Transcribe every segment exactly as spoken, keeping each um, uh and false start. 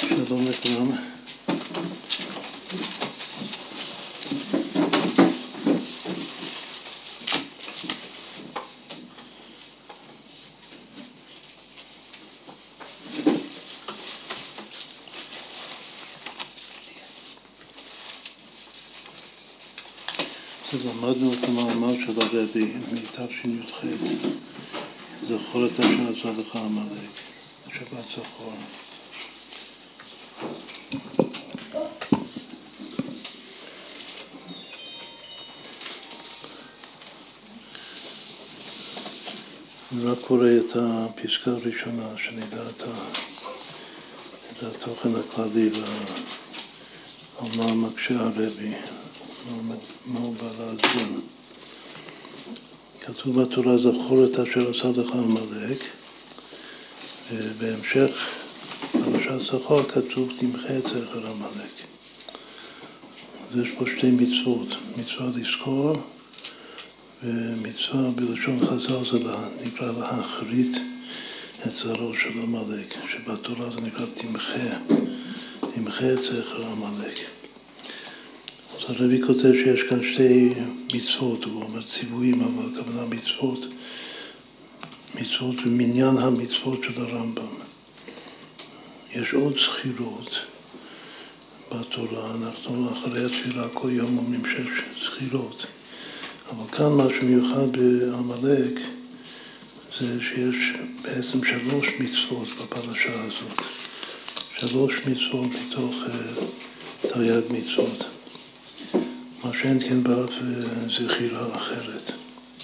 שלום לכולם. אז למדנו את המאמר של הרבי מתש"ח, זכור את אשר עשה לך עמלק, שבת זכור. אני רק קורא את הפסקה הראשונה, שנדע את, את התוכן הכללי על מה מקשה הרבי, מה הוא בא להסביר. כתוב בתורה, זכור את אשר עשה לך עמלק, ובהמשך פרשת זכור כתוב, תמחה את זכר עמלק. אז יש פה שתי מצוות, מצווה לזכור, ומצווה בלשון חז"ל זה נקרא להחריט את זרעו של עמלק, שבתורה זה נקרא תמחה, תמחה את זכר עמלק. אז הרבי כותב שיש כאן שתי מצוות, הוא אומר ציוויים, אבל הכוונה מצוות, מצוות במניין המצוות של הרמב"ם. יש עוד זכירות בתורה, אנחנו אחרי התפילה כל יום אומרים שש זכירות. אבל כאן מה שמיוחד בעמלק זה שיש בעצם שלוש מצוות בפרשה הזאת. שלוש מצוות מתוך uh, תרי"ג מצוות. מה שאין כן באף זכירה אחרת.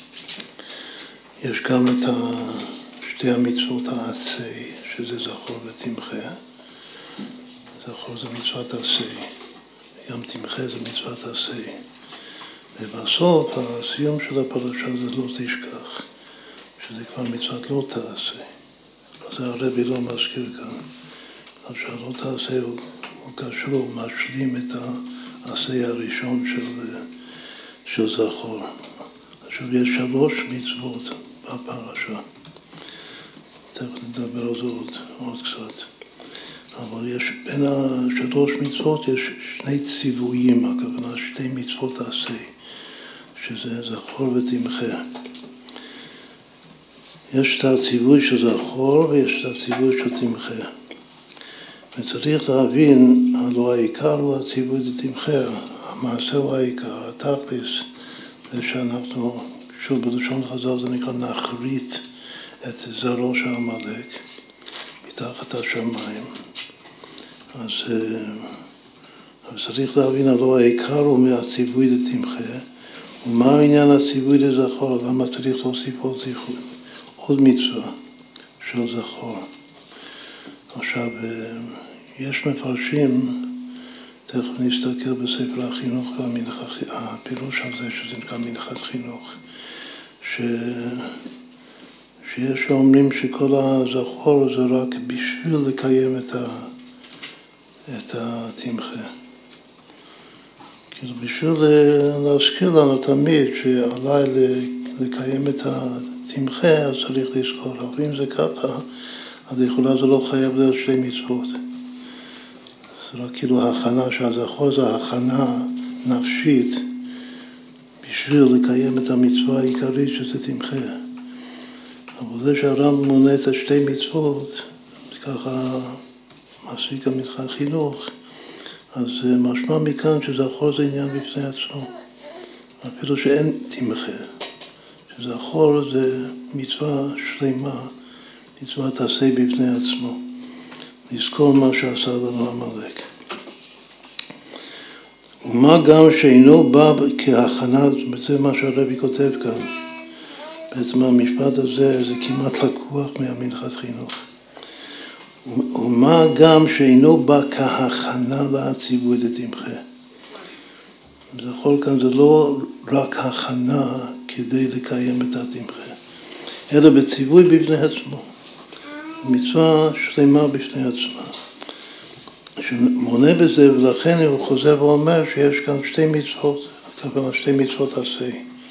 יש גם את שתי המצוות העשה, שזה זכור ותמחה. זכור זה מצוות עשה, גם תמחה זה מצוות עשה. ובסוף, הסיום של הפרשה זה לא תשכח, שזה כבר מצוות לא תעשה. אז הרבי לא מזכיר כאן. אז שהלא תעשה הוא, הוא קשור, הוא משלים את העשה הראשון של, של זכור. עכשיו יש שלוש מצוות בפרשה. תכף נדבר על זה עוד, עוד קצת. אבל יש, בין השלוש מצוות יש שני ציוויים, הכוונה שתי מצוות עשה. שזה זכור ותמחה. יש את הציווי של זכור ויש את הציווי של תמחה. וצריך להבין, הלוא העיקר הוא הציווי ותמחה, המעשה הוא העיקר, התכלס, זה שאנחנו, שוב בלשון חז"ל זה נקרא נחריט את זרעו של עמלק מתחת השמיים. אז, אז צריך להבין, הלוא העיקר הוא מהציווי ותמחה, ומה העניין הציווי לזכור? למה צריך להוסיף עוד זכור? עוד מצווה של זכור. עכשיו, יש מפרשים, תכף נסתכל בספר החינוך והמנחת, הפירוש הזה שזה נקרא מנחת חינוך, ש... שיש שאומרים שכל הזכור זה רק בשביל לקיים את, ה... את התמחה. כאילו בשביל להזכיר לנו תמיד שעליי לקיים את התמחה, אז צריך לזכור. אבל אם זה ככה, אז יכולה זה לא חייב להיות שתי מצוות. זה רק כאילו ההכנה שהזכור זה ההכנה נפשית בשביל לקיים את המצווה העיקרית שזה תמחה. אבל זה שהרמב"ם מונה את שתי מצוות, זה ככה מעסיק גם מנחת חינוך, אז משמע מכאן שזכור זה עניין בפני עצמו. אפילו שאין תמחה. שזכור זה מצווה שלמה, מצווה תעשה בפני עצמו. לזכור מה שעשה לנו עמלק. ומה גם שאינו בא כהכנה, זה מה שהרבי כותב כאן. בעצם המשפט הזה זה כמעט לקוח מהמנחת חינוך. ומה גם שאינו בא כהכנה לציווי לתמחה. זכור כאן זה לא רק הכנה כדי לקיים את התמחה, אלא בציווי בפני עצמו. מצווה שלמה בפני עצמה. שמונה בזה, ולכן הוא חוזר ואומר שיש כאן שתי מצוות, כוונה שתי מצוות עשה.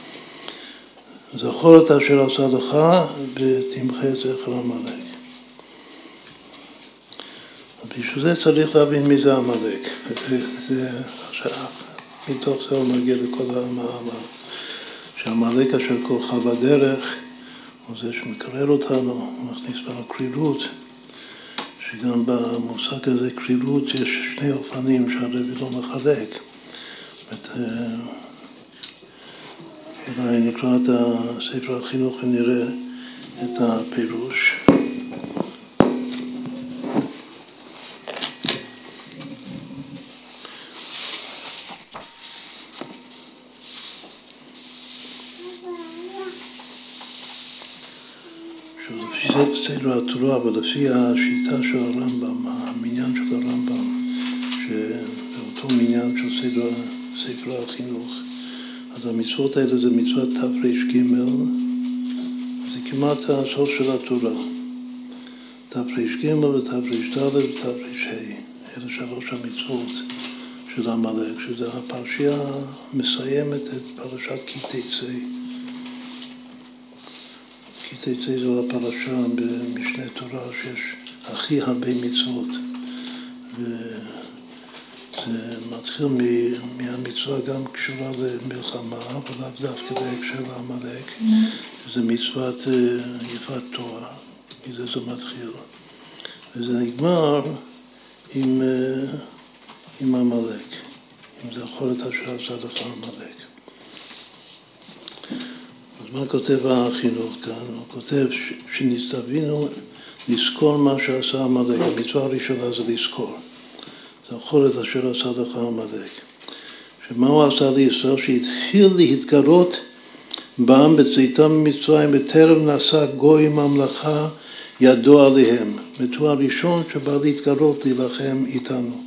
זכור את אשר עשה לך ותמחה את זכר עמלק. בשביל זה צריך להבין מי זה עמלק. זה, עכשיו, מתוך זה הוא מגיע לכל המאמר. שעמלק אשר כורך בדרך, הוא זה שמקרר אותנו, מכניס בנו קרירות, שגם במושג הזה קרירות יש שני אופנים שהרבי לא מחלק. אולי נקרא את ספר החינוך ונראה את הפירוש. לפי סדר התורה ולפי השיטה של הרמב"ם, המניין של הרמב"ם, שזה אותו מניין של סדר, ספר החינוך, אז המצוות האלה זה מצוות תר"ג, זה כמעט הסוף של התורה. תר"ג ותר"ד ותר"ה, אלה שלוש המצוות של עמלק, שזה הפרשייה מסיימת את פרשת כי תצא. כי תצא זו הפרשה במשנה תורה שיש הכי הרבה מצוות. וזה מתחיל מהמצווה גם קשורה למלחמה, ולאו דווקא בהקשר לעמלק. זה מצוות יפת תואר, מזה זה מתחיל. וזה נגמר עם, עם עמלק, עם זכור את אשר עשה לך עמלק. אז מה כותב החינוך כאן? הוא כותב שנצטווינו לזכור מה שעשה עמלק. המצווה הראשונה זה לזכור. זכור את אשר עשה לך עמלק. שמה הוא עשה לישראל? שהתחיל להתגרות בעם בצאתם ממצרים, בטרם נשא גוי ממלכה ידו עליהם. הוא הראשון שבא להתגרות, להילחם איתנו.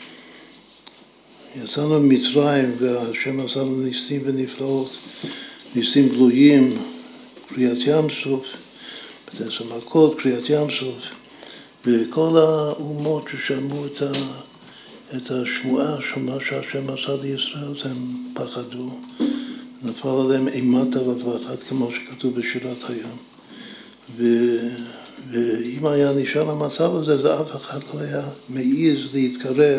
יצאנו ממצרים והשם עשה לנו ניסים ונפלאות. ניסים גלויים, קריאת ים סוף, פתח המכות, קריאת ים סוף, וכל האומות ששמעו את, ה, את השמועה של מה שהשם עשה לישראל, הם פחדו, נפל עליהם אימת ופחד, כמו שכתוב בשירת הים. ו, ואם היה נשאר המצב הזה, זה אף אחד לא היה מעז להתקרב,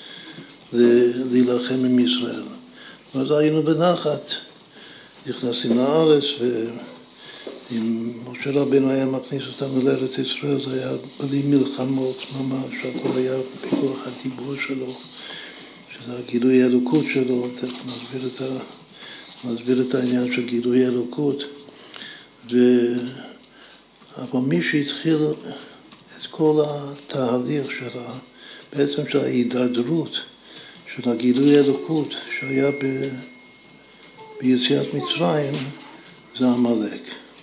להילחם עם ישראל. ואז היינו בנחת. נכנסים לארץ, ואם משה רבינו היה מכניס אותנו לארץ ישראל, זה היה בלי מלחמות ממש, הכל היה בכוח הדיבור שלו, שזה הגילוי האלוקות שלו, תכף נסביר את, ה... נסביר את העניין של גילוי האלוקות. ו... אבל מי שהתחיל את כל התהליך שלה, בעצם של ההידרדרות, של הגילוי האלוקות, שהיה ב... ביציאת מצרים, זה עמלק.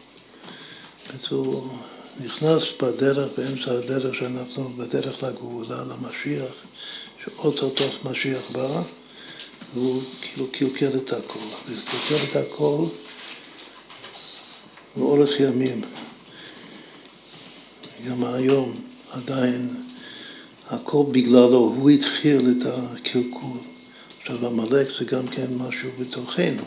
הוא נכנס בדרך, באמצע הדרך שאנחנו בדרך לגאולה, למשיח, שאוטוטו משיח בא, והוא כאילו קלקל את הכל. והוא קלקל את הכל באורך ימים. גם היום עדיין הכל בגללו, הוא התחיל את הקלקול. עכשיו, עמלק זה גם כן משהו בתוכנו,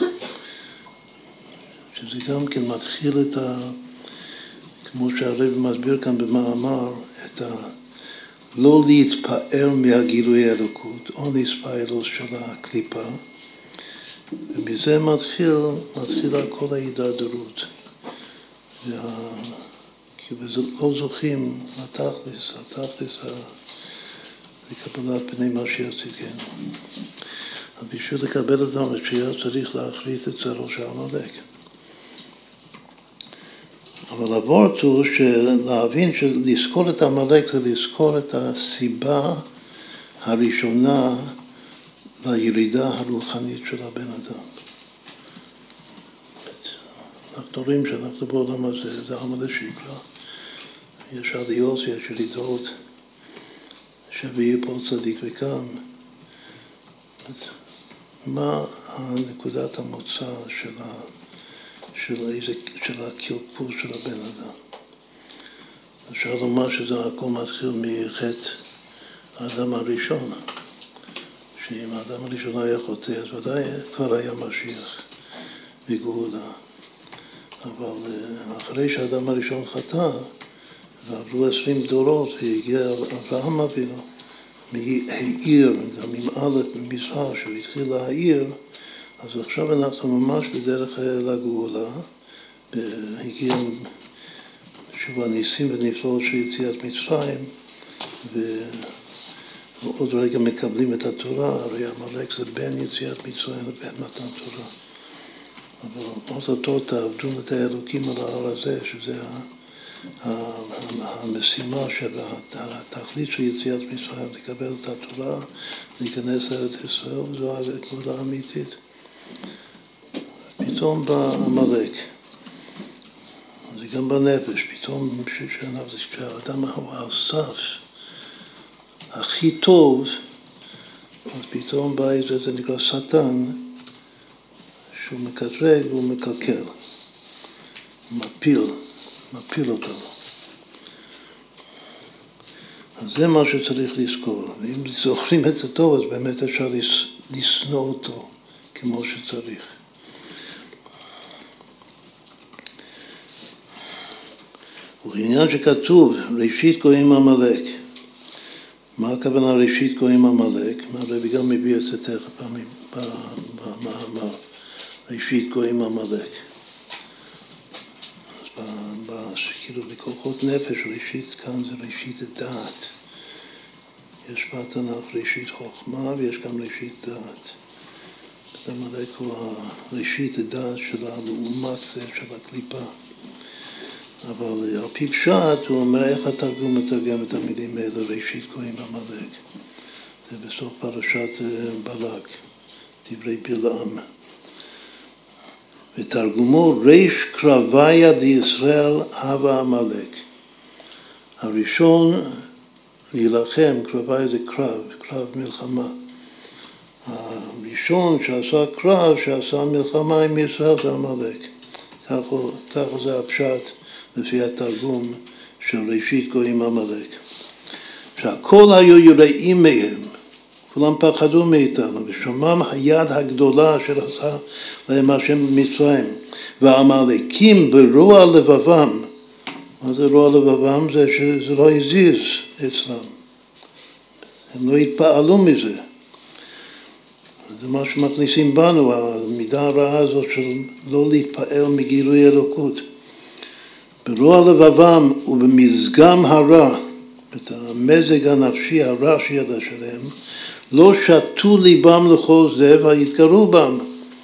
שזה גם כן מתחיל את ה... כמו שהרב מסביר כאן במאמר, את ה... לא להתפאר מהגילוי האלוקות, או נספאילוס של הקליפה, ומזה מתחיל, מתחילה כל ההידרדרות. וה... כי לא זוכים לתכלס, התכלס ה... לקבלת פני משיח צדקנו. אז בשביל לקבל את המשיח צריך להחליט את זרעו של עמלק. אבל הוורט הוא להבין שלזכור את עמלק זה לזכור את הסיבה הראשונה לירידה הרוחנית של הבן אדם. אנחנו רואים שאנחנו בעולם הזה, זה עמלק שיקרא. יש עליות, יש ירידות. שווה פה צדיק וקם. מה נקודת המוצא של, ה, של, איזה, של הקלקול של הבן אדם? אפשר לומר שזה הכל מתחיל מחטא האדם הראשון, שאם האדם הראשון היה חוטא, אז ודאי כבר היה משיח בגאולה. אבל אחרי שהאדם הראשון חטא, ועברו עשרים דורות, והגיע אברהם אבינו, מהעיר, גם עם א' במזרח, שהוא התחיל להעיר, אז עכשיו אנחנו ממש בדרך לגאולה, והגיע שוב הניסים ונפלאות של יציאת מצרים, ועוד רגע מקבלים את התורה, הרי עמלק זה בין יציאת מצרים לבין מתן תורה. אבל עוד אותו תעבדו את האלוקים על ההר הזה, שזה המשימה של התכלית של יציאת מצרים, לקבל את התורה, להיכנס לארץ ישראל, וזו הגאולה האמיתית. פתאום בא עמלק, זה גם בנפש, פתאום כשהאדם הוא על סף הכי טוב, אז פתאום בא איזה, זה נקרא שטן, שהוא מקטרג והוא מקלקל, מפיל, מפיל אותו. אז זה מה שצריך לזכור, ואם זוכרים את זה טוב, אז באמת אפשר לשנוא אותו כמו שצריך. ובעניין שכתוב, ראשית גויים עמלק. מה הכוונה ראשית גויים עמלק? הרבי גם מביא את זה תכף פעמים במאמר. ראשית גויים עמלק. אז כאילו בכוחות נפש, ראשית כאן זה ראשית דעת. יש בתנ"ך ראשית חוכמה ויש גם ראשית דעת. עמלק הוא ראשית דעת של הלעומת של הקליפה. אבל על פי פשט הוא אומר איך התרגום מתרגם את המילים האלה, ראשית גויים עמלק. זה בסוף פרשת בלק, דברי בלעם. ותרגומו ריש קרביה דישראל הווה עמלק. הראשון להילחם, קרביה זה קרב, קרב מלחמה. הראשון שעשה קרב, שעשה מלחמה עם ישראל זה עמלק. ככה זה הפשט לפי התרגום של ראשית גויים עמלק. שהכל היו יראים מהם, כולם פחדו מאיתנו, ושומם היד הגדולה שעשה להם השם במצרים, והעמלקים ברוע לבבם. מה זה רוע לבבם? זה שזה לא הזיז אצלם. הם לא התפעלו מזה. זה מה שמכניסים בנו, המידה הרעה הזאת של לא להתפעל מגילוי אלוקות. ברוע לבבם ובמזגם הרע, את המזג הנפשי הרע שידע שלהם, לא שתו ליבם לכל זה והתגרו בם.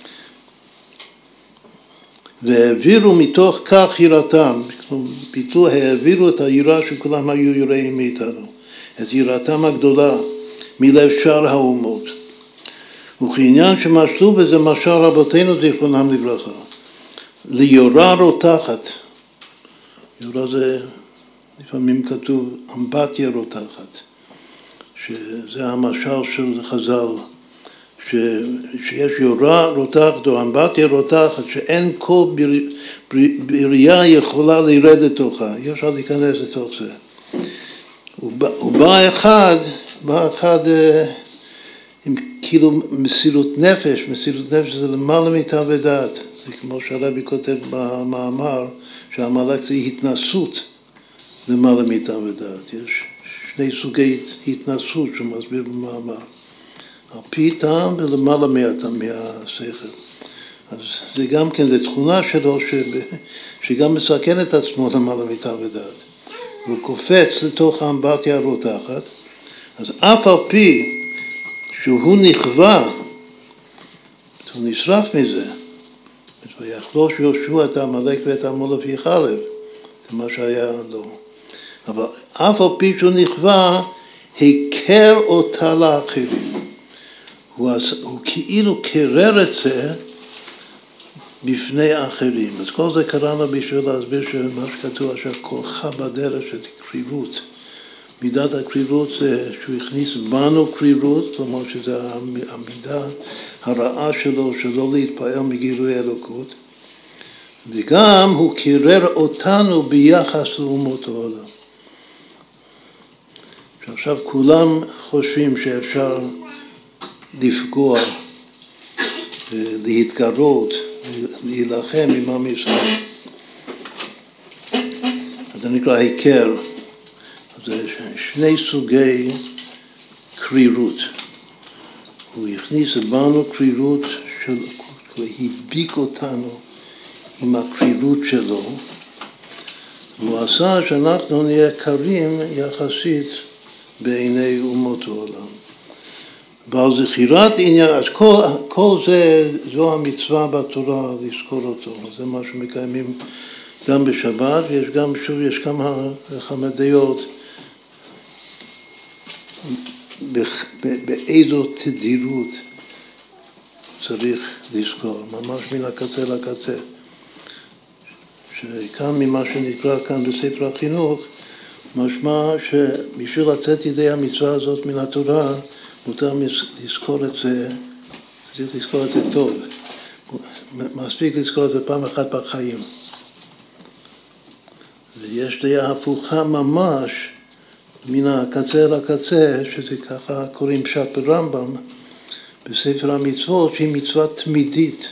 והעבירו מתוך כך יראתם, ביטלו, העבירו את היראה שכולם היו יראים מאיתנו, את יראתם הגדולה מלב שאר האומות. וכעניין שמשלו בזה משל רבותינו זיכרונם לברכה, ליורה רותחת, יורה זה לפעמים כתוב אמבטיה רותחת, שזה המשל של חז"ל, ש, שיש יורה רותחת או אמבטיה רותחת, שאין כל בריאה יכולה לרד לתוכה, אי אפשר להיכנס לתוך זה. ובא אחד, בא אחד עם כאילו מסירות נפש, מסירות נפש זה למעלה מיטה ודעת, זה כמו שהרבי כותב במאמר, שהעמלק זה התנסות למעלה מיטה ודעת, יש שני סוגי התנסות שהוא מסביר במאמר, על פי טעם ולמעלה מהשכל. אז זה גם כן, זה תכונה שלו שגם מסכן את עצמו למעלה מיטה ודעת. הוא קופץ לתוך האמבטיה הרותחת, אז אף על פי שהוא נכווה, הוא נשרף מזה, ויחלוש יהושע את העמלק ואת עמו לפי חרב, זה מה שהיה לו. אבל אף על פי שהוא נכווה, הכר אותה לאחרים. הוא, הוא כאילו קרר את זה בפני האחרים. אז כל זה קראנו בשביל להסביר שמה שכתוב עכשיו, כולך בדרך של קריבות. מידת הקריבות זה שהוא הכניס בנו קריבות, כלומר שזה המידה הרעה שלו, שלא להתפעל מגילוי אלוקות. וגם הוא קרר אותנו ביחס לאומות העולם. שעכשיו כולם חושבים שאפשר לפגוע, להתגרות, להילחם עם עם ישראל. אז זה נקרא היכר. זה שני סוגי קרירות. הוא הכניס בנו קרירות, של, הוא הדביק אותנו עם הקרירות שלו, והוא עשה שאנחנו נהיה קרים יחסית בעיני אומות העולם. ועל זכירת עניין, אז כל, כל זה, זו המצווה בתורה לזכור אותו. זה מה שמקיימים גם בשבת, ויש גם, שוב, יש כמה, כמה דעות באיזו תדירות צריך לזכור, ממש מן הקצה לקצה. שכאן ממה שנקרא כאן בספר החינוך, משמע שבשביל לצאת ידי המצווה הזאת מן התורה, מותר לזכור את זה, צריך לזכור את זה טוב. מספיק לזכור את זה פעם אחת בחיים. ויש דעה הפוכה ממש מן הקצה לקצה, שזה ככה קוראים פשט ברמב"ם, בספר המצוות, שהיא מצווה תמידית.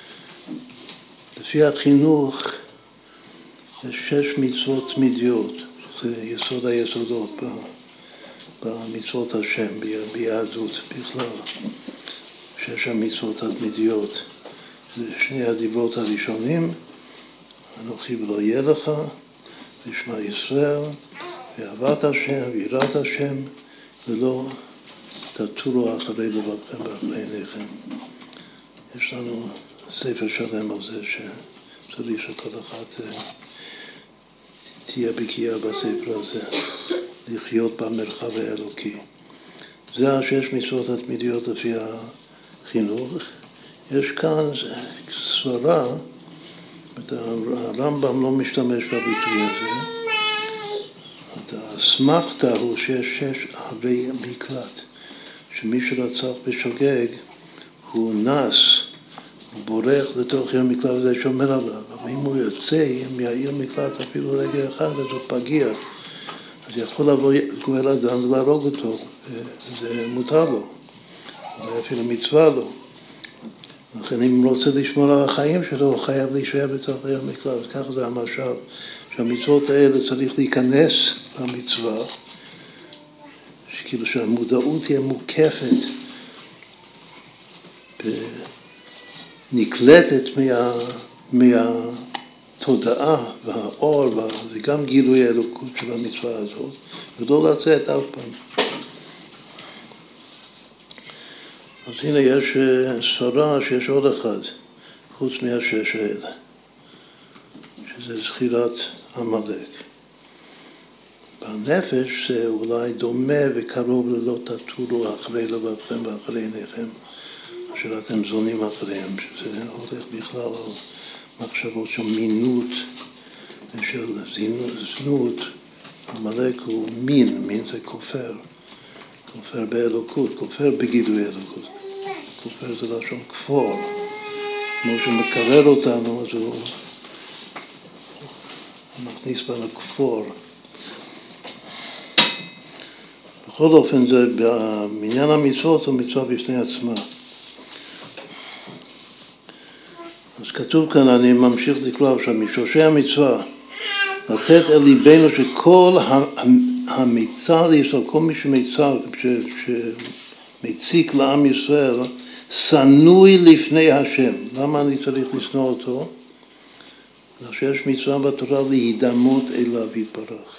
לפי החינוך יש שש מצוות תמידיות, זה יסוד היסודות במצוות השם, ביהדות בכלל. שש המצוות התמידיות, זה שני הדיברות הראשונים, אנוכי ולא יהיה לך, ושמע ישראל, ואהבת השם, ויראת השם, ולא תטורו אחרי לבבכם ואחרי עיניכם. יש לנו ספר שלם על זה שצריך שכל אחד תהיה בקיאה בספר הזה, לחיות במרחב האלוקי. זה השש מצוות התמידיות לפי החינוך. יש כאן סברה, הרמב"ם לא משתמש בביטוי הזה. האסמכתא הוא שיש שש ערי מקלט, שמי שרצח בשוגג הוא נס, הוא בורח לתוך עיר מקלט וזה שומר עליו, אבל אם הוא יוצא מהעיר מקלט אפילו רגע אחד, אז הוא פגיע, אז יכול לבוא גואל אדם ולהרוג אותו, וזה מותר לו, זה אפילו מצווה לו. לכן אם הוא רוצה לשמור על החיים שלו, הוא חייב להישאר בתוך עיר מקלט. ככה זה המשל, שהמצוות האלה צריך להיכנס למצווה, שכאילו שהמודעות תהיה מוקפת, נקלטת מה, מהתודעה והאור, זה גם גילוי האלוקות של המצווה הזאת, ולא לצאת אף פעם. אז הנה יש סברה שיש עוד אחד, חוץ מהשש האלה, שזה זכירת עמלק. בנפש זה אולי דומה וקרוב ללא תטורו אחרי לבבכם ואחרי עיניכם, אשר אתם זונים אחריהם, שזה הולך בכלל על מחשבות של מינות ושל זנות. עמלק הוא מין, מין זה כופר, כופר באלוקות, כופר בגידוי אלוקות. כופר זה לשון כפור, כמו שהוא מקרר אותנו, אז הוא מכניס בנו כפור. בכל אופן, זה בעניין המצוות הוא מצווה בפני עצמה. אז כתוב כאן, אני ממשיך לקרוא עכשיו, משורשי המצווה, לתת אל ליבנו שכל המצר לישראל, כל מי שמצר, שמציק לעם ישראל, שנוי לפני השם. למה אני צריך לשנוא אותו? שיש מצווה בתורה להידמות אליו יתברך.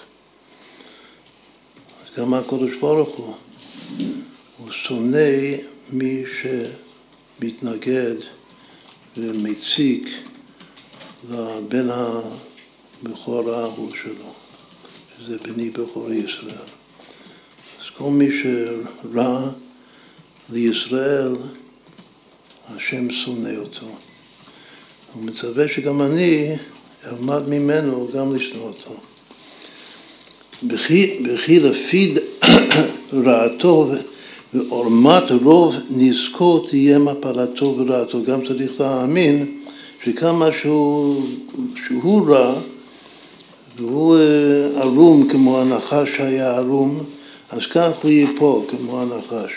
אז גם הקדוש ברוך הוא, הוא שונא מי שמתנגד ומציק לבן הבכור האהוב שלו, שזה בני בכור ישראל. אז כל מי שרע לישראל, השם שונא אותו. הוא מצווה שגם אני אלמד ממנו גם לשנוא אותו. בכי לפי רעתו ועורמת רוב נזקו תהיה מפלתו ורעתו. גם צריך להאמין שכמה שהוא, שהוא רע, והוא ערום כמו הנחש שהיה ערום, אז כך הוא ייפול כמו הנחש.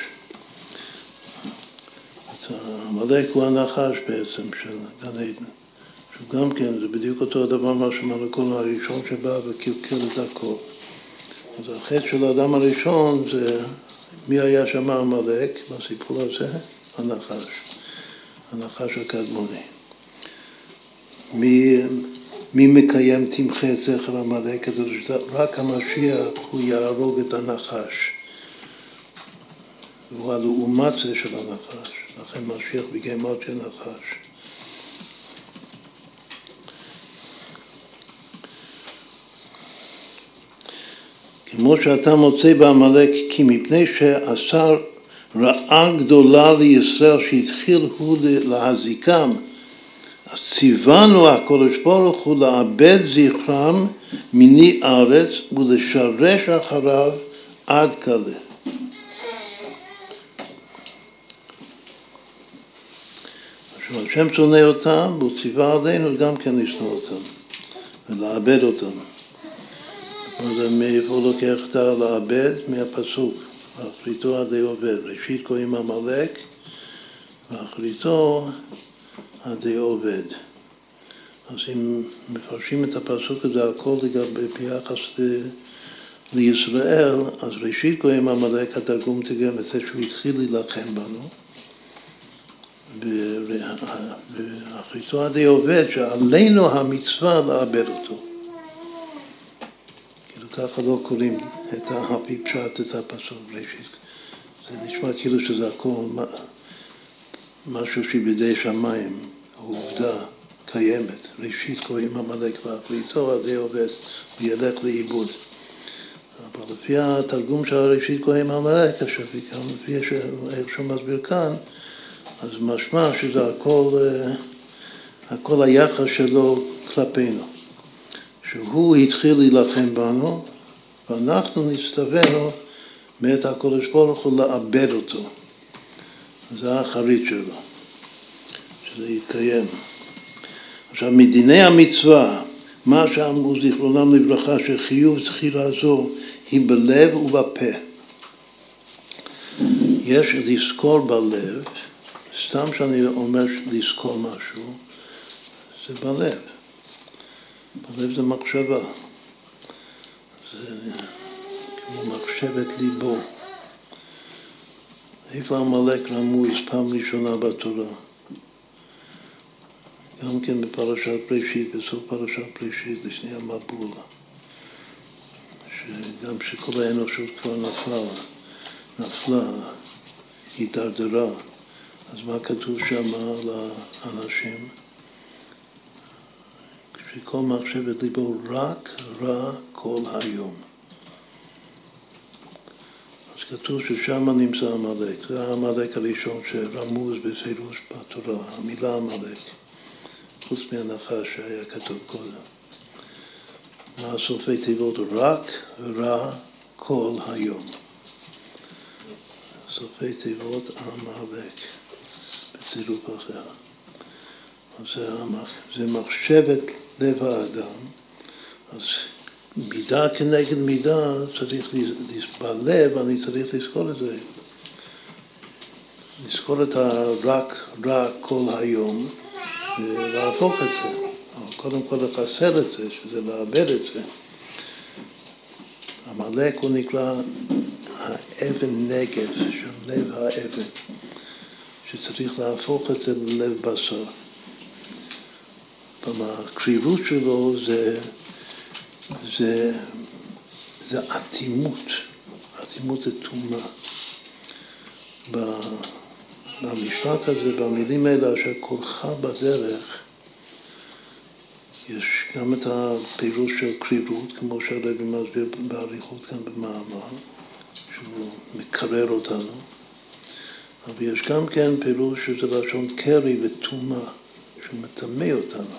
עמלק הוא הנחש בעצם של גן עדן. שהוא גם כן, זה בדיוק אותו הדבר מה שמלאכו הראשון שבא וקלקל את הכל. אז החטא של האדם הראשון זה, מי היה שם עמלק בסיפור הזה? הנחש, הנחש הקדמוני. מי, מי מקיים תמחה את זכר עמלק? רק המשיח הוא יהרוג את הנחש. הוא הלעומת זה של הנחש, לכן משיח בגימטריה נחש. כמו שאתה מוצא בעמלק, כי מפני שעשה רעה גדולה לישראל שהתחיל הוא להזיקם, אז ציוונו הקדוש ברוך הוא לאבד זכרם מני ארץ ולשרש אחריו עד כלה. השם שונא אותם, והוא ציווה עלינו גם כן לשנוא אותם ולאבד אותם. אז מאיפה לוקח את לאבד? מהפסוק, ואחריתו עדי עובד. ראשית קוראים עמלק, ואחריתו עדי עובד. אז אם מפרשים את הפסוק הזה, הכל לגבי ביחס ל... לישראל, אז ראשית קוראים עמלק, התרגום תרגם את זה שהוא התחיל להילחם בנו. ואחריתו עדי עובד, שעלינו המצווה לאבד אותו. ככה לא קוראים את הפי פשט, את הפסוק ראשית. זה נשמע כאילו שזה הכל משהו שבידי שמיים, העובדה קיימת. ראשית קוראים עמלק ואחריתו עדי עובד, הוא ילך לאיבוד. אבל לפי התרגום של הראשית קוראים עמלק, לפי איך שהוא מסביר כאן, אז משמע שזה הכל, הכל היחס שלו כלפינו. שהוא התחיל להילחם בנו, ואנחנו נצטווינו מאת הקדוש ברוך הוא לאבד אותו. זה האחרית שלו, שזה יתקיים. עכשיו, מדיני המצווה, מה שאמרו זיכרונם לברכה, שחיוב זכירה זו היא בלב ובפה. יש לזכור בלב, סתם שאני אומר לזכור משהו, זה בלב. בלב זה מחשבה, זה כמו מחשבת ליבו. איפה עמלק רמוז פעם ראשונה בתורה? גם כן בפרשת בראשית, בסוף פרשת בראשית, לפני המבול. שגם שכל האנושות כבר נפלה, נפלה, התדרדרה. אז מה כתוב שם על האנשים? שכל מחשבת ליבו רק רע כל היום. אז כתוב ששם נמצא עמלק. זה העמלק הראשון שרמוז בפירוש בתורה, המילה עמלק. חוץ מהנחש שהיה כתוב קודם. מה סופי תיבות? רק רע כל היום. סופי תיבות עמלק. בצירוף אחר. אז זה, זה מחשבת לב האדם, אז מידה כנגד מידה צריך בלב, אני צריך לזכור את זה. לזכור את הרק רע כל היום ולהפוך את זה. אבל קודם כל לחסל את זה, שזה לאבד את זה. עמלק הוא נקרא האבן נגף, של לב האבן, שצריך להפוך את זה ללב בשר. הקריבות שלו זה, זה, זה אטימות, אטימות זה תאומה. במשפט הזה, במילים האלה, אשר כולך בדרך, יש גם את הפירוש של קריבות, כמו שהרבי מסביר בעריכות כאן במאמר, שהוא מקרר אותנו, אבל יש גם כן פירוש שזה לשון קרי ותאומה, שהוא מטמא אותנו.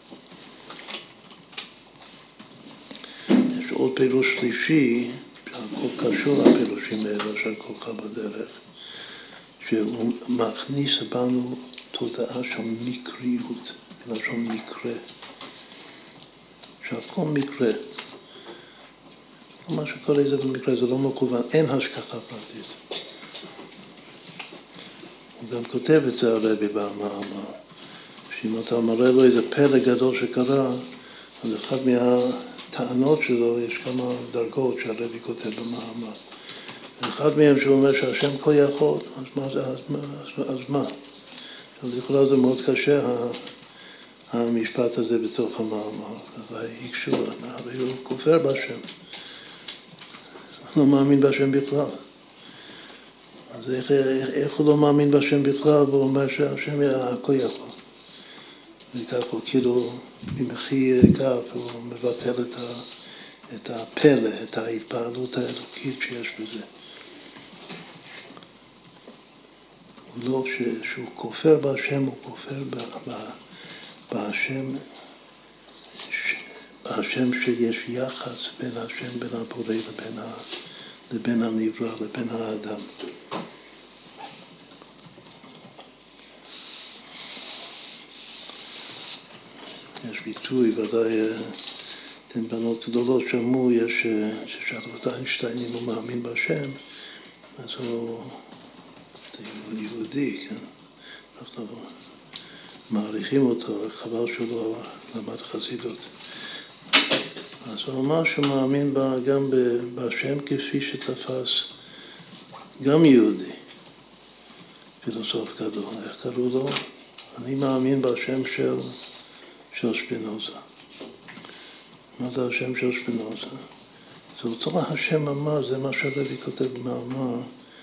יש עוד פירוש שלישי, שהכל קשור לפירושים האלה, אשר כולך בדרך, שהוא מכניס בנו תודעה של מקריות, לשון מקרה. שהכל מקרה. מה שקורה זה במקרה, זה לא מכוון, אין השגחה פרטית. הוא גם כותב את זה הרבי במאמר. שאם אתה מראה לו איזה פלא גדול שקרה, אז אחד מה, הטענות שלו, יש כמה דרגות שהרבי כותב במאמר. אחד מהם שהוא אומר שהשם כה יכול, אז מה זה, אז מה? אז, אז מה? אז לכאורה זה מאוד קשה, המשפט הזה בתוך המאמר. אז יקשו, הרי הוא כופר בהשם. הוא לא מאמין בהשם בכלל. אז איך, איך, איך הוא לא מאמין בהשם בכלל, והוא אומר שהשם כה יכול. וכך הוא כאילו, במחי כף, הוא מבטל את, ה, את הפלא, את ההתפעלות האלוקית שיש בזה. הוא לא, שהוא כופר בהשם, הוא כופר בהשם, בהשם שיש יחס בין השם, בין הבורא לבין, ה, לבין הנברא, לבין האדם. יש ביטוי, ודאי אתן בנות גדולות שמעו, יש ששאלו את איינשטיין אם הוא מאמין בהשם, אז הוא יהודי, כן? אנחנו מעריכים אותו, רק חבל שהוא לא למד חסידות. אז הוא אמר שהוא מאמין גם בהשם כפי שתפס גם יהודי, פילוסוף גדול. איך קראו לו? אני מאמין בהשם של... של שפינוזה. מה זה השם של שפינוזה? זה אותו השם אמר, זה מה שהרבי כותב במאמר,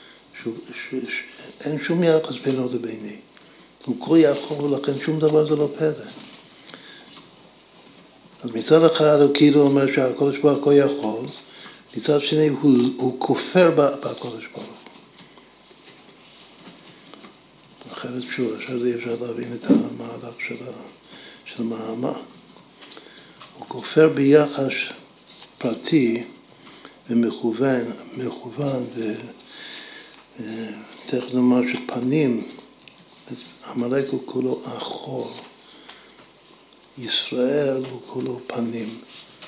שאין שום יחס בינו לביני. הוא כה יכול, ולכן שום דבר זה לא פלא. אז מצד אחד הוא כאילו אומר שהקודש ברוך הוא כה יכול, מצד שני הוא, הוא כופר בקודש ברוך הוא. אחרת שוב, עכשיו זה אפשר להבין את המהלך שלה. של מאמר. הוא כופר ביחס פרטי ומכוון, מכוון ותכף נאמר שפנים, עמלק הוא כולו אחור, ישראל הוא כולו פנים.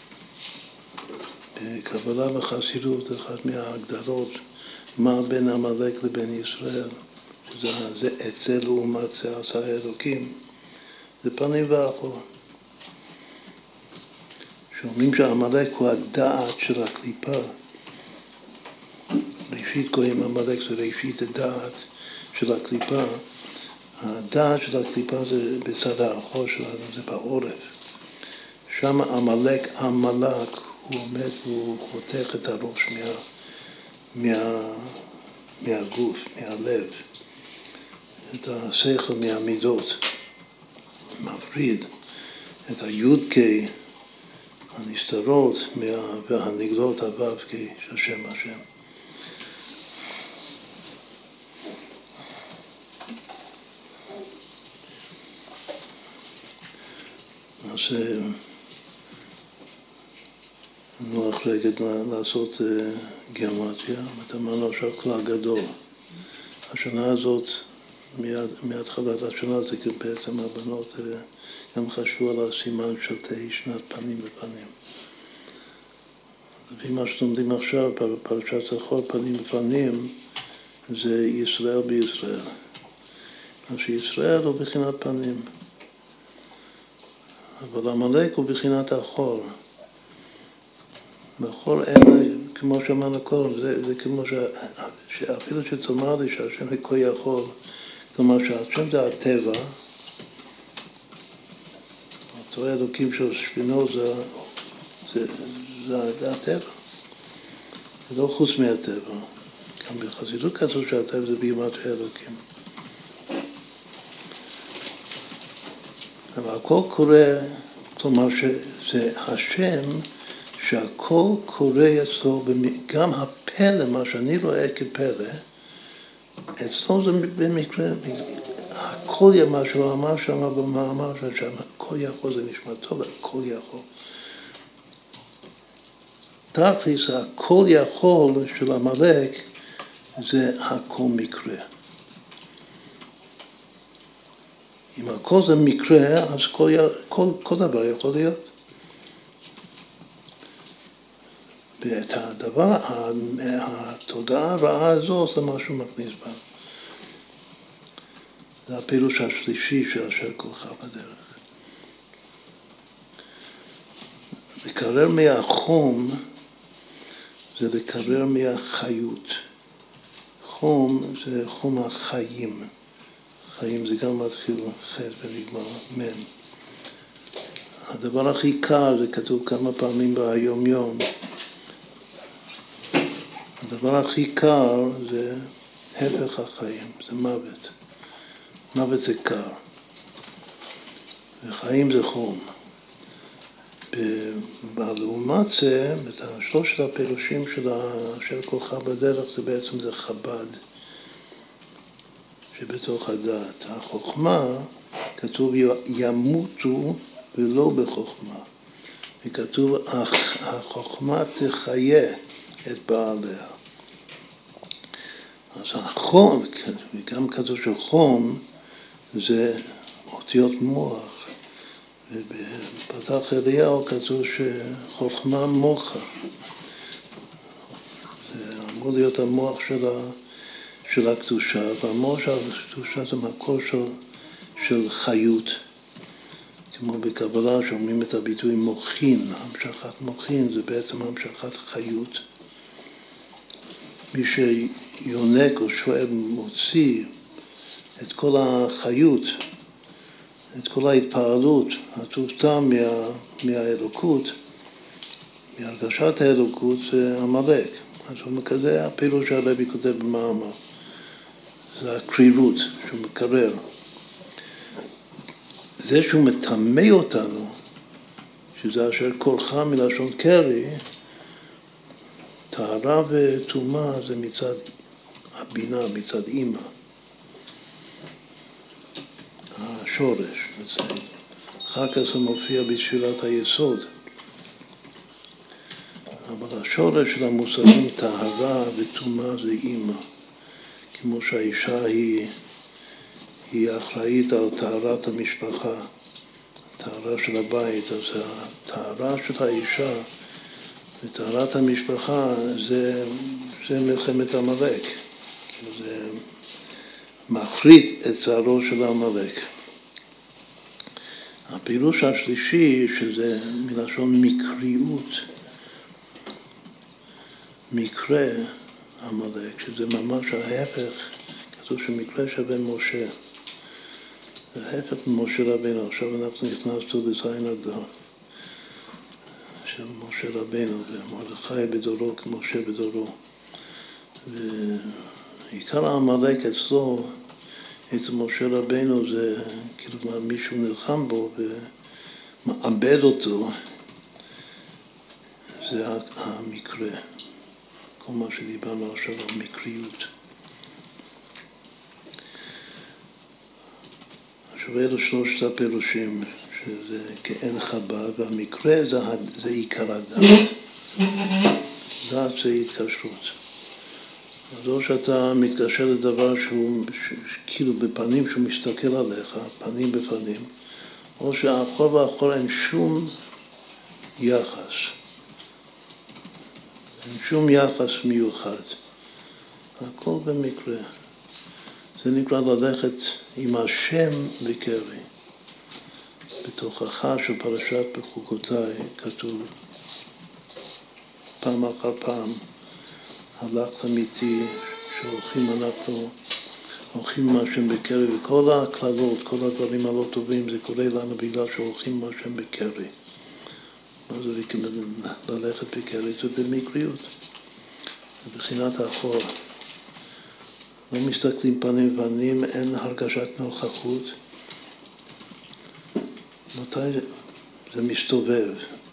בקבלה וחסידות, אחת מההגדרות, מה בין עמלק לבין ישראל, שזה אצל לעומת זה עשה האלוקים, זה פנים ואחור. שאומרים שהעמלק הוא הדעת של הקליפה. ראשית קוראים עמלק זה ראשית הדעת של הקליפה. הדעת של הקליפה זה בצד האחור שלנו, זה בעורף. שם עמלק, עמלק, הוא עומד והוא חותך את הראש מה, מה, מהגוף, מהלב. את השכל מהמידות. מפריד את היוד-קי הנסתרות והנגלות הוו-קי של שם השם. אז נוח רגע לעשות גיאומטריה, אמרנו עכשיו כלל גדול. השנה הזאת מיד, מהתחלת השנה זה כי בעצם הבנות גם חשבו על הסימן של תהי שנת פנים בפנים. לפי מה שלומדים עכשיו, פרשת זכור פנים בפנים, זה ישראל בישראל. אז שישראל הוא בחינת פנים. אבל עמלק הוא בחינת החור. בחור אין, כמו שאמרנו קודם, זה, זה כמו ש... שאפילו שתאמר לי שהשם כה יכול, כלומר שהשם זה הטבע, אותו האלוקים של שפינוזה, זה, זה, זה הטבע. זה לא חוץ מהטבע. גם בחסידות כתוב שהטבע זה בימת האלוקים. אבל הכל קורה, כלומר שזה השם, שהכל קורה אצלו, גם הפלא, מה שאני רואה כפלא, אצלו זה במקרה, הכל מה שהוא אמר שם במאמר שם, הכל יכול, זה נשמע טוב, הכל יכול. תכלס, הכל יכול של עמלק, זה הכל מקרה. אם הכל זה מקרה, אז כל, כל, כל דבר יכול להיות. ואת הדבר, התודעה הרעה הזאת, זה משהו מכניס בה. זה הפירוש השלישי של אשר כולך בדרך. לקרר מהחום זה לקרר מהחיות. חום זה חום החיים. חיים זה גם מתחיל ח' ונגמר מן. הדבר הכי קר, זה כתוב כמה פעמים ביום יום, הדבר הכי קר זה הפך החיים, זה מוות. מוות זה קר. וחיים זה חום. בלעומת זה, שלושת הפירושים של, של כוכב בדרך זה בעצם זה חב"ד שבתוך הדעת. החוכמה כתוב ימותו ולא בחוכמה. וכתוב החוכמה תחיה את בעליה. אז החום, וגם כתוב שחום זה אותיות מוח. ובפתח אליהו כתוב שחוכמה מוחה. זה אמור להיות המוח של, ה, של הקדושה, והמוח של הקדושה זה מקור של, של חיות. כמו בקבלה שאומרים את הביטוי מוחין, המשכת מוחין זה בעצם המשכת חיות. מי שיונק או שואב מוציא את כל החיות, את כל ההתפעלות, התופעה מה, מהאלוקות, מהרגשת האלוקות זה עמלק. אז הוא מקדם, הפעילות שהרבי כותב במאמר, זה הקרירות שהוא מקרר. זה שהוא מטמא אותנו, שזה אשר קולך מלשון קרי, טהרה וטומאה זה מצד הבינה, מצד אימא. השורש, אחר כך זה מופיע בתפילת היסוד. אבל השורש של המושגים טהרה וטומאה זה אימא. כמו שהאישה היא, היא אחראית על טהרת המשפחה, טהרה של הבית, אז הטהרה של האישה וטהרת המשפחה זה, זה מלחמת עמלק. זה מחריט את צערו של עמלק. הפירוש השלישי, שזה מלשון מקריות, מקרה עמלק, שזה ממש ההפך, כתוב שמקרה שווה משה. זה ההפך ממשה רבינו. עכשיו אנחנו נכנסנו לזין אדר של משה רבינו, ומרדכי בדורו כמשה בדורו. ועיקר העמלק אצלו, אצל משה רבינו, זה כאילו מישהו נלחם בו ומאבד אותו, זה המקרה. כל מה שדיברנו עכשיו על מקריות. עכשיו אלו שלושת הפירושים, שזה כאין חב"ד, והמקרה זה, זה עיקר הדעת. דעת זה התקשרות. אז או שאתה מתקשר לדבר שהוא כאילו בפנים שהוא מסתכל עליך, פנים בפנים, או שהאחור והאחור אין שום יחס. אין שום יחס מיוחד. הכל במקרה. זה נקרא ללכת עם השם בקרי. בתוכחה של פרשת בחוקותיי כתוב פעם אחר פעם, הלכת אמיתי שהולכים אנחנו, הולכים עם השם בקרי, וכל הכללות, כל הדברים הלא טובים, זה קורה לנו בגלל שהולכים עם השם בקרי. מה זה ללכת בקרי? זה במקריות. זה בחינת האחור. לא מסתכלים פנים פנים, אין הרגשת נוכחות. מתי זה מסתובב?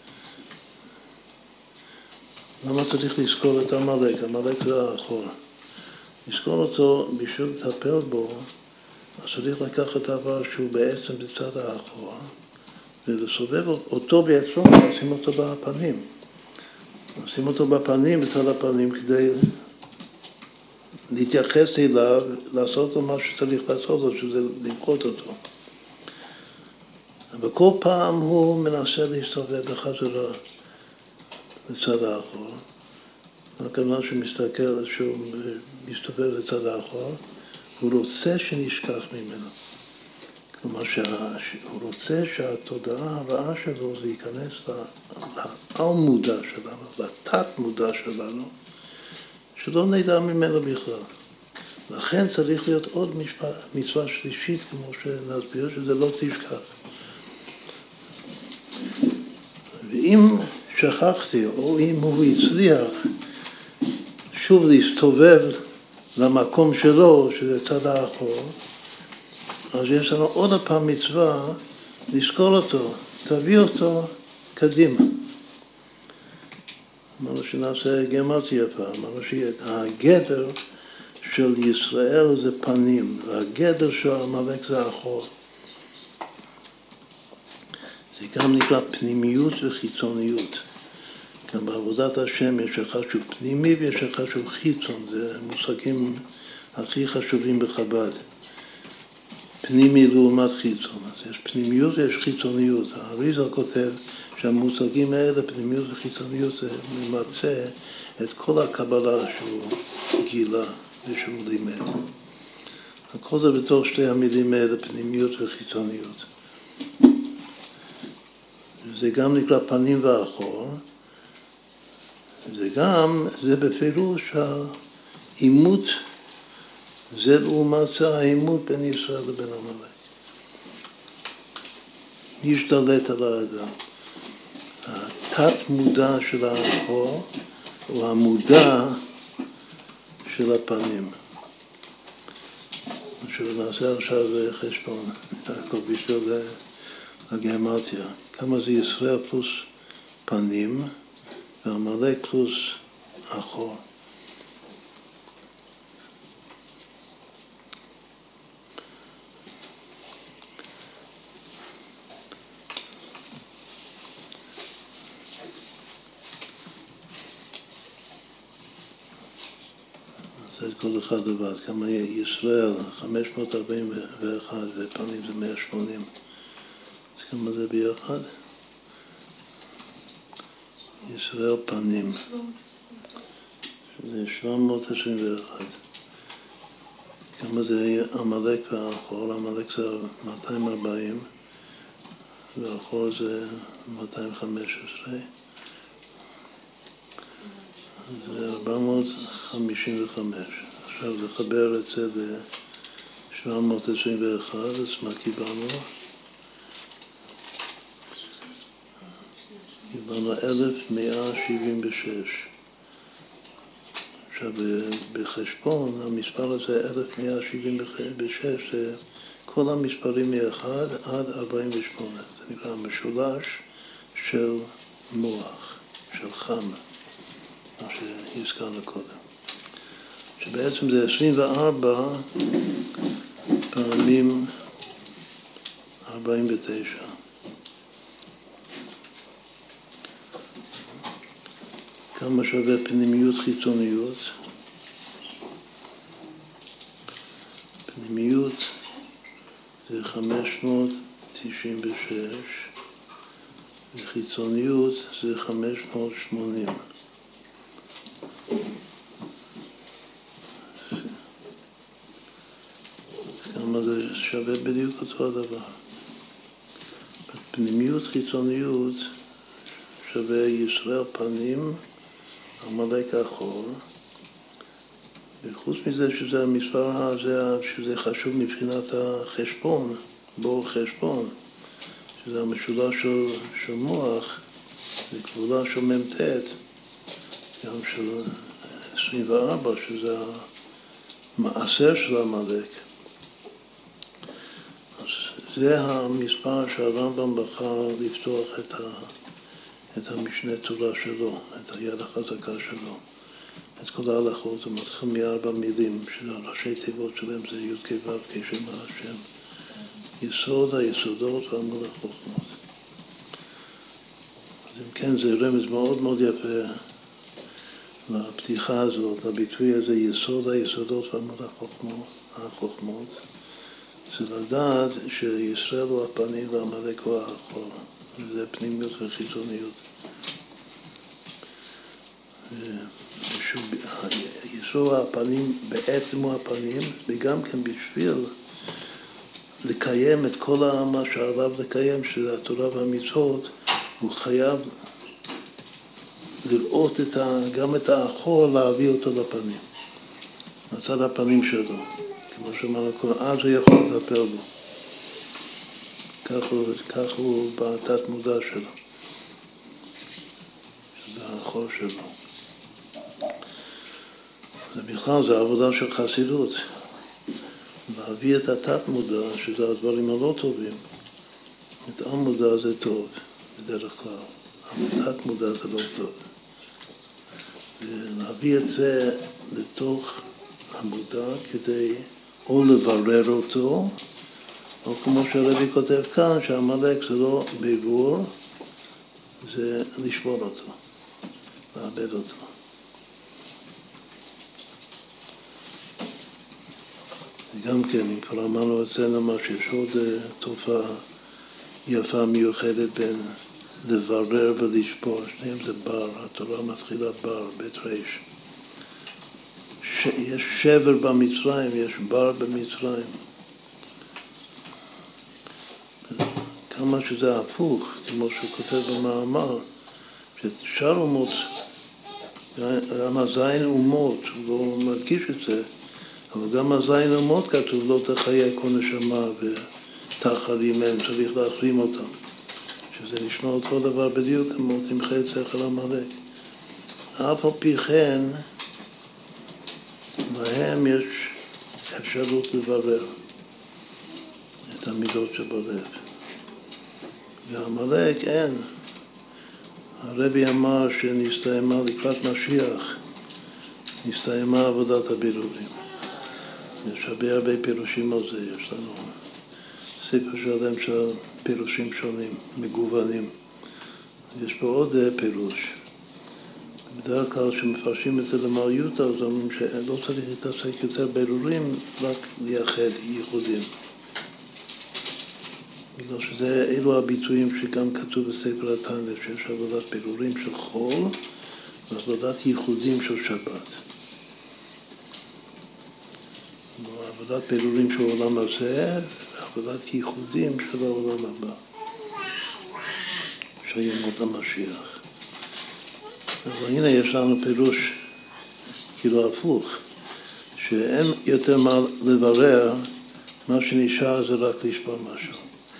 למה צריך לזכור את עמלק? עמלק זה האחור. לזכור אותו בשביל לטפל בו, אז צריך לקחת דבר שהוא בעצם בצד האחור, ולסובב אותו בעצמו, לשים אותו בפנים. לשים אותו בפנים, בצד הפנים, כדי להתייחס אליו, לעשות לו מה שצריך לעשות לו, שזה למחות אותו. אבל כל פעם הוא מנסה להסתובב בחזרה לצד האחור. הכוונה שהוא מסתכל, שהוא מסתובב לצד האחור, הוא רוצה שנשכח ממנו. כלומר שהוא רוצה שהתודעה הרעה שלו זה ייכנס לעל מודע שלנו, לתת מודע שלנו, שלא נדע ממנו בכלל. לכן צריך להיות עוד משפט, מצווה שלישית, כמו שנסביר, שזה לא תשכח. ואם שכחתי, או אם הוא הצליח שוב להסתובב למקום שלו, שזה צד האחור, אז יש לנו עוד הפעם מצווה לזכור אותו, תביא אותו קדימה. אמרנו שנעשה גמרתי יפה, אמרנו שהגדר של ישראל זה פנים, והגדר של עמלק זה אחור. זה גם נקרא פנימיות וחיצוניות. גם בעבודת השם יש אחד שהוא פנימי ויש אחד שהוא חיצון, זה מושגים הכי חשובים בחב"ד. פנימי לעומת חיצון, אז יש פנימיות ויש חיצוניות. האריז"ל כותב שהמושגים האלה, פנימיות וחיצוניות, זה ממצא את כל הקבלה שהוא גילה ושהוא לימד. הכל זה בתוך שתי המילים האלה, פנימיות וחיצוניות. זה גם נקרא פנים ואחור, זה גם, זה בפירוש האימות, זה לעומת זה האימות בין ישראל לבין עמלק. ישתלט על האדם. התת מודע של האחור הוא המודע של הפנים. שנעשה עכשיו חשבון, הכל בשביל הגמרתיה. כמה זה ישראל פלוס פנים ועמלק פלוס אחור. זה כל אחד לבד, כמה ישראל, חמש מאות ארבעים ואחת, ופנים זה מאה ושמונים. אז כמה זה ביחד? ישראל פנים. זה שבע מאות עשרים ואחת. כמה זה עמלק והאחור? עמלק זה מאתיים וארבעים, והאחור זה מאתיים וחמש עשרה. זה ארבע מאות חמישים וחמש. עכשיו לחבר את זה ל-שבע מאות עשרים ואחת, אז מה קיבלנו? קיבלנו אלף מאה שבעים ושש. עכשיו בחשבון, המספר הזה, אלף מאה שבעים ושש, זה כל המספרים מאחד עד ארבעים ושמונה. זה נקרא המשולש של מוח, של חם. מה שהזכרנו קודם. שבעצם זה עשרים וארבע פעמים ארבעים ותשע. כמה שווה פנימיות חיצוניות? פנימיות זה חמש מאות תשעים ושש, וחיצוניות זה חמש מאות שמונים. כמה זה שווה בדיוק אותו הדבר. פנימיות חיצוניות שווה ישראל פנים, עמלק אחור, וחוץ מזה שזה המספר הזה, שזה חשוב מבחינת החשבון, בור חשבון, שזה המשולש של, של מוח, זה כבולה של ממתת, גם של עשרים וארבע, שזה המעשר של עמלק. אז זה המספר שהרמב"ם בחר לפתוח את, ה, את המשנה תורה שלו, את היד החזקה שלו. את כל ההלכות, הוא מתחיל מארבע מילים, שהראשי תיבות שלהם זה י' כ' ו' כשם השם. יסוד היסודות ועמוד החוכמות. אז אם כן, זה רמז מאוד מאוד יפה לפתיחה הזאת, לביטוי הזה, יסוד היסודות ועמוד החוכמות, החוכמות. זה לדעת שישראל הוא הפנים ועמלק הוא האחור. וזה פנימיות וחיצוניות. יסוד הפנים בעצם הוא הפנים, וגם כן בשביל לקיים את כל מה שעליו לקיים, שזה התורה והמצוות, הוא חייב לראות את ה, גם את האחור, להביא אותו לפנים, לצד הפנים שלו. כמו שאמרנו, אז הוא יכול לטפל בו. כך הוא, כך הוא בתת מודע שלו. שזה האחור שלו. זה בכלל, זה העבודה של חסידות. להביא את התת מודע, שזה הדברים הלא טובים. את המודע זה טוב, בדרך כלל. אבל תת מודע זה לא טוב. ולהביא את זה לתוך המודע כדי או לברר אותו, או כמו שהרבי כותב כאן, שהעמלק זה לא בירור, זה לשבור אותו, לאבד אותו. וגם כן, אם כבר אמרנו את זה, למה שיש עוד תופעה יפה מיוחדת בין לברר ולשבור, שניהם זה בר, התורה מתחילה בר, בית ריש. ש... יש שבר במצרים, יש בר במצרים. כמה שזה הפוך, כמו שהוא כותב במאמר, ששאר אומות, גם הזין אומות, הוא לא מדגיש את זה, אבל גם הזין אומות כתוב, לא תחיה כל נשמה ותחל ימיהם, צריך להחרים אותם. שזה נשמע אותו דבר בדיוק כמו תמחה את שכל עמלק. אף על פי כן, להם יש אפשרות לברר את המידות שבלב. ועמלק אין. הרבי אמר שנסתיימה לקראת משיח, נסתיימה עבודת הבירורים. יש הרבה הרבה פירושים על זה, יש לנו ספר שלם של פירושים שונים, מגוונים. יש פה עוד פירוש. בדרך כלל שמפרשים את זה למעיוטה, אז אומרים שלא צריך להתעסק יותר בירורים, רק לייחד ייחודים. בגלל שזה, אלו הביטויים שגם כתוב בספר התניא, שיש עבודת בירורים של חול, ועבודת ייחודים של שבת. עבודת בירורים של העולם הזה, ועבודת ייחודים של העולם הבא, של ימות המשיח. אבל הנה יש לנו פירוש כאילו הפוך, שאין יותר מה לברר, מה שנשאר זה רק לשבור משהו.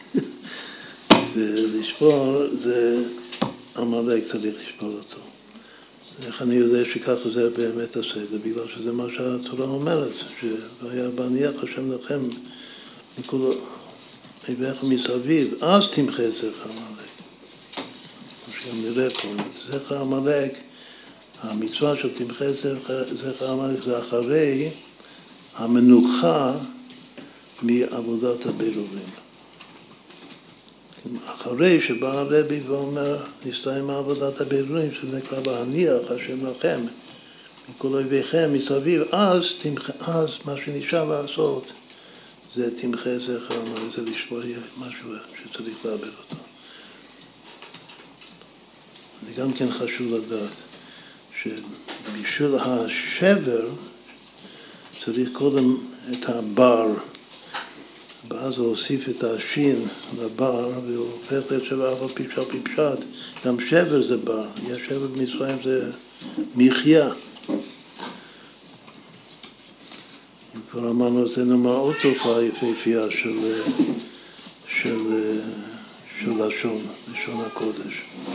ולשבור זה עמלק, צריך לשבור אותו. איך אני יודע שככה זה באמת הסדר? בגלל שזה מה שהתורה אומרת, שהיה בהניח השם לכם מכל איבך מסביב, אז תמחה את זכר עמלק. שגם נראה פה, זכר עמלק, המצווה של תמחה את זכר עמלק זה אחרי המנוחה מעבודת הבירורים. אחרי שבא הרבי ואומר, נסתיימה עבודת הבירורים, שזה נקרא בהניח השם לכם, מכל אויביכם מסביב, אז, תמחה, אז מה שנשאר לעשות, זה תמחה זכר עמלק, זה לשבור משהו שצריך לאבד אותו. זה גם כן חשוב לדעת, שבשביל השבר צריך קודם את הבר, ואז הוא הוסיף את השין לבר, והוא הופך את שבר אף על פי פשט פי פשט. גם שבר זה בר, יש שבר במצרים זה מחיה. כבר אמרנו את זה, נאמר עוד תופעה יפהפייה של, של, של לשון, לשון הקודש.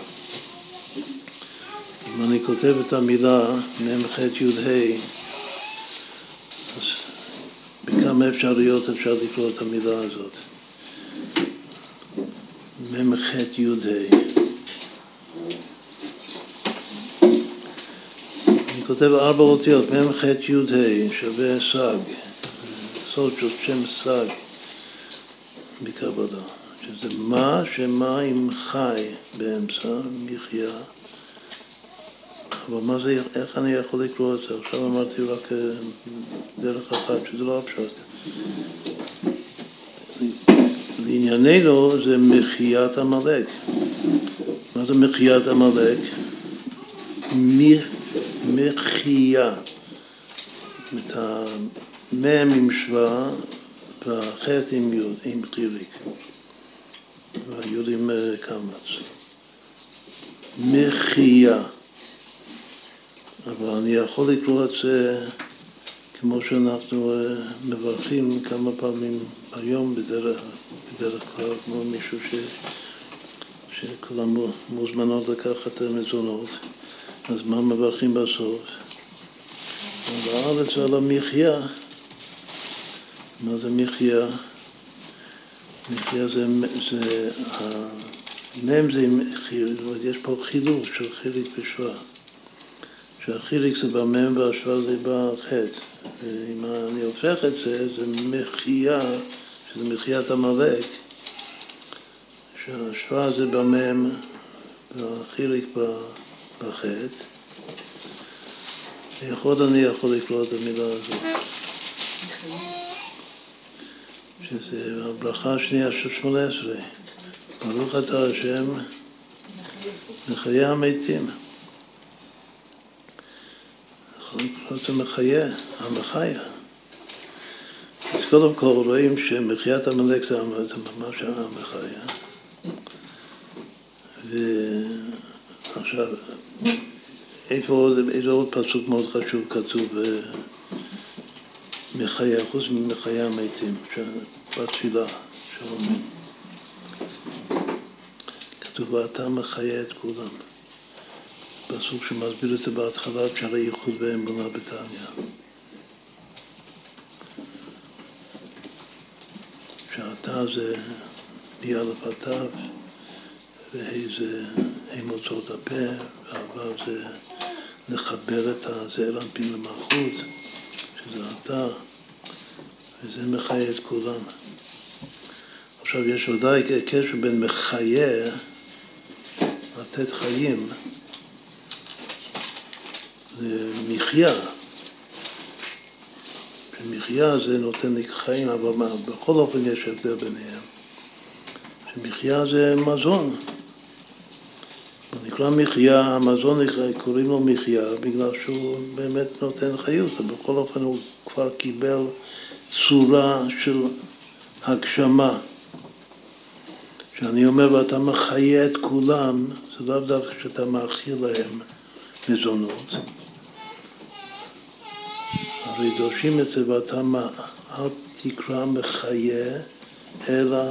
אם אני כותב את המילה מ"ח י"ה, אז בכמה אפשרויות אפשר לקרוא את המילה הזאת. מ"ח י"ה. אני כותב ארבע אותיות, מ"ח י"ה שווה סג, סוד של שם סג בקבלה, שזה מה שמה עם חי באמצע, מחיה. אבל מה זה, איך אני יכול לקרוא את זה? עכשיו אמרתי רק דרך אחת, שזה לא הפשט. לענייננו זה מחיית עמלק. מה זה מחיית עמלק? מחייה. את המם עם שווה והחטא עם, עם חיריק, והיוד עם קמץ. מחייה. אבל אני יכול לקרוא את זה כמו שאנחנו מברכים כמה פעמים היום בדרך, בדרך כלל, כמו מישהו ש, שכולם מוזמנות לקחת מזונות. אז מה מברכים בסוף? בארץ על המחיה. מה זה מחיה? מחיה זה, זה הנם זה חיליק, יש פה חילוק של חיליק ושווה. שהחיליק זה במם והשווה זה בחטא. ואם אני הופך את זה, זה מחיה, שזה מחיית המלאק, שהשווה זה במם והחיליק בחטא. יכול אני יכול לקרוא את המילה הזאת. שזה הברכה השנייה של שמונה עשרה. ברוך אתה השם מחיי המתים. זה מחיה, המחיה. אז קודם כל רואים שמחיית המלאק זה ממש המחיה. ועכשיו, איפה עוד, איזה עוד פסוק מאוד חשוב כתוב מחיה, חוץ ממחיי המתים, בתפילה שאומרים. כתוב, ואתה מחיה את כולם. פסוק שמסביר את זה בהתחלה, שערי ייחוד ואמונה בתניא. שאתה זה מאלף עד תו, והי זה ה' מוצאות הפה, והוו זה לחבר את הזעיר אנפין למלכות, שזה אתה, וזה מחיה את כולם. עכשיו יש ודאי קשר בין מחיה, לתת חיים, זה מחיה. שמחיה זה נותן לי חיים, אבל מה, בכל אופן יש הבדל ביניהם. שמחיה זה מזון. הוא נקרא מחיה, המזון נקרא, קוראים לו מחיה, בגלל שהוא באמת נותן חיות. ובכל אופן הוא כבר קיבל צורה של הגשמה. כשאני אומר, ואתה מחיה את כולם, זה לאו דווקא שאתה מאכיל להם מזונות. הרי דורשים את זה, ואתה אל תקרא מחיה, אלא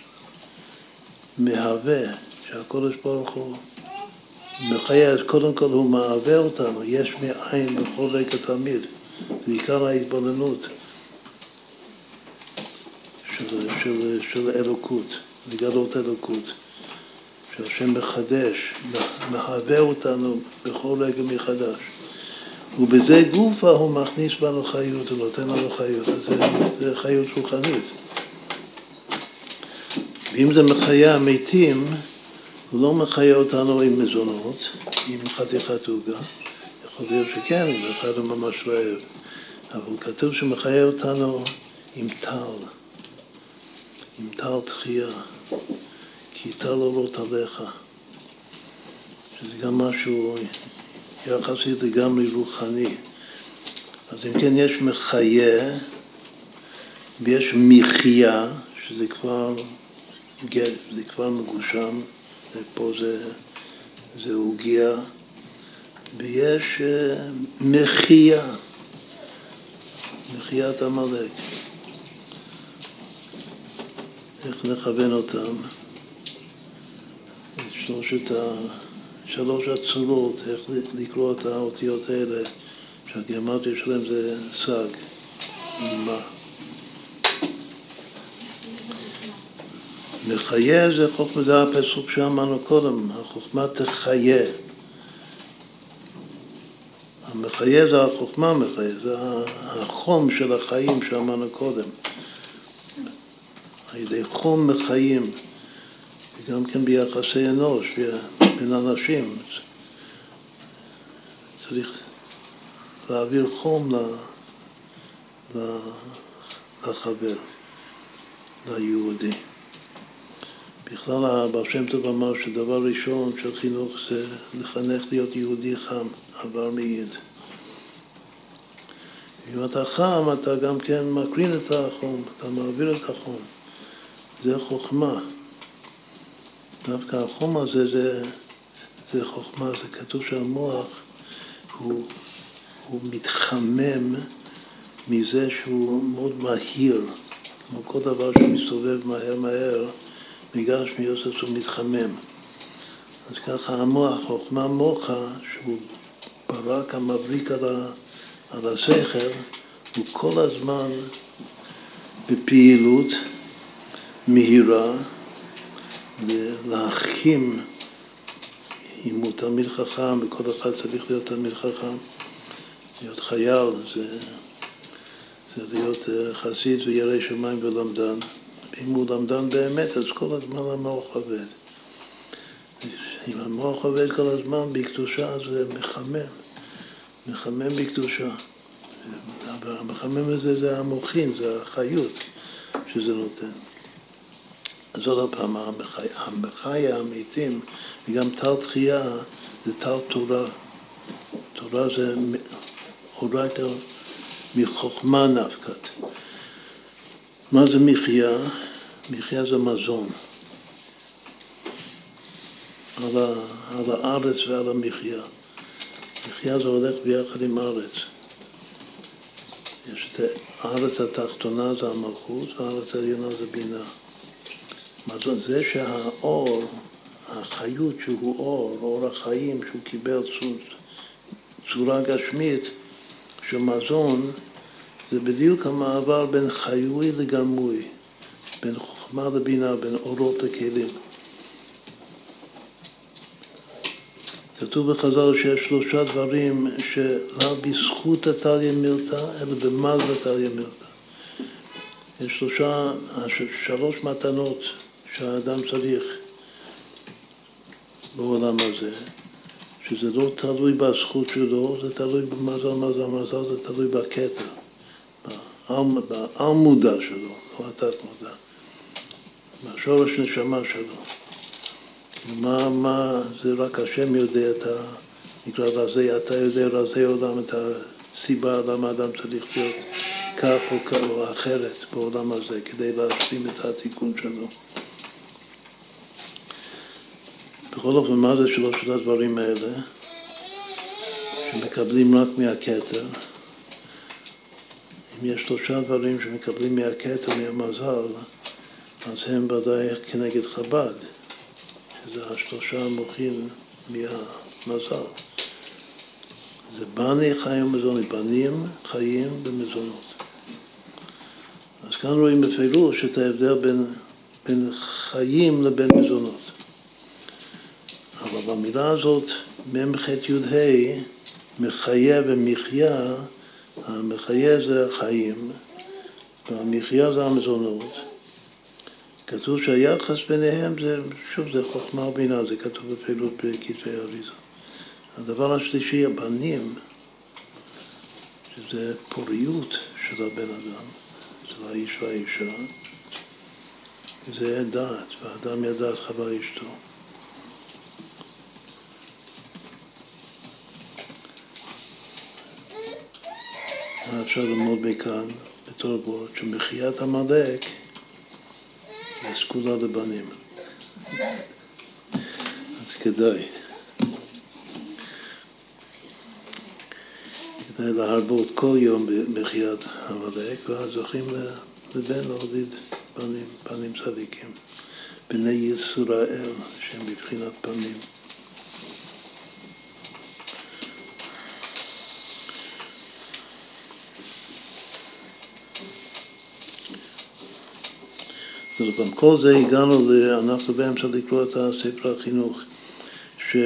מהווה, שהקדוש ברוך הוא מחיה, אז קודם כל הוא מהווה אותנו, יש מאין בכל רגע תמיד, זה עיקר ההתבוננות של, של, של אלוקות, לגלות אלוקות, שהשם מחדש, מהווה אותנו בכל רגע מחדש. ובזה גופה הוא מכניס בנו חיות, הוא נותן לנו חיות, זה, זה חיות רוחנית. ואם זה מחיה המתים, הוא לא מחיה אותנו עם מזונות, עם חתיכת עוגה. יכול להיות שכן, אם אחד הוא ממש רעב. אבל כתוב שמחיה אותנו עם טל, עם טל תחייה, כי טל אורות עליך. שזה גם משהו יחסית לגמרי רוחני. אז אם כן יש מחיה, ויש מחיה, שזה כבר גט, זה כבר מגושם, ופה זה, זה הוגיע, ויש uh, מחיה, מחיית המלאק. איך נכוון אותם? את שלושת ה... שלוש הצורות, איך לקרוא את האותיות האלה, שהגימטריה שלהם זה סג, מה. מחיה זה חוכמה, זה הפסוק שאמרנו קודם, החוכמה תחיה. המחיה זה החוכמה מחיה, זה החום של החיים שאמרנו קודם. על ידי חום מחיים, גם כן ביחסי אנוש, בין אנשים. צריך להעביר חום לחבר, ליהודי. בכלל הבעל שם טוב אמר שדבר ראשון של חינוך זה לחנך להיות יהודי חם, עבר מעיד. אם אתה חם, אתה גם כן מקרין את החום, אתה מעביר את החום. זה חוכמה. דווקא החום הזה זה, זה חוכמה, זה כתוב שהמוח הוא, הוא מתחמם מזה שהוא מאוד מהיר, כמו כל דבר שמסתובב מהר מהר, בגלל שמיוסס הוא מתחמם. אז ככה המוח, חוכמה מוחה, שהוא ברק המבריק על, ה, על השכל, הוא כל הזמן בפעילות מהירה, להחכים, אם הוא תלמיד חכם, וכל אחד צריך להיות תלמיד חכם, להיות חייל, זה, זה להיות חסיד וירא שמיים ולמדן. אם הוא למדן באמת, אז כל הזמן המוח עובד. אם המוח עובד כל הזמן בקדושה, אז זה מחמם, מחמם בקדושה. המחמם הזה זה המוחין, זה החיות שזה נותן. אז עוד פעם, המחי האמיתים, וגם טל תחייה, זה טל תורה. תורה זה אורייתא מחוכמה נפקת. מה זה מחיה? מחיה זה מזון. על, ה, על הארץ ועל המחיה. מחיה זה הולך ביחד עם הארץ. יש את הארץ התחתונה זה המלכות, והארץ העליונה זה בינה. מזון זה שהאור, החיות שהוא אור, אור החיים שהוא קיבל צורה גשמית של מזון, זה בדיוק המעבר בין חיוי לגרמוי, בין חוכמה לבינה, בין אורות לכלים. כתוב בחז"ל שיש שלושה דברים שלא בזכות התליא מילתא, אלא במזל תליא מילתא. יש שלושה, שלוש מתנות שהאדם צריך בעולם הזה, שזה לא תלוי בזכות שלו, זה תלוי במזל, מזל, מזל, זה תלוי בכתר, בעל מודע שלו, לא התת מודע, מהשורש נשמה שלו. מה, מה, זה רק השם יודע את ה... נקרא רזי, אתה יודע רזי עולם, את הסיבה למה אדם צריך להיות כך או כך או אחרת בעולם הזה, כדי להשלים את התיקון שלו. בכל אופן, מה זה שלושת הדברים האלה? שמקבלים רק מהכתר. אם יש שלושה דברים שמקבלים מהכתר, מהמזל, אז הם ודאי כנגד חב"ד. שזה השלושה המוחים מהמזל. זה בני חיים ומזונות, בנים חיים ומזונות. אז כאן רואים בפירוש את ההבדל בין, בין חיים לבין מזונות. אבל במילה הזאת, ממח' י' מחיה ומחיה, המחיה זה החיים, והמחיה זה המזונות. כתוב שהיחס ביניהם זה, שוב, זה חוכמה ובינה, זה כתוב בפעילות בכתבי אריזה. הדבר השלישי, הבנים, שזה פוריות של הבן אדם, של האיש והאישה, זה דעת, והאדם ידע את חווה אשתו. מה אפשר ללמוד מכאן, בתור בורד, שמחיית עמלק, סגולה לבנים. אז כדאי. כדאי להרבות כל יום במחיית עמלק, ואז זוכים לבן להוליד בנים, בנים צדיקים. בני ישראל, שהם בבחינת בנים. אז גם כל זה הגענו, אנחנו באמצע לקרוא את ספר החינוך, ש,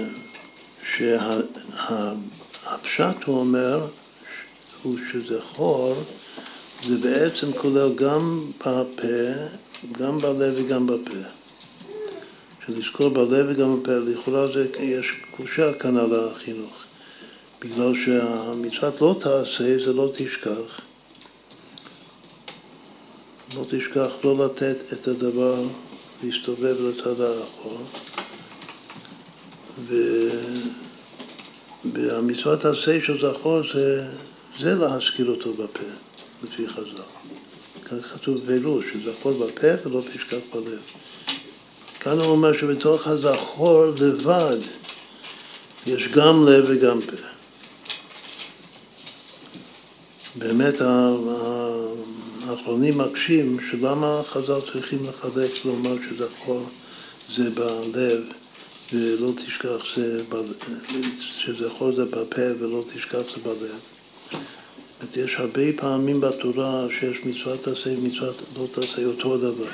שהפשט הוא אומר, הוא שזה חור, זה בעצם כולל גם בפה, גם בלב וגם בפה. שלזכור בלב וגם בפה, לכאורה זה, יש קושה כאן על החינוך. בגלל שהמצוות לא תעשה, זה לא תשכח. לא תשכח לא לתת את הדבר להסתובב לצד האחור. והמצוות תעשה של זכור זה, זה להזכיר אותו בפה, לפי חז"ל. כאן כתוב ולו, שזכור בפה ולא תשכח בלב. כאן הוא אומר שבתוך הזכור לבד יש גם לב וגם פה. באמת האחרונים מקשים שלמה חז"ל צריכים לחלק, כלומר שזכור זה בלב ולא תשכח זה בלב, שזכור זה בפה ולא תשכח זה בלב. יש הרבה פעמים בתורה שיש מצוות תעשה ומצוות לא תעשה אותו דבר.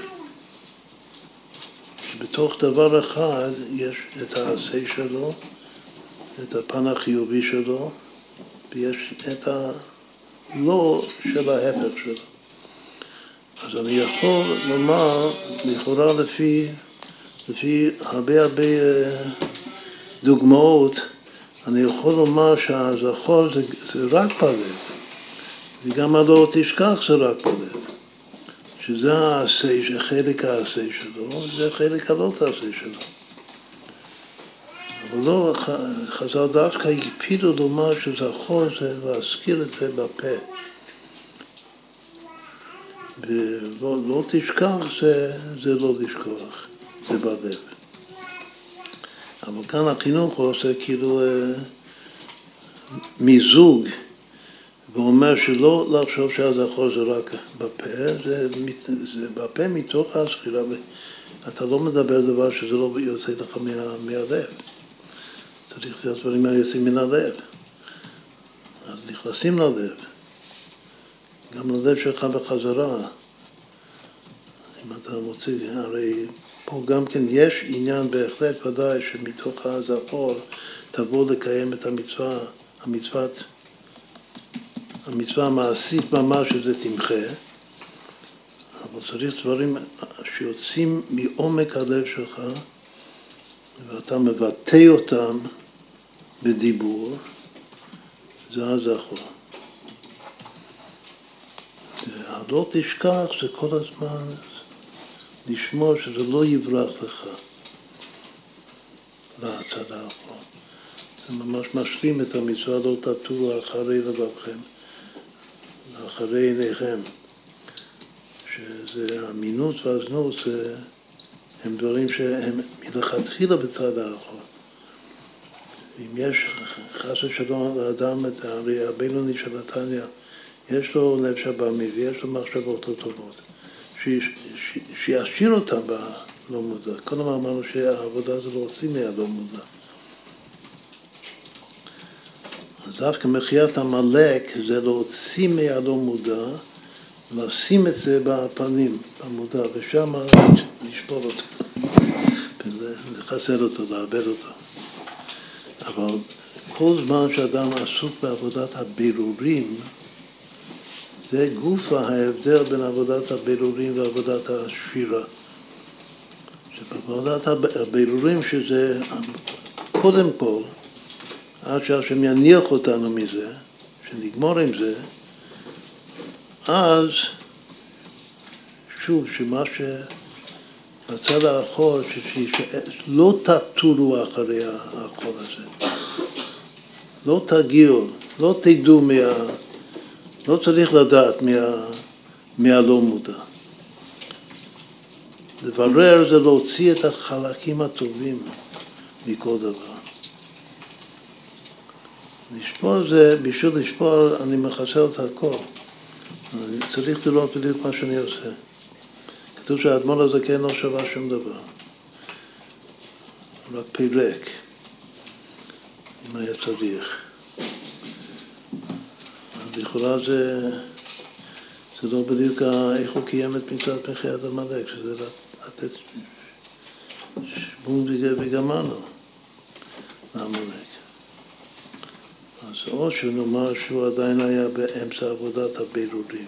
שבתוך דבר אחד יש את העשה שלו, את הפן החיובי שלו, ויש את הלא של ההפך שלו. אז אני יכול לומר, לכאורה לפי, לפי הרבה הרבה דוגמאות, אני יכול לומר שהזכור זה, זה רק בלב, וגם הלא תשכח זה רק בלב. שזה העשה, חלק העשה שלו, זה חלק הלא תעשה שלו. אבל לא, חז"ל דווקא הקפידו לומר שזכור זה להזכיר את זה בפה. ולא לא תשכח זה, זה לא לשכוח, זה בלב. אבל כאן החינוך עושה כאילו אה, מיזוג, ואומר שלא לחשוב שהזכור זה רק בפה, זה, זה בפה מתוך הזכירה, ואתה לא מדבר דבר שזה לא יוצא לך מה, מהלב. צריך להיות דברים היוצאים מן הלב. אז נכנסים ללב, גם ללב שלך בחזרה. אם אתה מוציא, הרי פה גם כן יש עניין בהחלט ודאי שמתוך הזכור תבוא לקיים את המצווה, המצוות, המצווה המעשית ממש שזה תמחה, אבל צריך דברים שיוצאים מעומק הלב שלך ואתה מבטא אותם בדיבור, זה הזכור. הלא תשכח זה כל הזמן לשמור שזה לא יברח לך להצד האחרון. זה ממש משלים את המצווה לא תטורו אחרי לבבכם, אחרי עיניכם. שזה המינות והזנות, זה, הם דברים שהם מלכתחילה בצד האחרון. אם יש חס ושלום לאדם את הרי הבינוני של התניא, יש לו לב שבמי ויש לו מחשבות לא טובות, שישאיר אותם בלא מודע. קודם אמרנו שהעבודה זה להוציא מהלא מודע. אז דווקא מחיית המלאק זה להוציא מהלא מודע, לשים את זה בפנים, במודע, ושם לשבור אותו, לחסל אותו, לאבד אותו. אבל כל זמן שאדם עסוק בעבודת הבירורים, זה גוף ההבדל בין עבודת הבירורים ועבודת השפירה. שבעבודת הבירורים שזה קודם כל, עד שהשם יניח אותנו מזה, שנגמור עם זה, אז שוב, שמה שבצד האחור, שלא תטורו אחרי האחור הזה. לא תגיעו, לא תדעו מה... לא צריך לדעת מה, מהלא מודע. לברר זה להוציא את החלקים הטובים מכל דבר. לשפור זה, בשביל לשפור אני מחסל את הכל. אני צריך לראות בדיוק מה שאני עושה. כתוב שהאדמו"ר הזקן לא שווה שום דבר. רק פירק, אם היה צריך. לכאורה זה, זה לא בדיוק איך הוא קיים את מצוות מחיית המלאק, שזה לתת שבום וגמרנו לעמלק. אז או שנאמר שהוא עדיין היה באמצע עבודת הבירורים,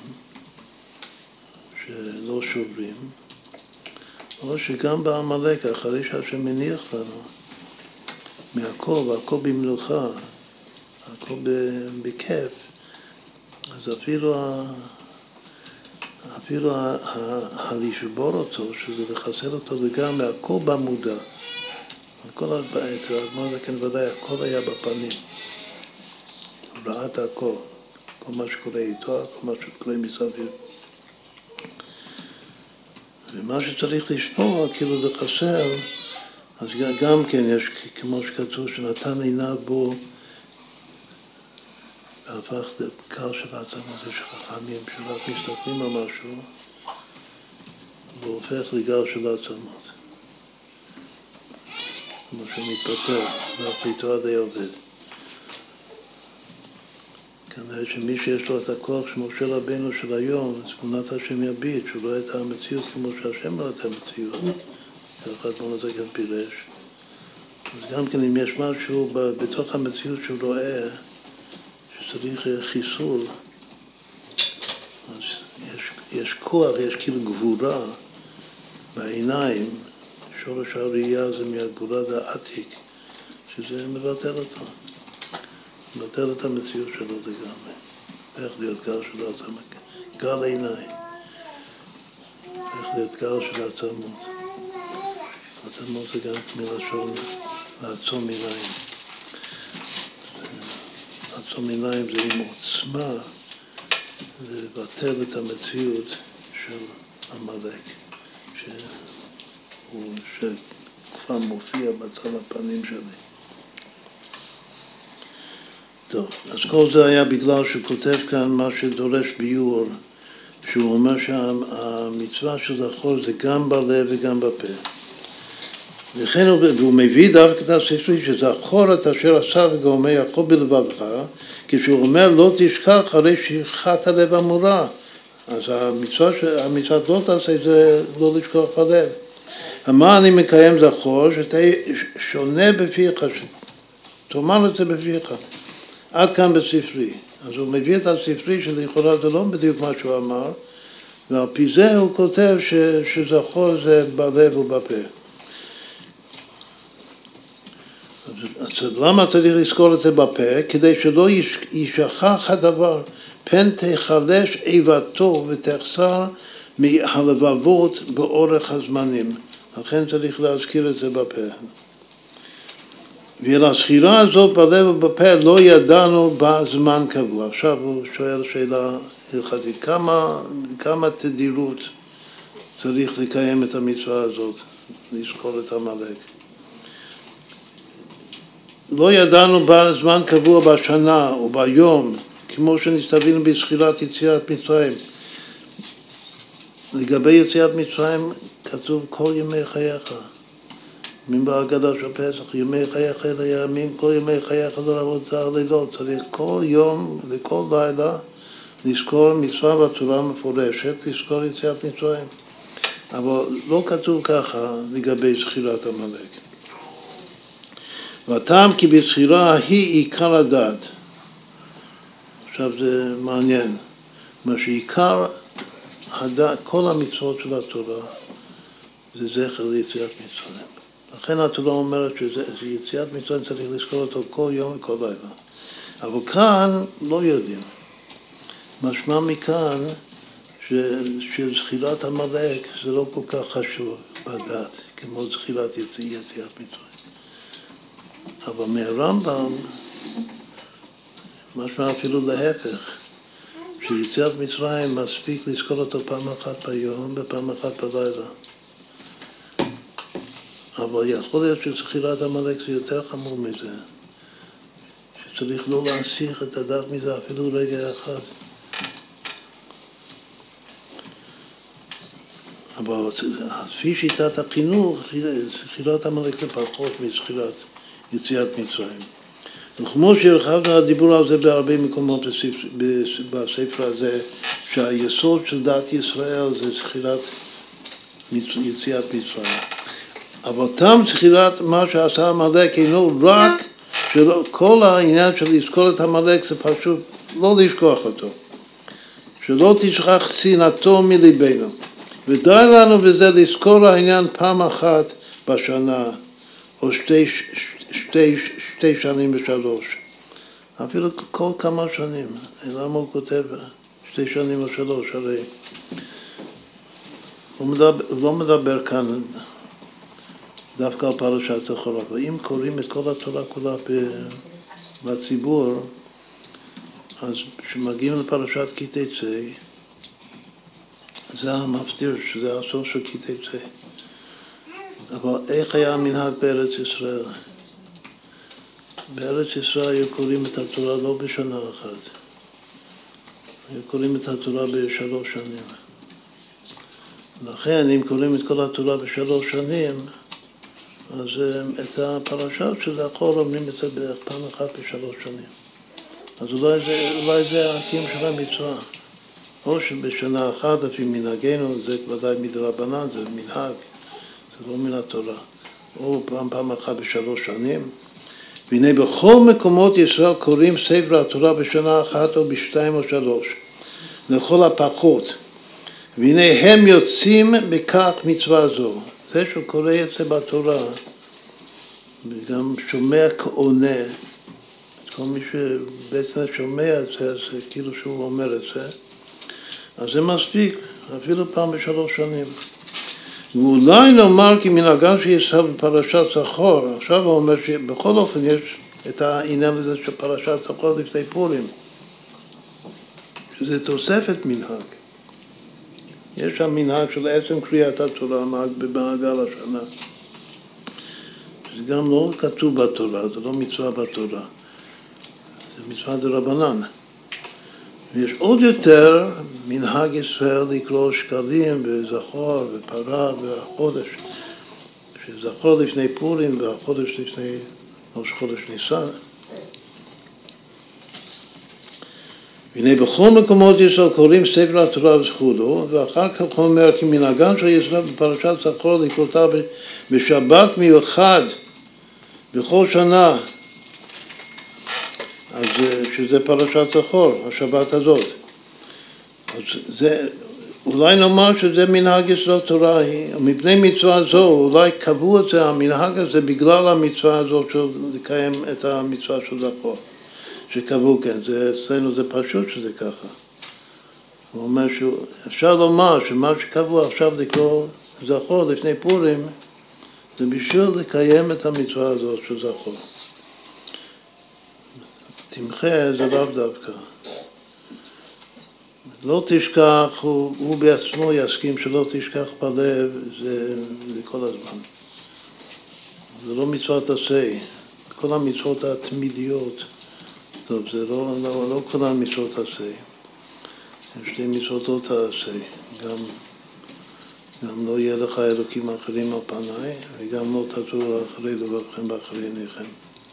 שלא שוברים, או שגם בעמלק, אחרי שהשם מניח לנו, מהכל, והכל במלוכה, הכל בכיף, אז אפילו, אפילו הלשבור אותו, שזה לחסל אותו לגמרי, הכל במודע. הכל הבית, האדמו"ר הזקן ודאי, הכל היה בפנים. הוא ראה את הכל. כל מה שקורה איתו, כל מה שקורה מסביב. ומה שצריך לשמוע, כאילו זה חסר, אז גם כן יש, כמו שכתוב, שנתן עיניו בו, והפך לקר של העצמות, יש חכמים שרק מסתכלים על משהו, והופך לגר של העצמות. כמו שמתפטר, והפליטו עדי עובד. כנראה שמי שיש לו את הכוח של משה רבנו של היום, תמונת השם יביט, שהוא רואה את המציאות כמו שהשם רואה את המציאות. ככה תמונה זה גם פירש. אז גם כן אם יש משהו בתוך המציאות שהוא רואה, שצריך חיסול, אז יש, יש כוח, יש כאילו גבורה בעיניים, שורש הראייה זה מהגבורה דעתיק, שזה מבטל אותו. מבטל את המציאות שלו לגמרי. איך להיות גר של העצמות? גר עיניי. איך להיות גר של העצמות? העצמות זה גם מלשון לעצום עיניים. לעצום עיניים זה עם עוצמה לבטל את המציאות של עמלק, שהוא שכבר מופיע בצד הפנים שלי. טוב, אז כל זה היה בגלל שהוא כותב כאן מה שדורש ביור, שהוא אומר שהמצווה של זכור זה גם בלב וגם בפה. וכן הוא, הוא מביא דווקא את הספרי שזכור את אשר עשה וגורמי יעקב בלבבך, כשהוא אומר לא תשכח הרי שכחת הלב אמורה. אז המצווה, המצווה לא תעשה זה לא לשכוח בלב. מה אני מקיים זכור? שתהיה שונה בפיך, תאמר את זה בפיך. עד כאן בספרי. אז הוא מביא את הספרי שלכאורה זה לא בדיוק מה שהוא אמר, ועל פי זה הוא כותב ש, שזכור זה בלב ובפה. אז, אז למה צריך לזכור את זה בפה? כדי שלא ישכח הדבר, פן תחלש איבתו ותחסר מהלבבות באורך הזמנים. לכן צריך להזכיר את זה בפה. ולזכירה הזאת בלב ובפה לא ידענו בזמן קבוע. עכשיו הוא שואל שאלה הלכתית, כמה, כמה תדירות צריך לקיים את המצווה הזאת, לזכור את עמלק. לא ידענו בזמן קבוע בשנה או ביום, כמו שנסתווינו בזכירת יציאת מצרים. לגבי יציאת מצרים כתוב כל ימי חייך. מן בהגדה של פסח, ימי חייך אלה ימים, כל ימי חייך לא לעבוד זר לילות. צריך כל יום וכל לילה לזכור מצווה בצורה מפורשת, לזכור יציאת מצרים. אבל לא כתוב ככה לגבי זכירת עמלק. והטעם כי בזכירה היא עיקר הדת. עכשיו זה מעניין. מה שעיקר הדת, כל המצוות של התורה, זה זכר ליציאת מצרים. לכן התורה אומרת שיציאת מצרים צריך לזכור אותו כל יום וכל לילה. אבל כאן לא יודעים. משמע מכאן שזכירת עמלק זה לא כל כך חשוב בדת, כמו זכירת יציאת מצרים. אבל מהרמב"ם משמע אפילו להפך, שיציאת מצרים מספיק לזכור אותו פעם אחת ביום ופעם אחת בלילה. אבל יכול להיות שזכירת עמלק זה יותר חמור מזה, שצריך לא להסיך את הדעת מזה אפילו רגע אחד. אבל לפי שיטת החינוך, זכירת עמלק זה פחות מזכירת יציאת מצרים. וכמו שהרחבנו הדיבור על זה בהרבה מקומות בספר הזה, שהיסוד של דת ישראל זה זכירת יציאת מצרים. אבל תם זכירת מה שעשה עמלק אינו רק שכל העניין של לזכור את עמלק זה פשוט לא לשכוח אותו. שלא תשכח שנאתו מליבנו. ודי לנו בזה לזכור העניין פעם אחת בשנה, או שתי, שתי, שתי שנים ושלוש. אפילו כל כמה שנים. למה הוא כותב שתי שנים או שלוש? הרי הוא, מדבר, הוא לא מדבר כאן דווקא על פרשת זכור. ואם קוראים את כל התורה כולה בציבור, אז כשמגיעים לפרשת כי תצא, זה המפטיר, שזה הסוף של כי תצא. אבל איך היה המנהג בארץ ישראל? בארץ ישראל היו קוראים את התורה לא בשנה אחת. היו קוראים את התורה בשלוש שנים. לכן, אם קוראים את כל התורה בשלוש שנים, אז את הפרשה של זכור אומרים את זה פעם אחת בשלוש שנים. אז אולי זה, אולי זה הקיום של המצווה. או שבשנה אחת, לפי מנהגנו, זה ודאי מדרבנן, זה מנהג, זה לא מן התורה. או פעם, פעם אחת בשלוש שנים. והנה בכל מקומות ישראל קוראים ספר התורה בשנה אחת או בשתיים או שלוש, לכל הפחות. והנה הם יוצאים בכך מצווה זו. זה שהוא קורא את זה בתורה, וגם שומע כעונה, כל מי שבעצם שומע את זה, זה כאילו שהוא אומר את זה, אז זה מספיק, אפילו פעם בשלוש שנים. ואולי נאמר כי מנהגן שישראל בפרשת זכור, עכשיו הוא אומר שבכל אופן יש את העניין הזה של פרשת זכור לפני פורים, שזה תוספת מנהג. יש שם מנהג של עצם קריאת התורה במעגל השנה. זה גם לא כתוב בתורה, זה לא מצווה בתורה. זה מצווה דרבנן. ויש עוד יותר מנהג ישראל לקרוא שקלים וזכור ופרה והחודש. שזכור לפני פורים והחודש לפני ראש חודש ניסן. והנה בכל מקומות ישראל קוראים ספר התורה וזכותו, ואחר כך הוא אומר כי מנהגן של ישראל בפרשת זכור לקרותה בשבת מיוחד בכל שנה, אז שזה פרשת זכור, השבת הזאת. אז זה, אולי נאמר שזה מנהג ישראל תורה היא, מפני מצווה זו, אולי קבעו את זה, המנהג הזה בגלל המצווה הזאת של לקיים את המצווה של זכור. שקבעו כן, זה, אצלנו זה פשוט שזה ככה. הוא אומר שאפשר לומר שמה שקבעו עכשיו לקרוא זכור לפני פורים, זה בשביל לקיים את המצווה הזאת של זכור. תמחה זה לאו דווקא. לא תשכח, הוא, הוא בעצמו יסכים שלא תשכח בלב, זה, זה כל הזמן. זה לא מצוות עשה, כל המצוות התמידיות, טוב, זה לא, לא, לא כל המצוות עשה. יש לי מצוות לא תעשה, גם, גם לא יהיה לך אלוקים אחרים על פניי, וגם לא תצאו אחרי לבבכם באחרי עיניכם.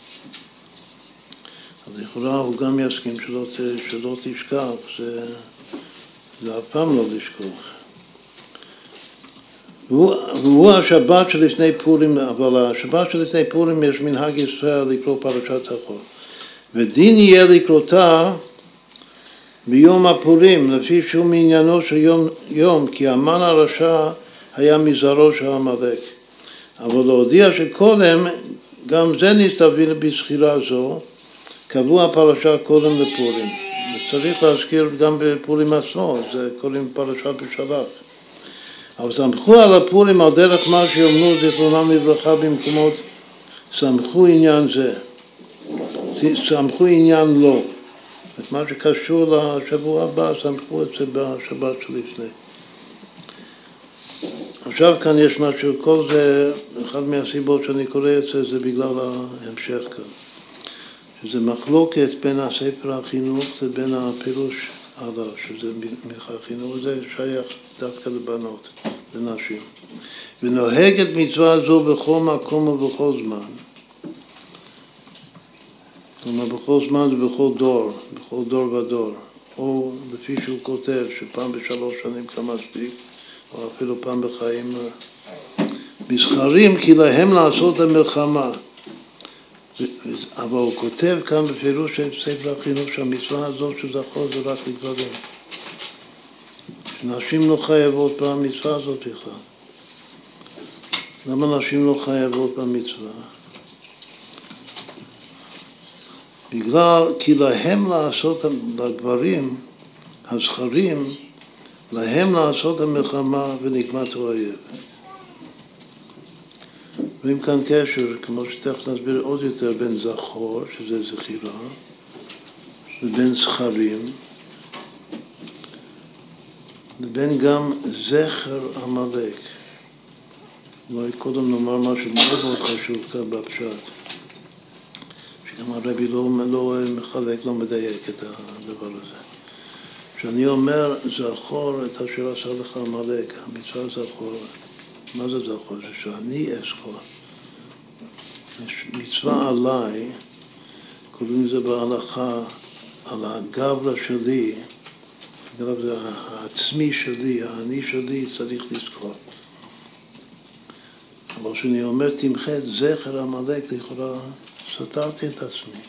אז לכאורה הוא גם יסכים שלא, שלא תשכח, זה, זה אף פעם לא לשכוח. והוא, והוא השבת שלפני פורים, אבל השבת שלפני פורים יש מנהג ישראל לקרוא פרשת זכור. ודין יהיה לקרותה ביום הפורים, לפי שהוא מעניינו של יום, יום, כי המן הרשע היה מזרעו של עמלק. אבל להודיע שקודם, גם זה נסתווין בזכירה זו, קבעו הפרשה קודם לפורים. וצריך להזכיר גם בפורים עצמו, זה קוראים פרשת בשלח. אבל סמכו על הפורים על דרך מה שיאמנו זיכרונם לברכה במקומות, סמכו עניין זה. סמכו עניין לא. את מה שקשור לשבוע הבא, סמכו את זה בשבת שלפני. עכשיו כאן יש משהו, כל זה, אחד מהסיבות שאני קורא את זה, זה בגלל ההמשך כאן. שזה מחלוקת בין הספר החינוך לבין הפירוש עליו, שזה החינוך, זה שייך דווקא לבנות, לנשים. ונוהגת מצווה זו בכל מקום ובכל זמן. זאת אומרת, בכל זמן ובכל דור, בכל דור ודור. או לפי שהוא כותב, שפעם בשלוש שנים כמה מספיק, או אפילו פעם בחיים. מזכרים כי להם לעשות המלחמה. אבל הוא כותב כאן בפירוש של ספר החינוך שהמצווה הזאת שזכור זה רק לגברים. שנשים לא חייבות במצווה הזאת בכלל. למה נשים לא חייבות במצווה? בגלל כי להם לעשות, לגברים, הזכרים, להם לעשות המלחמה ונקמת האויב. רואים כאן קשר, כמו שתכף נסביר עוד יותר, בין זכור, שזה זכירה, לבין זכרים, לבין גם זכר עמלק. אולי קודם נאמר משהו מאוד מאוד חשוב כאן בפשט, שגם הרבי לא, לא מחלק, לא מדייק את הדבר הזה. כשאני אומר זכור את אשר עשה לך עמלק, המצווה זכור, מה זה זכור? זה שאני אזכור. יש מצווה עליי, קוראים לזה בהלכה, על הגברה שלי, זה העצמי שלי, האני שלי, צריך לזכור. אבל כשאני אומר תמחה את זכר עמלק, לכאורה סתרתי את עצמי.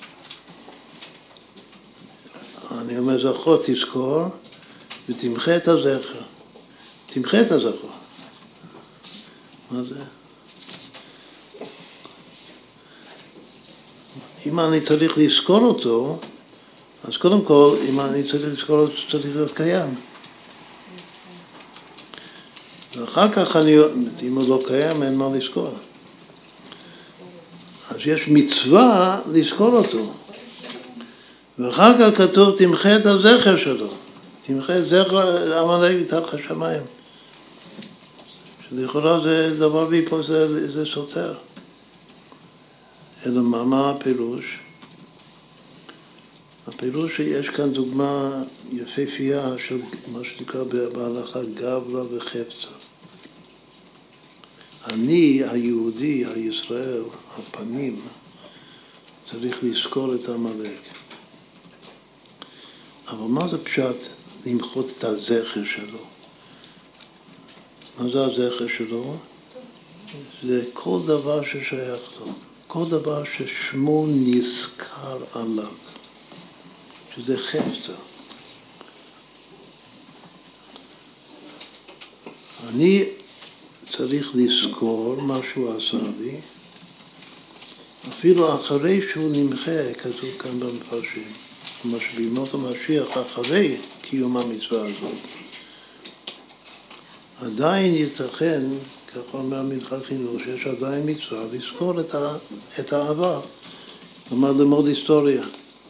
אני אומר זכור, תזכור, ותמחה את הזכר. תמחה את הזכור. מה זה? אם אני צריך לזכור אותו, אז קודם כל, אם אני צריך לזכור אותו, צריך להיות קיים. ואחר כך אני, אם הוא לא קיים, אין מה לזכור. אז יש מצווה לזכור אותו. ואחר כך כתוב, תמחה את הזכר שלו. תמחה את זכר עמלק מתחת השמיים. שלכאורה זה דבר ויפו, זה, זה סותר. אלא מה, מה הפירוש? הפירוש שיש כאן דוגמה יפהפייה של מה שנקרא בהלכה גברה וחפצה. אני, היהודי, הישראל, הפנים, צריך לזכור את עמלק. אבל מה זה פשט למחות את הזכר שלו? מה זה הזכר שלו? זה כל דבר ששייך לו, כל דבר ששמו נזכר עליו, שזה חפצה. אני צריך לזכור מה שהוא עשה לי, אפילו אחרי שהוא נמחה, כתוב כאן במפרשים, כלומר שבימות המשיח אחרי קיום המצווה הזאת. עדיין ייתכן, כך אומר מנחת חינוך, שיש עדיין מצווה לזכור את, ה, את העבר, כלומר ללמוד היסטוריה.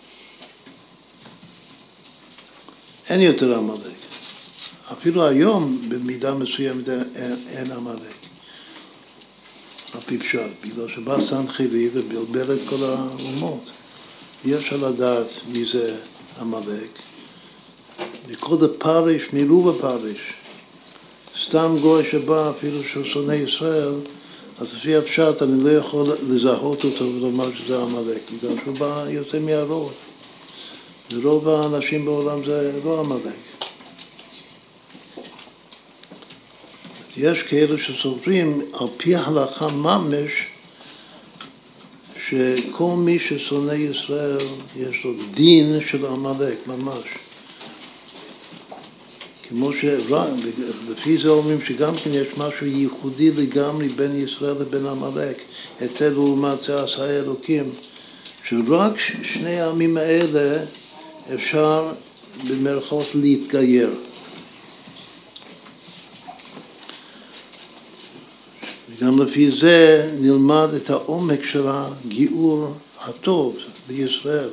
אין יותר עמלק. אפילו היום במידה מסוימת אין, אין עמלק. הפשט, בגלל שבא סנחריב ובלבל את כל האומות. אי אפשר לדעת מי זה עמלק. מכל הפריש, מרוב הפריש. סתם גוי שבא, אפילו שהוא שונא ישראל, אז לפי הפשט אני לא יכול לזהות אותו ולומר שזה עמלק, בגלל שהוא בא יוצא מהרוב. ורוב האנשים בעולם זה לא עמלק. יש כאלה שסוברים על פי ההלכה ממש שכל מי ששונא ישראל יש לו דין של עמלק, ממש. כמו שלפי זה אומרים שגם כן יש משהו ייחודי לגמרי בין ישראל לבין עמלק, היטל לעומת זה עשה אלוקים, שרק שני העמים האלה אפשר במרכאות להתגייר. וגם לפי זה נלמד את העומק של הגיור הטוב לישראל.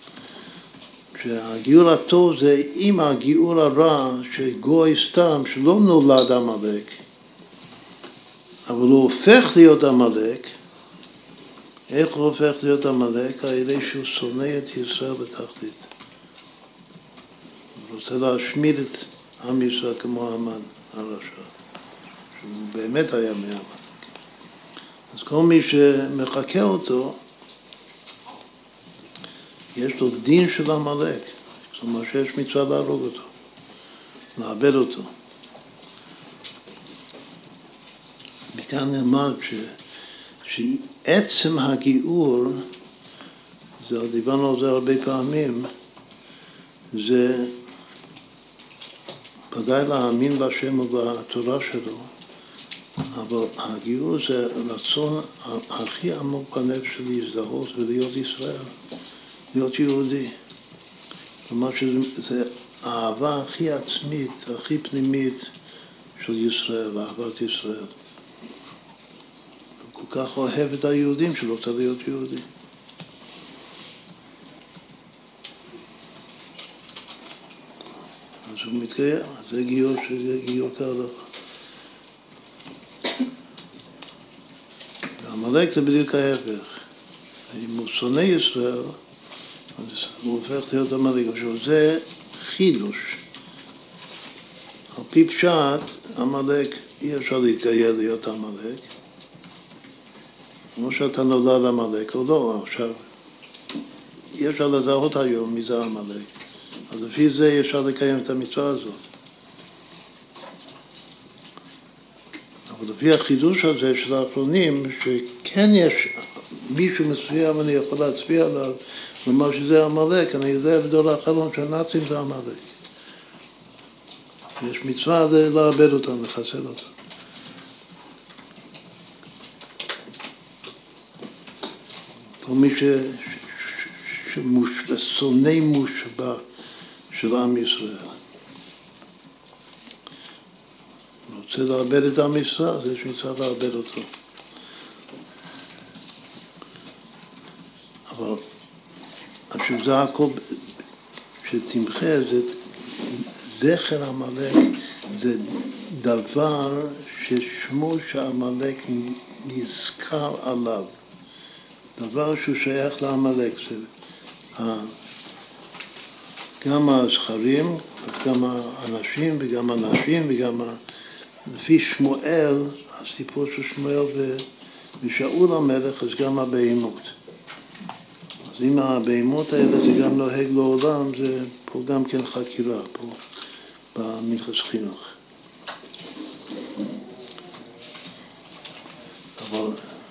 שהגיור הטוב זה עם הגיור הרע שגוי סתם, שלא נולד עמלק, אבל הוא הופך להיות עמלק. איך הוא הופך להיות עמלק? על ידי שהוא שונא את ישראל בתחתית. הוא רוצה להשמיד את עם ישראל כמו המן הרשע, שהוא באמת היה מעמלק. אז כל מי שמחכה אותו, יש לו דין של עמלק, זאת אומרת שיש מצווה להרוג אותו, לאבד אותו. מכאן נלמד ש... שעצם הגיור, זה דיברנו על זה הרבה פעמים, זה ודאי להאמין בהשם ובתורה שלו, אבל הגיור זה רצון הכי עמוק בלב שלי להזדהות ולהיות ישראל. להיות יהודי. כלומר שזה האהבה הכי עצמית, הכי פנימית של ישראל, אהבת ישראל. הוא כל כך אוהב את היהודים שלא רוצה להיות יהודי. להתגייר. זה גיור שזה גיור כהלכה. עמלק זה בדיוק ההפך. אם הוא שונא ישראל, אז הוא הופך להיות עמלק. עכשיו זה חידוש. על פי פשט, עמלק, אי אפשר להתגייר להיות עמלק. כמו שאתה נולד עמלק או לא, עכשיו אי אפשר לזהות היום מי זה עמלק. אז לפי זה אפשר לקיים את המצווה הזאת. אבל לפי החידוש הזה של האחרונים, שכן יש מישהו מסוים, אני יכול להצביע עליו, לומר שזה עמלק, אני יודע בדור האחרון שהנאצים זה עמלק. יש מצווה לאבד אותם, לחסל אותם. כל מי ששונא מושבע של עם ישראל. רוצה לאבד את עם ישראל, אז יש מצווה לאבד אותו. אבל עכשיו זה הכל שתמחה, זה זכר עמלק, זה דבר ששמו שעמלק נזכר עליו. דבר שהוא שייך לעמלק, זה גם הזכרים, גם האנשים וגם הנשים וגם לפי שמואל, הסיפור של שמואל ושאול המלך, אז גם הבהמות. אז אם הבהמות האלה זה גם נוהג לעולם, זה פה גם כן חקירה, פה במלכות חינוך. אבל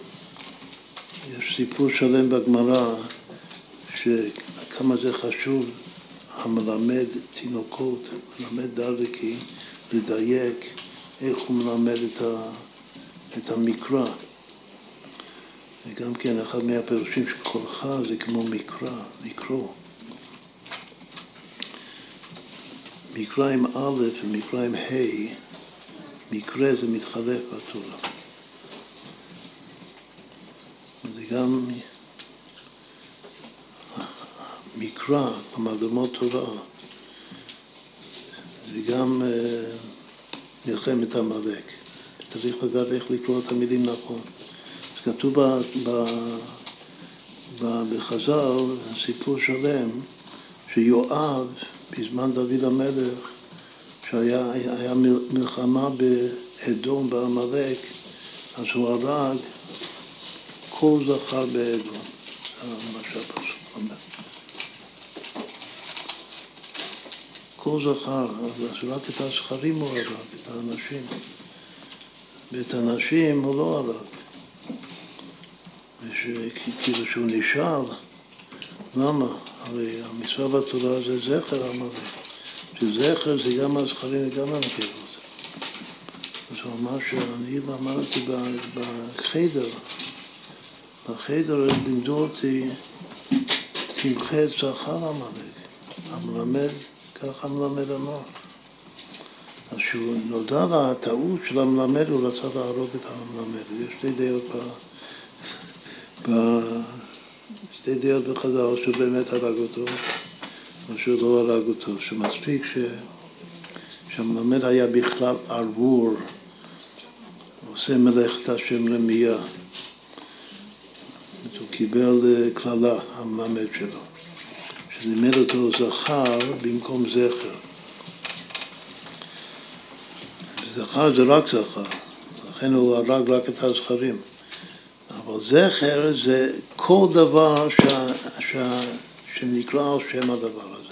יש סיפור שלם בגמרא שכמה זה חשוב המלמד תינוקות, מלמד דרדקי, לדייק איך הוא מלמד את, ה, את המקרא. וגם כן אחד מהפירושים של קולך זה כמו מקרא, לקרוא. מקרא עם א' ומקרא עם ה', מקרא זה מתחלף בתורה. זה גם מקרא, המלמוד תורה, זה גם מלחמת עמלק. צריך לדעת איך לקרוא את המילים נכון. אז כתוב ב, ב, ב, בחז"ל, סיפור שלם, שיואב, בזמן דוד המלך, שהיה היה מלחמה באדום, בעמלק, אז הוא הרג כל זכר באדום. זה מה שהפסוק אומר. כל זכר, אז רק את הזכרים הוא הרג, את האנשים. ואת האנשים הוא לא הרג. וכאילו שהוא נשאר, למה? הרי המצווה בתורה זה זכר עמלק. שזכר זה גם הזכרים וגם הנקבות. אז הוא אמר שאני למדתי בחדר, בחדר לימדו אותי תמחה את זכר עמלק. המלמד, ככה המלמד אמר. אז שהוא נודע לה הטעות של המלמד, הוא רצה להרוג את המלמד. יש שתי דעות ב... ב... שתי דעות בחז"ל, או שהוא באמת הרג אותו, או שהוא לא הרג אותו. שמספיק ש... שהמלמד היה בכלל ארור, עושה מלאכת השם רמייה. הוא קיבל כללה, המלמד שלו. שלימד אותו זכר במקום זכר. זכר זה רק זכר, לכן הוא הרג רק את הזכרים. אבל זכר זה כל דבר ש... ש... שנקרא על שם הדבר הזה.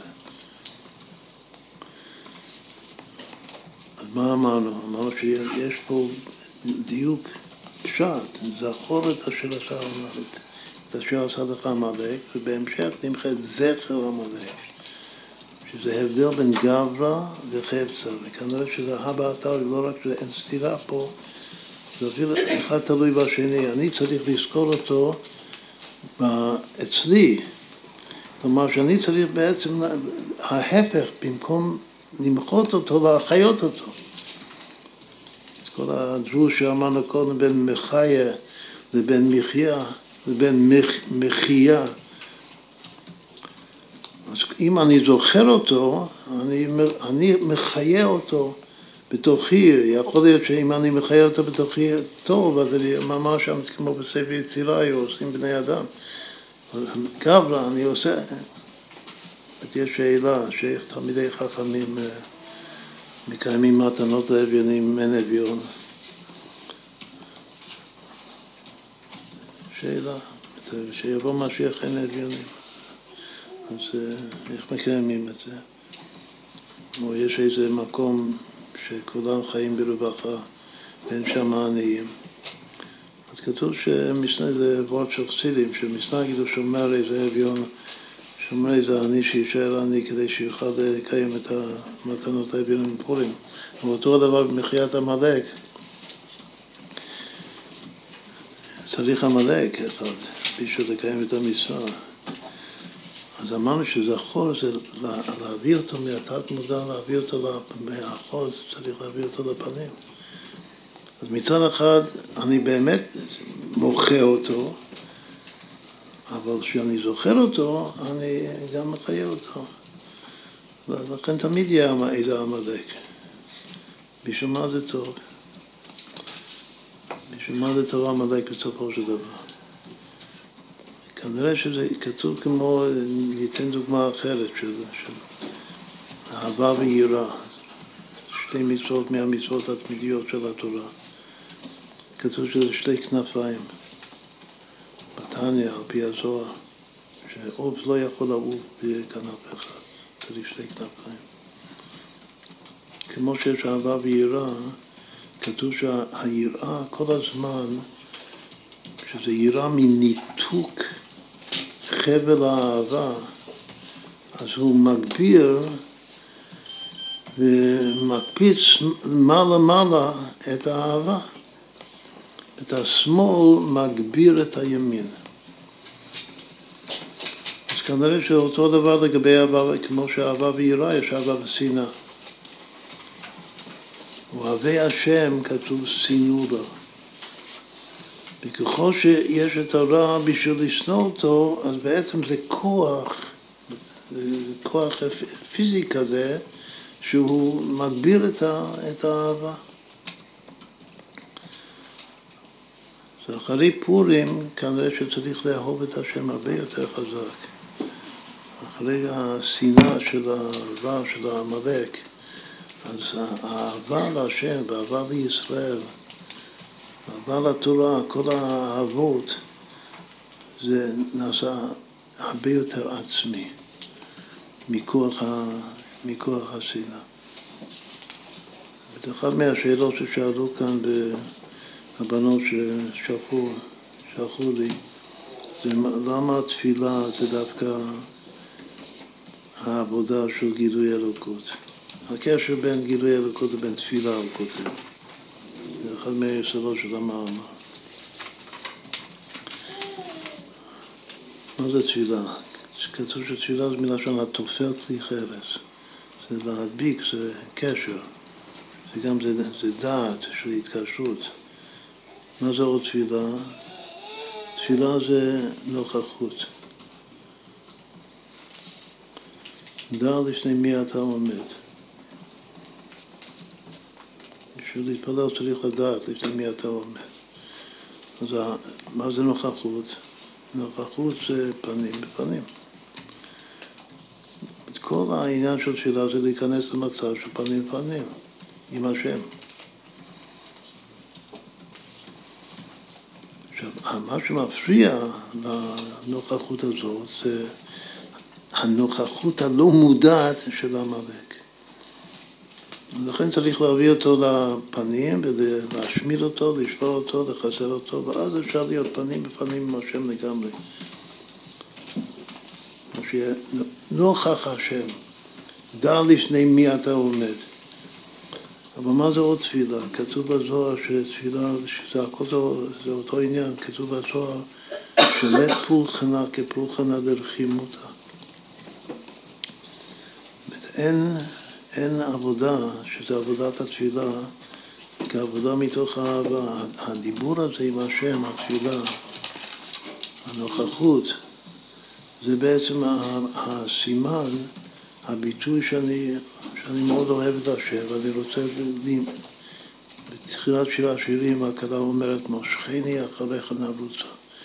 אז מה אמרנו? אמרנו שיש פה דיוק פשט, זכור את אשר עשה עמלק, את אשר עשה לך עמלק, ובהמשך נמחה את זכר עמלק. שזה הבדל בין גברא וחפצה, וכנראה שזה הבא אתה, לא רק שאין סתירה פה, זה אפילו אחד תלוי בשני. אני צריך לזכור אותו אצלי, כלומר שאני צריך בעצם ההפך, במקום למחות אותו, להחיות אותו. אז כל הדרוש שאמרנו קודם בין מחיה לבין מחיה, לבין מח, מחייה, אז אז אם אני זוכר אותו, אני, אני מחיה אותו בתוכי. יכול להיות שאם אני מחיה אותו בתוכי טוב, אז אני ממש כמו בספר יצירה היו עושים בני אדם. גברה, אני עושה... יש שאלה, שאיך תלמידי חכמים מקיימים מתנות לאביונים, אין אביון. שאלה, שיבוא משיח אין אביונים. אז איך מקיימים את זה? או יש איזה מקום שכולם חיים ברווחה, ואין שם עניים. אז כתוב שמשנה זה וורד של חסידים, שמשנה כאילו שומר איזה אביון, שומר איזה עני שישאר עני כדי שיוכל לקיים את המתנות האביונים בפורים. ואותו הדבר במחיית עמלק. צריך עמלק אחד, בשביל לקיים את המצווה. אז אמרנו שזכור זה להביא אותו מהתת מודע, להביא אותו מהחול, צריך להביא אותו לפנים. אז מצד אחד אני באמת מוחה אותו, אבל כשאני זוכר אותו, אני גם מחיה אותו. ולכן תמיד יהיה איזה עמלק. בשביל מה זה טוב? בשביל מה זה טוב עמלק בסופו של דבר? כנראה שזה כתוב כמו, ניתן דוגמה אחרת של, של אהבה ויראה, שתי מצוות מהמצוות התמידיות של התורה. כתוב שזה שתי כנפיים, בתניא, על פי הזוהר, שעוף לא יכול לעוף בכנף אחד, צריך שתי כנפיים. כמו שיש אהבה ויראה, כתוב שהיראה כל הזמן, שזה יראה מניתוק חבל האהבה, אז הוא מגביר ומקפיץ מעלה מעלה את האהבה. את השמאל מגביר את הימין. אז כנראה שאותו דבר לגבי אהבה, כמו שאהבה ויראה, יש אהבה ושנאה. אוהבי השם כתוב שנאו לו. וככל שיש את הרע בשביל לשנוא אותו, אז בעצם זה כוח, זה כוח פיזי כזה, שהוא מגביר את האהבה. אז אחרי פורים, כנראה שצריך לאהוב את השם הרבה יותר חזק. אחרי השנאה של הרע, של העמלק, אז האהבה להשם והאהבה לישראל, האהבה לתורה, כל האהבות, זה נעשה הרבה יותר עצמי מכוח, ה, מכוח השנאה. ואחת מהשאלות ששאלו כאן הבנות ששלחו, שלחו לי, זה למה התפילה זה דווקא העבודה של גילוי אלוקות. הקשר בין גילוי אלוקות לבין תפילה הוא כותב. זה אחד מהיסודות של המאמר. מה זה תפילה? כתוב שתפילה זה מילה שונה, תופר כלי חרס. זה להדביק, זה קשר. זה גם זה, זה דעת של התקשרות. מה זה עוד תפילה? תפילה זה נוכחות. דע לפני מי אתה עומד. בשביל להתפלל צריך לדעת לפני מי אתה עומד. אז מה זה נוכחות? נוכחות זה פנים בפנים. את כל העניין של תפילה זה להיכנס למצב של פנים בפנים עם השם. עכשיו, מה שמפריע לנוכחות הזאת זה הנוכחות הלא מודעת של עמלק. לכן צריך להביא אותו לפנים ולהשמיד אותו, לשבור אותו, לחסר אותו, ואז אפשר להיות פנים בפנים עם השם לגמרי. שיהיה נוכח השם, דע לפני מי אתה עומד. אבל מה זה עוד תפילה? כתוב בזוהר שתפילה, שזה הכל זה אותו עניין, כתוב בזוהר שלית פולחנה כפולחנה דרחימותא. אין, אין עבודה, שזה עבודת התפילה, כעבודה מתוך האהבה. הדיבור הזה עם השם, התפילה, הנוכחות, זה בעצם הסימן, הביטוי שאני, שאני מאוד אוהב את השם, ואני רוצה להגיד, בתחילת שיר השירים הכלה אומרת, מושכני אחריך נרוצה.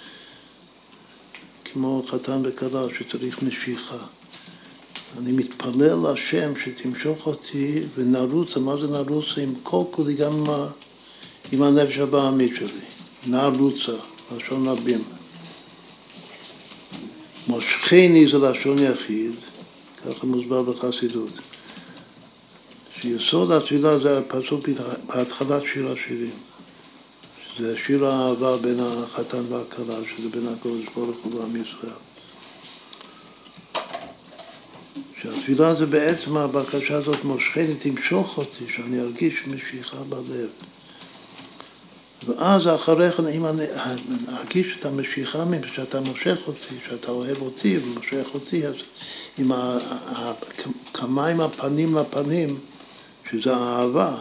כמו חתן וכלה שצריך משיכה. אני מתפלל להשם שתמשוך אותי ונרוץ, מה זה נרוץ? עם כל כולי, גם עם, ה, עם הנפש הבעמית שלי. נרוצה, לשון רבים. מושכני זה לשון יחיד, ככה מוסבר בחסידות. שיסוד התפילה זה הפסוק בהתחלת שיר השירים. זה שיר האהבה בין החתן והכלה, שזה בין הקדוש ברוך הוא ועם ישראל. שהתפילה זה בעצם הבקשה הזאת, מושכני תמשוך אותי, שאני ארגיש משיכה בלב. ואז אחריך, אם אני ארגיש את המשיכה, שאתה מושך אותי, שאתה אוהב אותי ומושך אותי, אז עם ה, ה, כמה עם הפנים לפנים, שזה האהבה,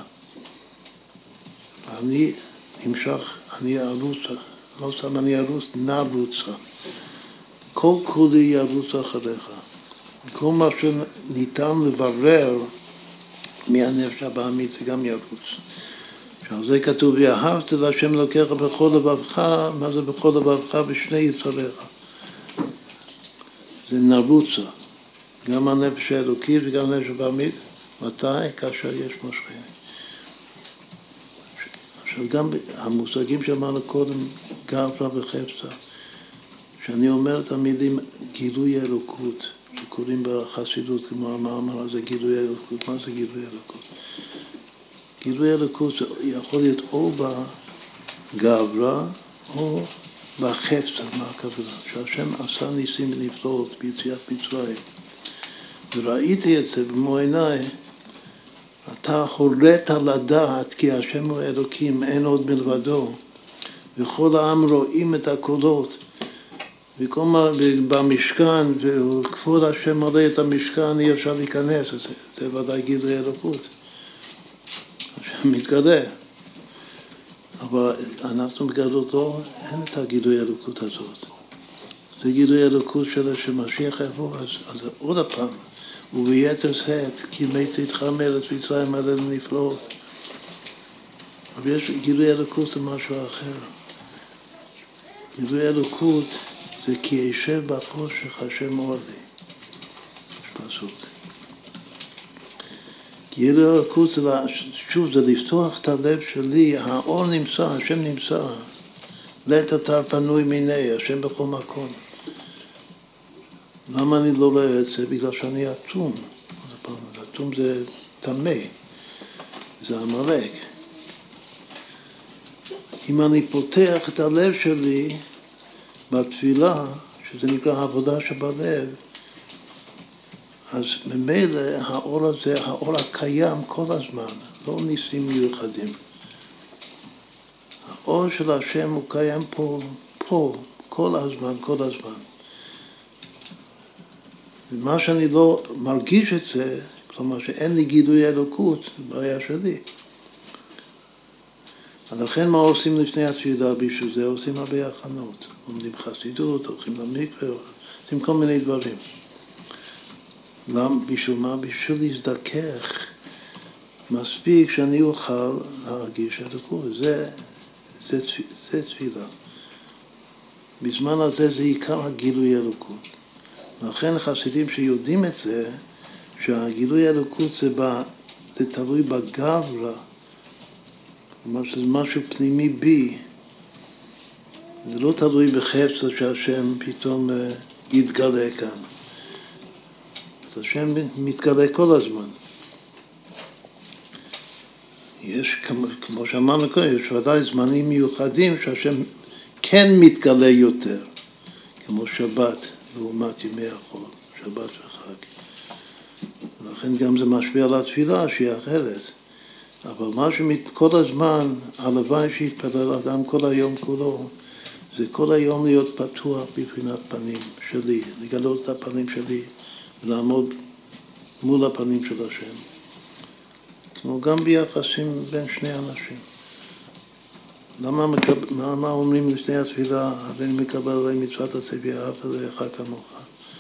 אני נמשך, אני ארוצה, לא סתם אני ארוץ, נרוצה. כל כולי ירוץ אחריך. כל מה שניתן לברר מהנפש הבעמית זה גם ירוץ. שעל זה כתוב, ואהבת להשם אלוקיך בכל לבבך, מה זה בכל לבבך? בשני יצריך. זה נרוצה. גם הנפש האלוקית וגם הנפש הבעמית. מתי? כאשר יש מושכני. עכשיו גם המושגים שאמרנו קודם, גברא וחפצא, שאני אומר את המילים גילוי אלוקות, שקוראים בחסידות, כמו המאמר הזה, גילוי אלוקות. מה זה גילוי אלוקות? גילוי אלוקות זה יכול להיות או בגברא או בחפצא, מה הכוונה? שהשם עשה ניסים ונפלאות ביציאת מצרים. וראיתי את זה במו עיניי, אתה הורית לדעת כי השם הוא אלוקים, אין עוד מלבדו, וכל העם רואים את הקולות, וכל מה במשכן, וכבוד השם מלא את המשכן, אי אפשר להיכנס, זה, זה ודאי גילוי אלוקות, השם מתגלה. אבל אנחנו בגלות לא, אין את הגילוי אלוקות הזאת. זה גילוי אלוקות של שמשיח יבוא, אז, אז עוד הפעם, וביתר שאת, כי מצאתך מארץ מצרים עלינו נפלאות. אבל יש גילוי אלוקות זה משהו אחר. גילוי אלוקות זה כי ישב בחושך השם אור לי. יש פסוק. גילוי אלוקות זה, שוב, זה לפתוח את הלב שלי, האור נמצא, השם נמצא. לית אתר פנוי מיני, השם בכל מקום. למה אני לא רואה את זה? בגלל שאני אטום. אטום זה טמא, זה עמלק. אם אני פותח את הלב שלי בתפילה, שזה נקרא עבודה שבלב, אז ממילא האור הזה, האור הקיים כל הזמן, לא ניסים מיוחדים. האור של השם הוא קיים פה, פה, כל הזמן, כל הזמן. ומה שאני לא מרגיש את זה, כלומר שאין לי גילוי אלוקות, זה בעיה שלי. לכן מה עושים לפני התפילה? בשביל זה עושים הרבה הכנות. עומדים חסידות, הולכים למקווה, עושים כל מיני דברים. למה? בשביל מה? בשביל להזדכך. מספיק שאני אוכל להרגיש אלוקות. זה, זה, זה תפילה. בזמן הזה זה עיקר הגילוי אלוקות. לכן חסידים שיודעים את זה, שהגילוי אלוקות זה, בא, זה תלוי בגברא, זה משהו פנימי בי, זה לא תלוי בחפצה שהשם פתאום יתגלה כאן. השם מתגלה כל הזמן. יש, כמו, כמו שאמרנו קודם, יש ודאי זמנים מיוחדים שהשם כן מתגלה יותר, כמו שבת. לעומת ימי החול, שבת וחג. ולכן גם זה משפיע על התפילה שהיא אחרת. אבל מה שכל הזמן, הלוואי שיתפלל אדם כל היום כולו, זה כל היום להיות פתוח בבחינת פנים שלי, לגלות את הפנים שלי, ולעמוד מול הפנים של השם. כמו גם ביחסים בין שני אנשים. למה, מקב... מה אומרים לפני התפילה, הרי מקבל עלי מצוות עשה ואהבת לרעך כמוך?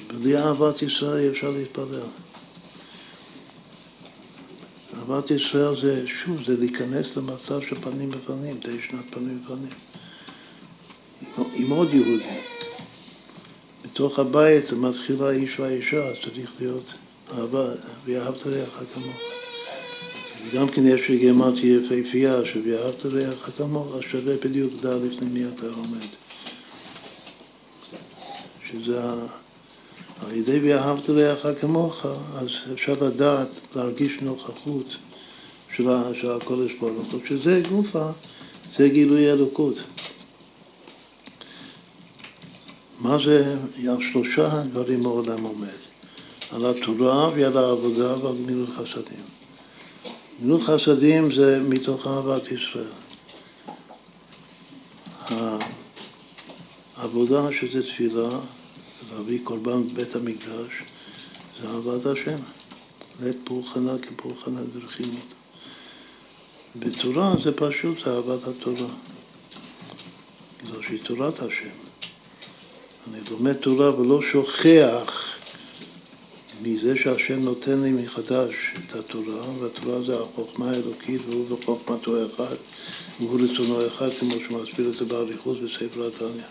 בלי אהבת ישראל אי אפשר להתפלל. אהבת ישראל זה, שוב, זה להיכנס למצב של פנים בפנים, די שנת פנים בפנים. עם עוד יהודים. בתוך הבית מתחילה איש והאישה, צריך להיות אהבה, ואהבת רעך כמוך. וגם כן יש גימטריה יפהפייה, ש"ואהבת רעך כמוך", שווה בדיוק דע לפני מי אתה עומד. שזה, על ידי "ואהבת רעך כמוך", אז אפשר לדעת, להרגיש נוכחות של הקודש ברוך הוא, שזה גופה, זה גילוי אלוקות. מה זה? על שלושה דברים העולם עומד. על התורה ועל העבודה ועל גמילות חסדים. גמילות חסדים זה מתוך אהבת ישראל. העבודה שזה תפילה, להביא קורבן בבית המקדש, זה אהבת השם. לית פולחנה כפולחנה דרכימות. בתורה זה פשוט, זה אהבת התורה. זו שהיא תורת השם. אני לומד תורה ולא שוכח מזה שהשם נותן לי מחדש את התורה, והתורה זה החוכמה האלוקית, והוא בחוכמתו אחד, והוא רצונו אחד, כמו שמסביר את זה באריכות בספר התניא.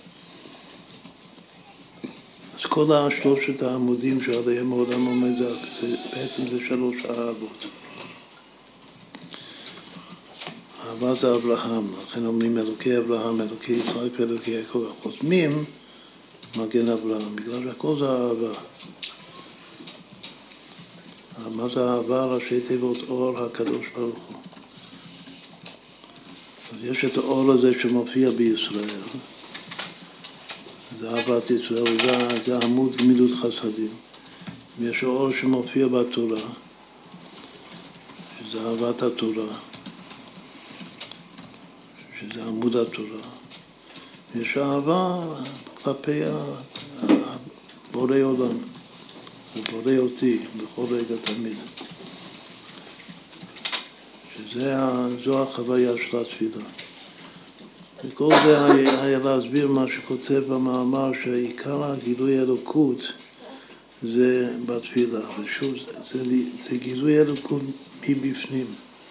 אז כל השלושת העמודים שעליהם העולם עומד, זה, בעצם זה שלוש אהבות. אהבה זה אברהם, לכן אומרים אלוקי אברהם, אלוקי יצחק ואלוקי יעקב, החותמים מגן אברהם, בגלל שהכל זה אהבה. מה זה אהבה? ראשי תיבות אור הקדוש ברוך הוא. אז יש את האור הזה שמופיע בישראל. זה אהבת ישראל, זה, זה עמוד גמילות חסדים. ויש האור שמופיע בתורה, שזה אהבת התורה, שזה עמוד התורה. יש אהבה כלפי בורא עולם. הוא בורא אותי בכל רגע תמיד. שזו החוויה של התפילה. וכל זה היה, היה להסביר מה שכותב במאמר, שעיקר הגילוי אלוקות זה בתפילה. ושוב, זה, זה, זה גילוי אלוקות מבפנים.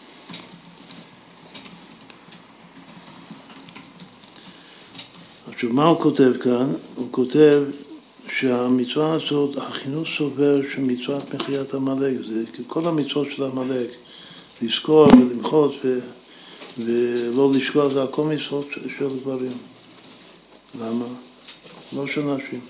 עכשיו, מה הוא כותב כאן? הוא כותב שהמצווה הזאת, החינוך סובר שמצוות מחיית עמלק, זה כל המצוות של עמלק, לזכור ולמחות ו, ולא לשכוח, זה הכל מצוות של גברים. למה? לא של נשים.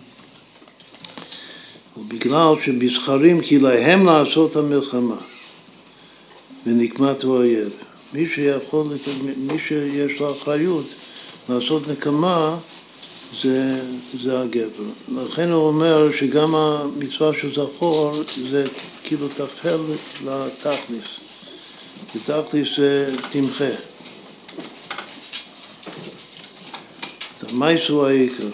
ובגלל שבזכרים כי להם לעשות המלחמה ונקמת האויב. מי שיכול, מי שיש לו אחריות לעשות נקמה, זה, זה הגבר. לכן הוא אומר שגם המצווה של זכור זה כאילו תפל לתכליס. תכליס זה תמחה. מה יסו העיקר?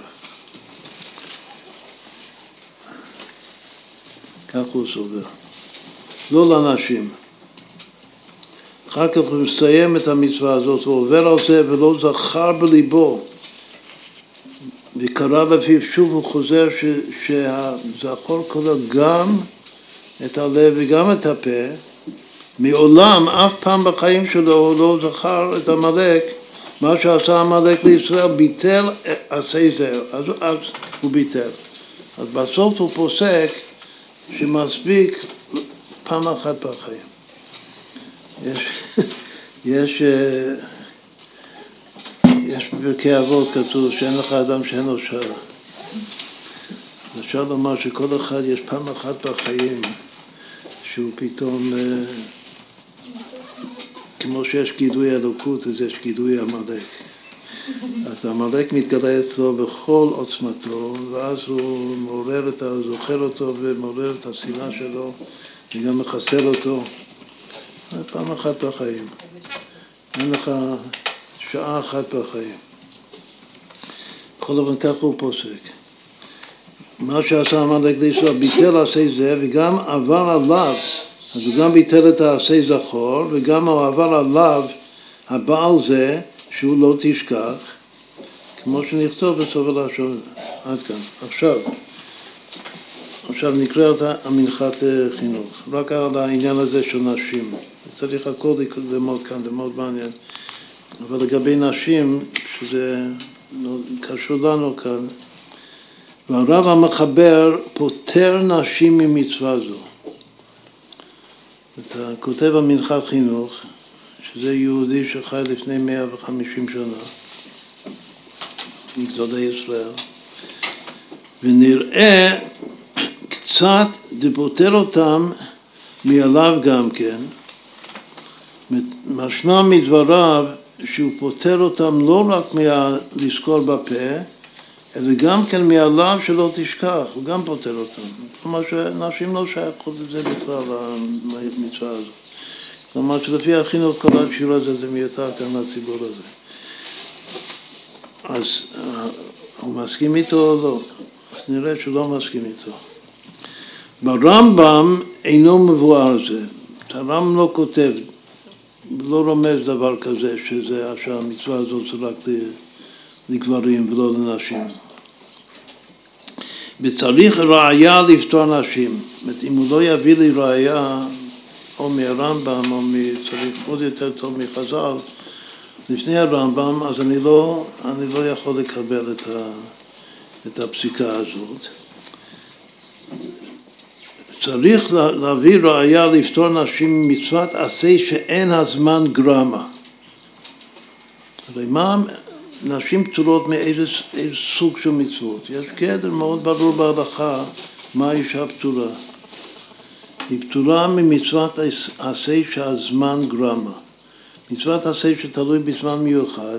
כך הוא סובר. לא לנשים. אחר כך הוא מסיים את המצווה הזאת, הוא עובר על זה ולא זכר בליבו. וקרא בפיו שוב הוא חוזר ש, שהזכור כולל גם את הלב וגם את הפה. מעולם, אף פעם בחיים שלו הוא לא זכר את עמלק, מה שעשה עמלק לישראל, ביטל עשי זר, אז, אז הוא ביטל. אז בסוף הוא פוסק שמספיק פעם אחת בחיים. יש, יש, יש בפרקי אבות כתוב שאין לך אדם שאין לו שעה. אפשר לומר שכל אחד יש פעם אחת בחיים שהוא פתאום, כמו שיש גידוי אלוקות, אז יש גידוי עמלק. אז עמלק מתגלה אצלו בכל עוצמתו, ואז הוא מעורר את, זוכר אותו ומעורר את השנאה שלו, וגם מחסל אותו. פעם אחת בחיים. אין לך שעה אחת בחיים. בכל אופן כך הוא פוסק. מה שעשה עמלק לישראל, ביטל עשי זה, וגם עבר עליו, אז הוא גם ביטל את העשי זכור, וגם הוא עבר עליו הבעל זה, שהוא לא תשכח, כמו שנכתוב בסוף הלשון. עד כאן. עכשיו, עכשיו נקרא אותה המנחת חינוך, רק על העניין הזה של נשים. צריך הכל ללמוד כאן, ללמוד מעניין. אבל לגבי נשים, שזה קשור לנו כאן, והרב המחבר פוטר נשים ממצווה זו. אתה כותב המנחת חינוך, שזה יהודי שחי לפני מאה וחמישים שנה, מגדולי ישראל, ונראה קצת דפוטר אותם מעליו גם כן, משמע מדבריו שהוא פוטר אותם לא רק מלזכור בפה, אלא גם כן מעליו שלא תשכח, הוא גם פוטר אותם. כלומר שנשים לא שייכות לזה בכלל, למצווה הזאת. כלומר שלפי החינוך כל השיעור הזה זה מיותר כאן לציבור הזה. אז הוא מסכים איתו או לא? אז נראה שהוא לא מסכים איתו. ברמב"ם אינו מבואר זה. הרמב"ם לא כותב, לא רומז דבר כזה, שזה שהמצווה הזאת זה רק לגברים ולא לנשים. וצריך ראיה לפתור נשים. זאת אומרת, אם הוא לא יביא לי ראיה, או מהרמב"ם, או צריך עוד יותר טוב מחז"ל, לפני הרמב"ם, אז אני לא, אני לא יכול לקבל את, ה, את הפסיקה הזאת. צריך להביא ראיה לפתור נשים מצוות עשה שאין הזמן גרמה. הרי מה נשים פטורות מאיזה איזה סוג של מצוות? יש גדר מאוד ברור בהלכה מה אישה פטורה. היא פטורה ממצוות עשה שהזמן גרמה. מצוות עשה שתלוי בזמן מיוחד,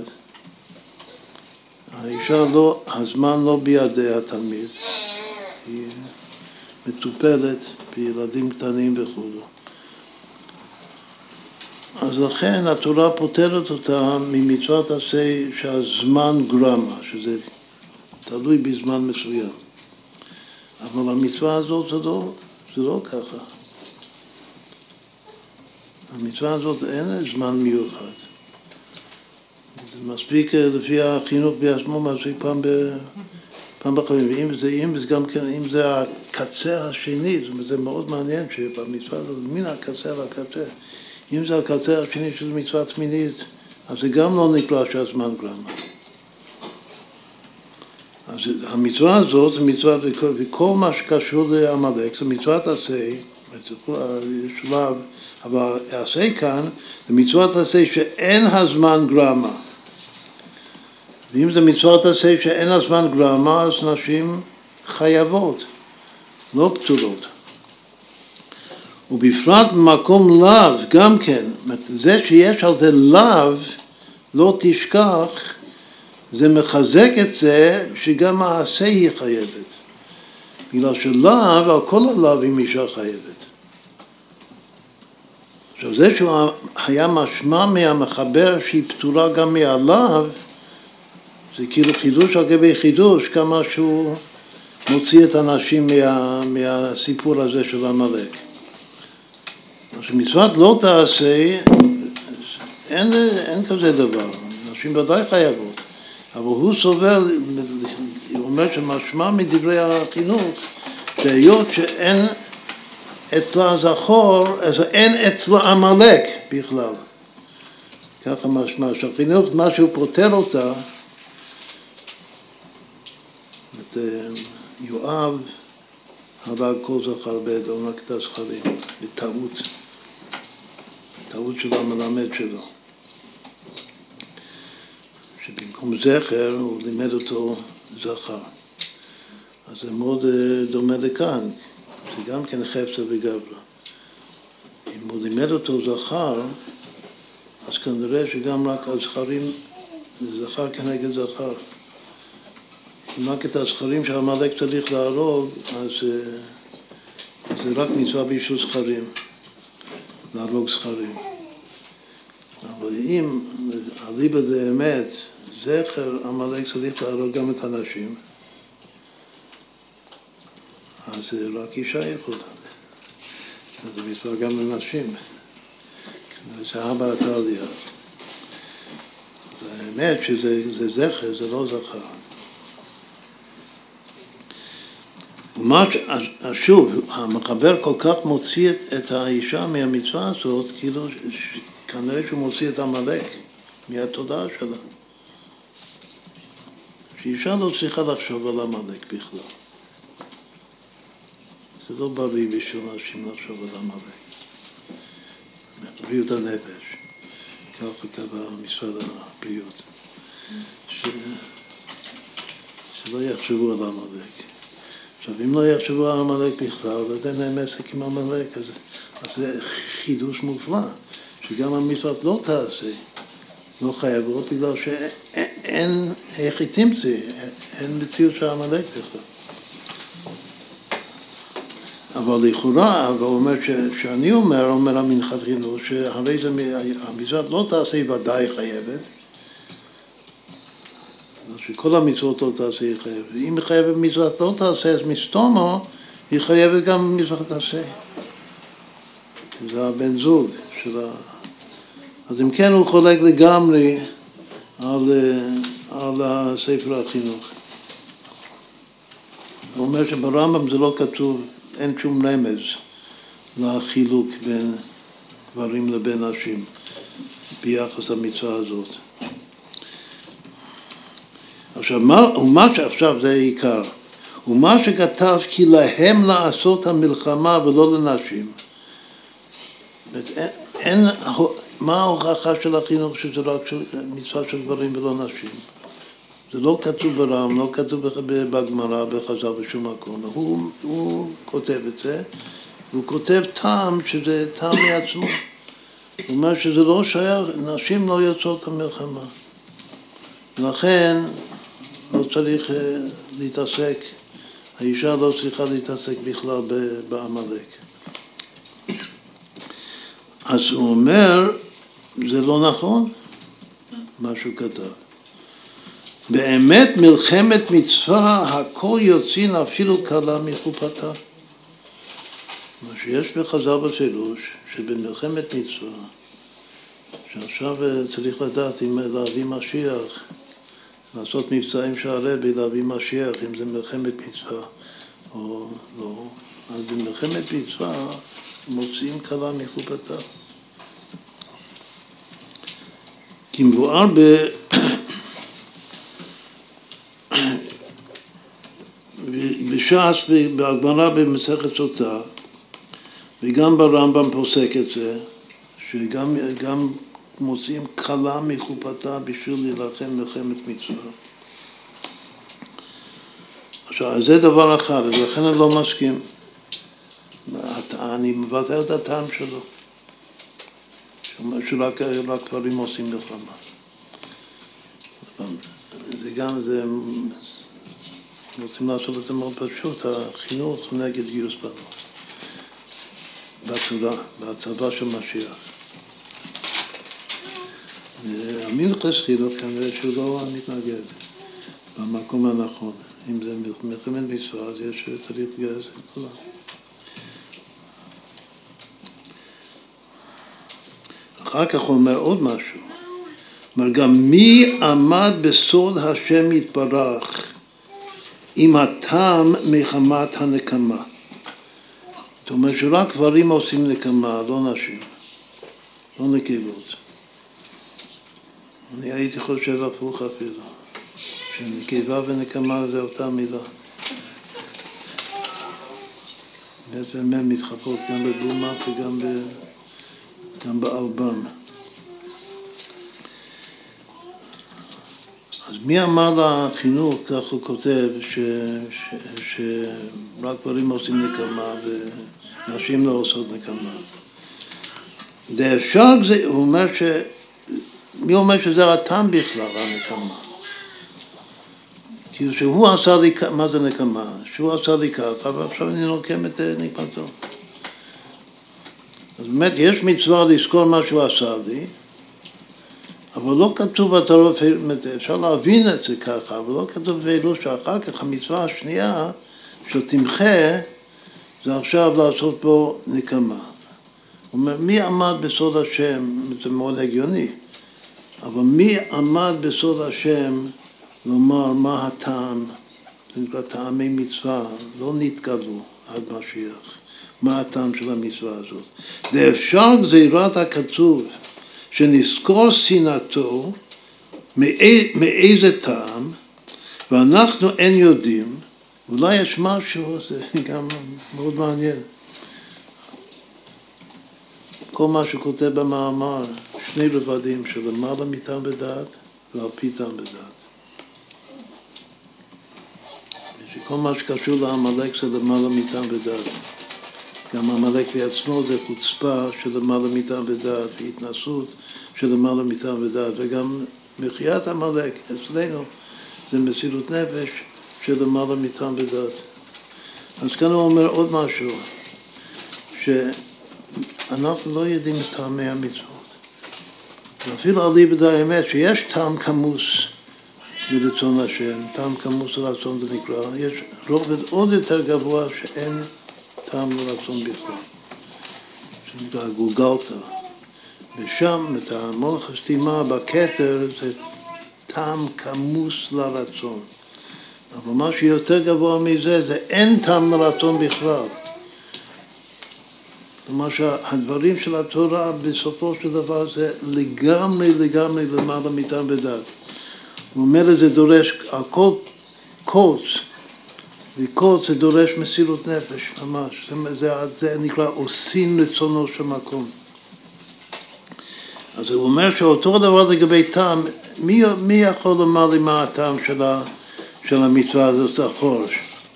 האישה לא, הזמן לא בידיה תמיד, היא מטופלת בילדים קטנים וכו'. אז לכן התורה פותרת אותה ממצוות עשה שהזמן גרמה, שזה תלוי בזמן מסוים. אבל המצווה הזאת זה לא, זה לא ככה. המצווה הזאת אין זמן מיוחד. זה מספיק לפי החינוך בעצמו, מספיק פעם, ב, פעם בחיים. ואם זה, אם זה גם כן, אם זה הקצה השני, זאת אומרת, זה מאוד מעניין שבמצווה הזאת, מן הקצה לקצה. אם זה הקצה השני של מצווה תמינית, אז זה גם לא נקרא שהזמן גרמה. אז המצווה הזאת זה מצווה, וכל מה שקשור לעמלק, זה מצוות עשה, שלב, אבל עשה כאן, זה מצוות עשה שאין הזמן גרמה. ואם זה מצוות עשה שאין הזמן גרמה, אז נשים חייבות, לא פטורות. ובפרט במקום לאו, גם כן, זה שיש על זה לאו, לא תשכח, זה מחזק את זה שגם העשה היא חייבת. בגלל שלאו, על כל הלאו היא אישה חייבת. עכשיו זה שהוא היה משמע מהמחבר שהיא פטורה גם מהלאו, זה כאילו חידוש על גבי חידוש, כמה שהוא מוציא את האנשים מה, מהסיפור הזה של עמלק. מצוות לא תעשה, אין, אין כזה דבר, נשים ודאי חייבות, אבל הוא סובר, הוא אומר שמשמע מדברי החינוך, שהיות שאין אצלה זכור, אז אין אצלה עמלק בכלל. ככה משמע, שהחינוך, מה שהוא פותר אותה, את יואב הרג כל זכר באדום, רק את הזכרים, בטעות. טעות של המלמד שלו. שבמקום זכר הוא לימד אותו זכר. אז זה מאוד דומה לכאן. זה גם כן חפצה וגברה. אם הוא לימד אותו זכר, אז כנראה שגם רק הזכרים, זה זכר כנגד זכר. אם רק את הזכרים שהמלאק צריך להרוג, אז זה רק מצווה בישול זכרים. להרוג זכרים. אבל אם הליבה זה אמת, זכר, עמלק צריך להרוג גם את הנשים, אז רק אישה יכולה. זה מצווה גם לנשים. זה אבא התעליה. האמת שזה זה זכר, זה לא זכר. מה, שוב, המחבר כל כך מוציא את האישה מהמצווה הזאת, כאילו כנראה שהוא מוציא את עמלק מהתודעה שלה. שאישה לא צריכה לחשוב על עמלק בכלל. זה לא בריא בשביל נשים לחשוב על עמלק. בריאות הנפש, ככה קבע משרד הבריאות. ש... שלא יחשבו על עמלק. עכשיו, אם לא יחשבו על עמלק בכלל, אז אין להם עסק עם עמלק, אז, אז זה חידוש מופלא, שגם המצוות לא תעשה, לא חייבות, בגלל שאין, איך היא תמצא, אין מציאות של עמלק בכלל. אבל לכאורה, הוא אומר ש, שאני אומר, אומר המנחתנו, שהרי זה, המצוות לא תעשה, היא ודאי חייבת, שכל המצוות לא תעשה היא חייבת. אם היא חייבת מצוות לא תעשה, אז מסתומו היא חייבת גם מצוות תעשה. זה הבן זוג של ה... אז אם כן הוא חולק לגמרי על, על ספר החינוך. הוא אומר שברמב"ם זה לא כתוב, אין שום רמז לחילוק בין גברים לבין נשים ביחס למצווה הזאת. עכשיו, מה, ומה שעכשיו זה העיקר, ומה שכתב כי להם לעשות המלחמה ולא לנשים. אין, אין, מה ההוכחה של החינוך שזה רק של, מצווה של גברים ולא נשים? זה לא כתוב ברם, לא כתוב בגמרא, בחז"ל בשום מקום. הוא, הוא כותב את זה, והוא כותב טעם שזה טעם מעצמו. הוא אומר שזה לא שייך, נשים לא יוצאות המלחמה. לכן לא צריך להתעסק, האישה לא צריכה להתעסק בכלל בעמלק. אז הוא אומר, זה לא נכון, מה שהוא כתב. באמת מלחמת מצווה, הכל יוצאים אפילו קלה מחופתה. מה שיש בחז"ל בפירוש, שבמלחמת מצווה, שעכשיו צריך לדעת אם להביא משיח, לעשות מבצעים שהרבי להביא משיח, אם זה מלחמת מצווה או לא. אז במלחמת מצווה מוציאים קלה מחופתה. כי מבואר ב... בש"ס, בהגמרא במסכת סוטה, וגם ברמב"ם פוסק את זה, שגם גם מוציאים קלה מחופתה בשביל להילחם מלחמת מצווה. עכשיו, זה דבר אחד, ולכן אני לא מסכים. אני מבטל את הטעם שלו. שרק רק גברים עושים מלחמה. זה גם, זה... רוצים לעשות את זה מאוד פשוט, החינוך נגד גיוס בנות. בצורה, בהצבה של משיח. המנחס חינוך כנראה שהוא לא מתנגד במקום הנכון. אם זה מלחמת מצווה, אז יש צריך לגייס את כולם. אחר כך הוא אומר עוד משהו. אומר, גם מי עמד בסוד השם יתברך עם הטעם מחמת הנקמה. זאת אומרת שרק גברים עושים נקמה, לא נשים, לא נקבות. אני הייתי חושב הפוך אפילו, שנקבה ונקמה זה אותה מילה. באמת באמת מתחפות גם בבומה וגם ב... גם באלבם. אז מי אמר לחינוך, כך הוא כותב, ש, ש, שרק גברים עושים נקמה ונשים לא עושות נקמה. זה אפשר, הוא אומר ש... מי אומר שזה הטעם בכלל, הנקמה? כאילו שהוא עשה לי, מה זה נקמה? שהוא עשה לי ככה, ועכשיו אני נוקם את נקמתו. אז באמת יש מצווה לזכור מה שהוא עשה לי, אבל לא כתוב בתורה, אפשר להבין את זה ככה, אבל לא כתוב באלו שאחר כך המצווה השנייה של תמחה, זה עכשיו לעשות בו נקמה. הוא אומר, מי עמד בסוד השם? זה מאוד הגיוני, אבל מי עמד בסוד השם לומר מה הטעם? זה נקרא טעמי מצווה, לא נתגלו עד משיח. מה הטעם של המצווה הזאת? זה אפשר גזירת הכתוב, שנזכור שנאתו, מאי, מאיזה טעם, ואנחנו אין יודעים, אולי יש משהו, זה גם מאוד מעניין. כל מה שכותב במאמר, שני רבדים של למעלה מטעם בדעת ועל פי טעם בדעת. שכל מה שקשור לעמלק זה למעלה מטעם בדעת. גם עמלק בעצמו זה חוצפה של למעלה מטעם בדעת, והתנסות של למעלה מטעם בדעת, וגם מחיית עמלק אצלנו זה מסירות נפש של למעלה מטעם בדעת. אז כאן הוא אומר עוד משהו, שאנחנו לא יודעים את טעמי המצוות. ואפילו על ליבד האמת שיש טעם כמוס לרצון השם, טעם כמוס לרצון זה נקרא, יש רובד עוד יותר גבוה שאין טעם לרצון בכלל, שנקרא גולגלתא. ושם את המוח הסתימה בכתר זה טעם כמוס לרצון. אבל מה שיותר גבוה מזה זה אין טעם לרצון בכלל. כלומר שהדברים של התורה בסופו של דבר זה לגמרי לגמרי למעלה מטעם בדעת. הוא אומר את זה דורש על כל קוץ, וקוץ זה דורש מסירות נפש ממש. זה, זה, זה נקרא עושים רצונו של מקום. אז הוא אומר שאותו דבר לגבי טעם, מי, מי יכול לומר לי מה הטעם של, ה, של המצווה הזאת החורש?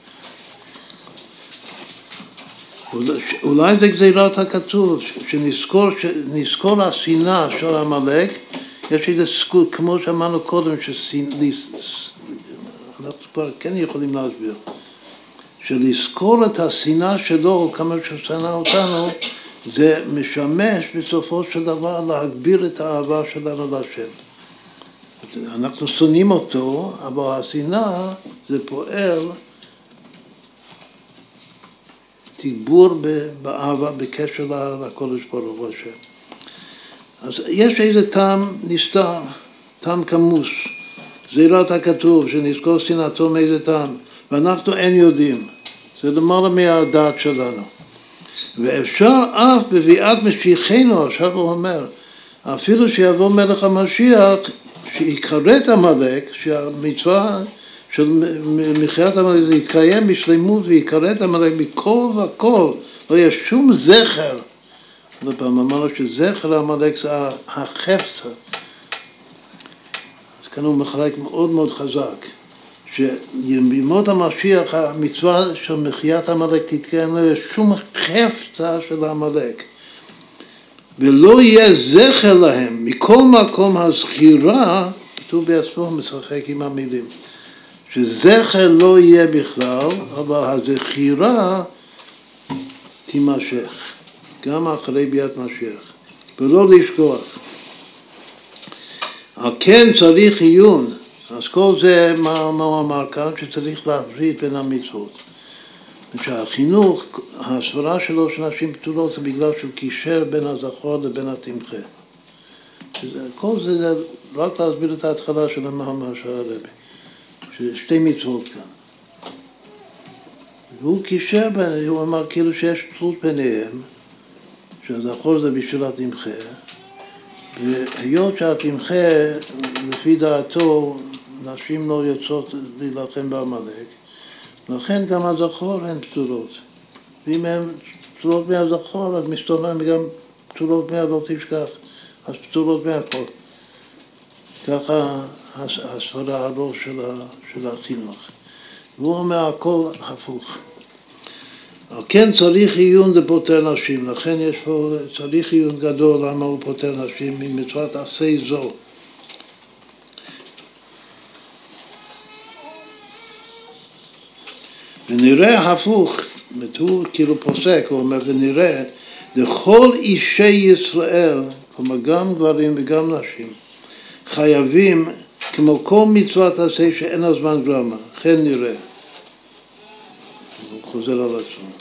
אולי זה גזירת הכתוב, שנזכור, שנזכור השנאה של עמלק, יש איזה סקול, כמו שאמרנו קודם, אנחנו כבר כן יכולים להסביר, שלזכור את השנאה שלו, כמה ששנא אותנו, זה משמש בסופו של דבר להגביר את האהבה שלנו להשם. אנחנו שונאים אותו, אבל השנאה זה פועל תגבור באהבה, בקשר לקודש ברוך הוא השם. אז יש איזה טעם נסתר, טעם כמוס, גזירת הכתוב, שנזכור שנאתו מאיזה טעם, ואנחנו אין יודעים, זה למעלה מהדעת שלנו. ואפשר אף בביאת משיחנו, עכשיו הוא אומר, אפילו שיבוא מלך המשיח, שיקראת עמלק, שהמצווה של מחיית עמלק זה יתקיים בשלמות ויקראת עמלק מכל וכל, לא יש שום זכר. לפעמים אמרנו שזכר עמלק זה החפצה. אז כאן הוא מחלק מאוד מאוד חזק, שבימות המשיח המצווה של מחיית עמלק תתקיים, לא יש שום חפצה של עמלק. ולא יהיה זכר להם, מכל מקום הזכירה, כתוב בעצמו משחק עם המילים, שזכר לא יהיה בכלל, אבל הזכירה תימשך, גם אחרי ביאת משיח, ולא לשכוח. על כן צריך עיון, אז כל זה מה, מה הוא אמר כאן, שצריך להפריד בין המצוות. שהחינוך, הסברה שלו שנשים פטורות זה בגלל שהוא קישר בין הזכור לבין התמחה. כל זה, זה רק להסביר את ההתחלה של המאמר של הרבי. שתי מצוות כאן. והוא קישר ביניהם, הוא אמר כאילו שיש תלות ביניהם, שהזכור זה בשביל התמחה, והיות שהתמחה, לפי דעתו, נשים לא יוצאות להילחם בעמלק, לכן גם הזכור הן פטורות. ואם הן פטורות מהזכור, אז מסתובב גם פטורות מה לא תשכח, אז פטורות מהכל. ככה הסברה הראש של, של החינוך. והוא אומר הכל הפוך. על כן צריך עיון לפותר נשים, לכן יש פה, צריך עיון גדול למה הוא פותר נשים ממצוות עשה זו. ונראה הפוך, הוא כאילו פוסק, הוא אומר, ונראה, לכל אישי ישראל, כלומר גם גברים וגם נשים, חייבים, כמו כל מצוות עשה שאין הזמן גרמה, כן נראה. הוא חוזר על עצמו.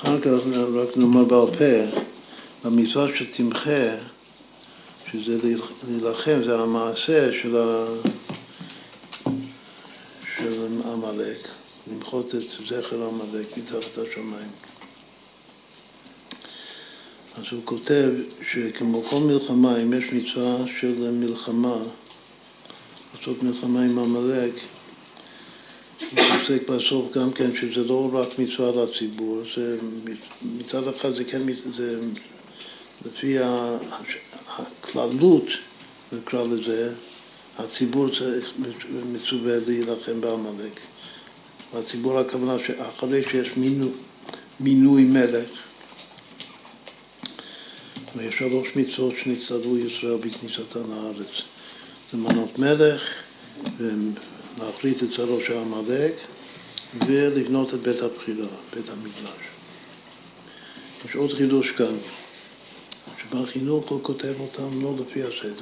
אחר כך רק נאמר בעל פה, במצווה שתמחה, שזה להילחם, זה המעשה של, ה... של עמלק, למחות את זכר עמלק מתחת השמיים. אז הוא כותב שכמו כל מלחמה, אם יש מצווה של מלחמה, לעשות מלחמה עם עמלק, הוא עוסק בסוף גם כן שזה לא רק מצווה לציבור, זה מצד אחד זה כן, זה לפי הכללות, נקרא לזה, הציבור צריך מצווה להילחם בעמלק. והציבור הכוונה שאחרי שיש מינו, מינוי מלך, ויש שלוש מצוות שנצטוו ישראל בכניסתן לארץ. זה מנות מלך, ולהחליט את צרו של עמלק, ולבנות את בית הבחירה, בית המקדש. יש עוד חידוש כאן, שבחינוך הוא כותב אותם לא לפי הסדר.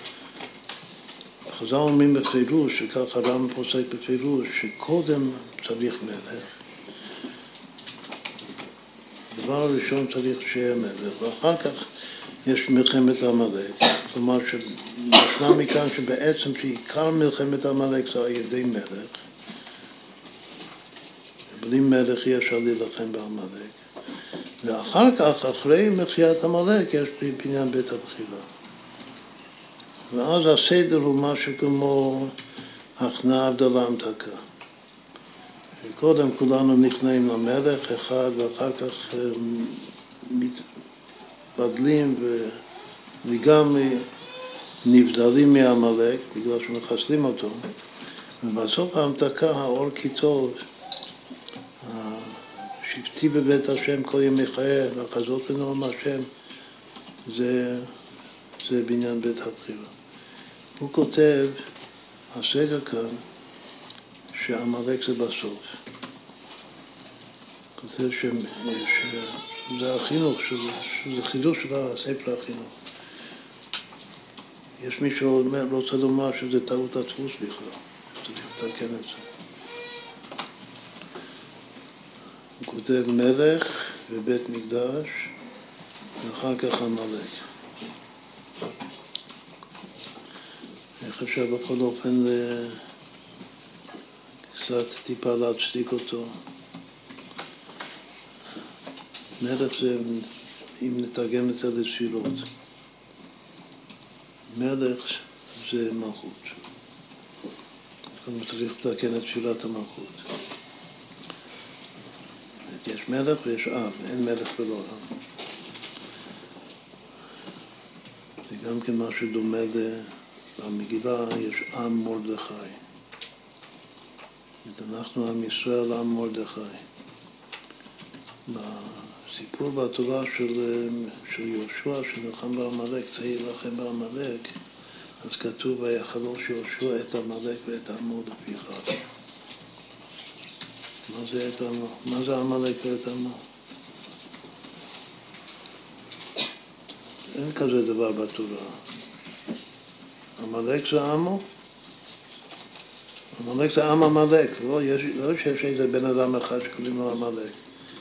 חז"ל אומרים בפירוש, שכך הרמב"ם פוסק בפירוש, שקודם צריך מלך. הדבר הראשון צריך שיהיה מלך, ואחר כך יש מלחמת עמלק. כלומר, שנשמע מכאן שבעצם שעיקר מלחמת עמלק זה על ידי מלך. בלי מלך אי אפשר להילחם בעמלק. ואחר כך, אחרי מחיית עמלק, יש בניין בית הבחירה. ואז הסדר הוא משהו כמו הכנעה הבדלה המתקה. שקודם כולנו נכנעים למלך אחד, ואחר כך מתבדלים ולגמרי נבדלים מעמלק, בגלל שמחסלים אותו. ובסוף ההמתקה, האור כי טוב, שבטי בבית השם כל ימי חיי, לחזות בנועם השם, זה, זה בניין בית הבחירה. הוא כותב, הסדר כאן, שעמלק זה בסוף. כותב ש... שזה החינוך, שזה, שזה חידוש של הספר החינוך. יש מי שרוצה לומר שזה טעות הדפוס בכלל, צריך לתקן את זה. הוא כותב מלך ובית מקדש, ואחר כך עמלק. אני חושב בכל אופן קצת טיפה להצדיק אותו. מלך זה, אם נתרגם את זה לתפילות, מלך זה מלכות. כלומר צריך לתקן את תפילת המלכות. יש מלך ויש עם, אין מלך ולא עם. זה גם כן משהו דומה במגילה, יש עם מרדכי. אנחנו עם ישראל, עם מרדכי. בסיפור בתורה של, של יהושע, שנלחם בעמלק, צריך להילחם בעמלק, אז כתוב, ויחלוש יהושע את עמלק ואת עמו לפיכך. מה זה את עמו? מה זה עמלק ואת עמו? אין כזה דבר בתורה. עמלק זה עמו? עמלק זה עם עמלק. לא, יש, לא שיש איזה בן אדם אחד שקוראים לו עמלק.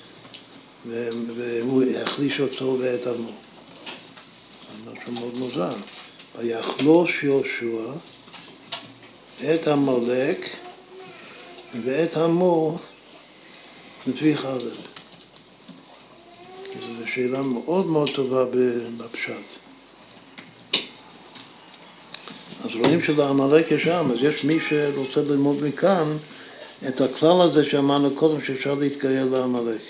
והוא יחליש אותו ואת עמו. זה משהו מאוד מוזר. ויחלוש יהושע את עמלק ואת עמו לפי חרב. זו שאלה מאוד מאוד טובה בפשט. אז רואים שלעמלק יש עם, אז יש מי שרוצה ללמוד מכאן את הכלל הזה שאמרנו קודם שאפשר להתגייר לעמלק.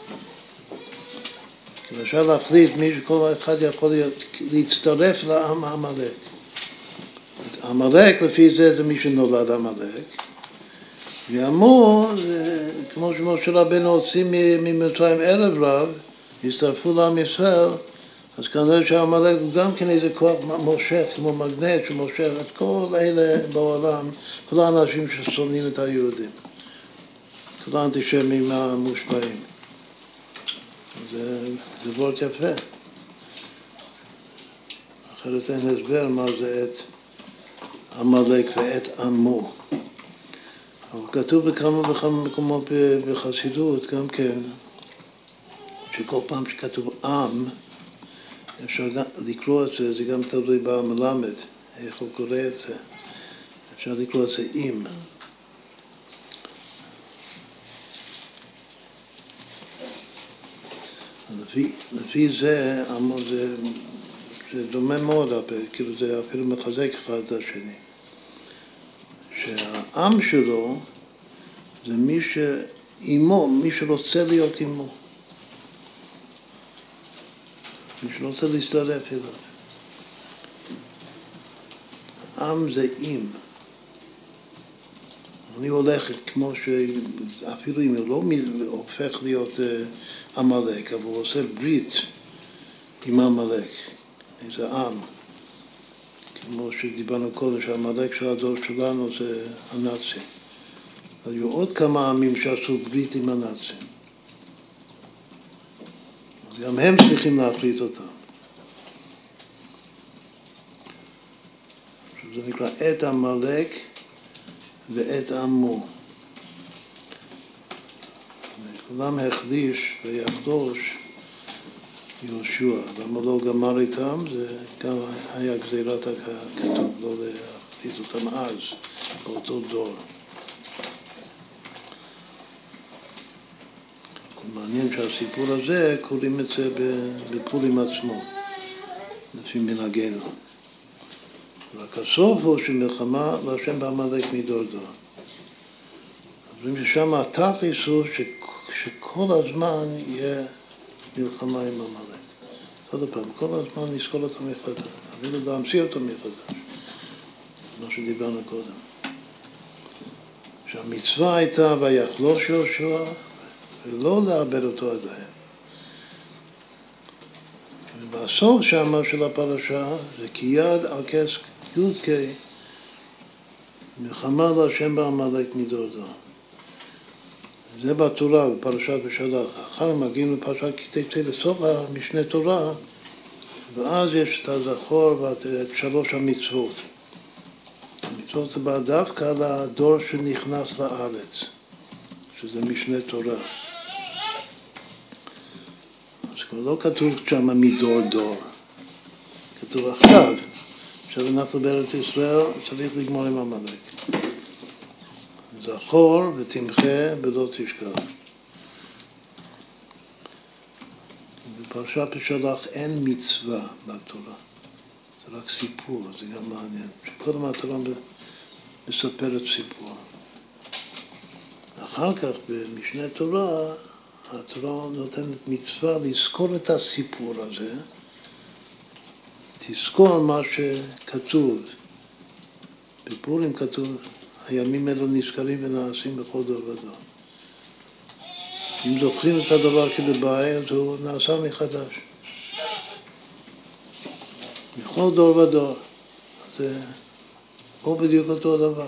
כי אפשר להחליט מי שכל אחד יכול להצטרף לעם העמלק. עמלק לפי זה זה מי שנולד עמלק. ועמו, זה, כמו שמשה רבנו הוציא ממצרים ערב רב, הצטרפו לעם ישראל, אז כנראה שהעמלק הוא גם כן איזה כוח מושך, כמו מגנט שמושך את כל אלה בעולם, כל האנשים ששונאים את היהודים, כל האנטישמים המושפעים. זה, זה וורט יפה. אחרת אין הסבר מה זה את עמלק ואת עמו. אבל כתוב בכמה וכמה מקומות בחסידות, גם כן, שכל פעם שכתוב עם, אפשר לקרוא את זה, זה גם תלוי במלמד, איך הוא קורא את זה. אפשר לקרוא את זה עם. לפי, לפי זה, זה, זה דומה מאוד, כאילו זה אפילו מחזק אחד את השני. שהעם שלו זה מי שאימו, מי שרוצה להיות אימו. מי שרוצה להצטרף אליו. עם זה עם. אני הולך כמו שאפילו אם הוא לא הופך להיות עמלק, אבל הוא עושה ברית עם עמלק. זה עם. כמו שדיברנו קודם, שהעמלק של הדור שלנו זה הנאצים. היו עוד כמה עמים שעשו ברית עם הנאצים. גם הם צריכים להחליט אותם. זה נקרא את עמלק ואת עמו. כולם החליש ויחדוש יהושע. למה לא גמר איתם? זה גם היה גזירת הכתוב, לא להחליט אותם אז, באותו דור. מעניין שהסיפור הזה, קוראים את זה בפורים עצמו, לפי מנהגנו. רק הסוף הוא שמלחמה להשם בעמלק מדור דור. אומרים ששם התכלס הוא שכל הזמן יהיה מלחמה עם עמלק. עוד פעם, כל הזמן נזכור אותו מחדש, אפילו להמציא אותו מחדש, מה שדיברנו קודם. שהמצווה הייתה ויחלוש יהושע, ולא לאבד אותו עדיין. ובסוף שם של הפרשה זה כי יד על כס יודקי מלחמה להשם בעמלק מדור דור. זה בתורה, בפרשת ושלח. אחר מגיעים לפרשת כי תצא לסוף המשנה תורה, ואז יש את הזכור ואת שלוש המצוות. המצוות זה בא דווקא לדור שנכנס לארץ, שזה משנה תורה. אז כבר לא כתוב שם מדור דור. כתוב עכשיו, עכשיו אנחנו בארץ ישראל צריך לגמור עם עמלק. זכור ותמחה ולא תשכח. בפרשת ושלח אין מצווה בתורה. זה רק סיפור, זה גם מעניין. שקודם התורה מספרת סיפור. אחר כך במשנה תורה, התורה נותנת מצווה לזכור את הסיפור הזה, תזכור מה שכתוב. בפורים כתוב, הימים אלו נזכרים ונעשים בכל דור ודור. אם זוכרים את הדבר כדבעי, אז הוא נעשה מחדש. בכל דור ודור. זה פה בדיוק אותו דבר.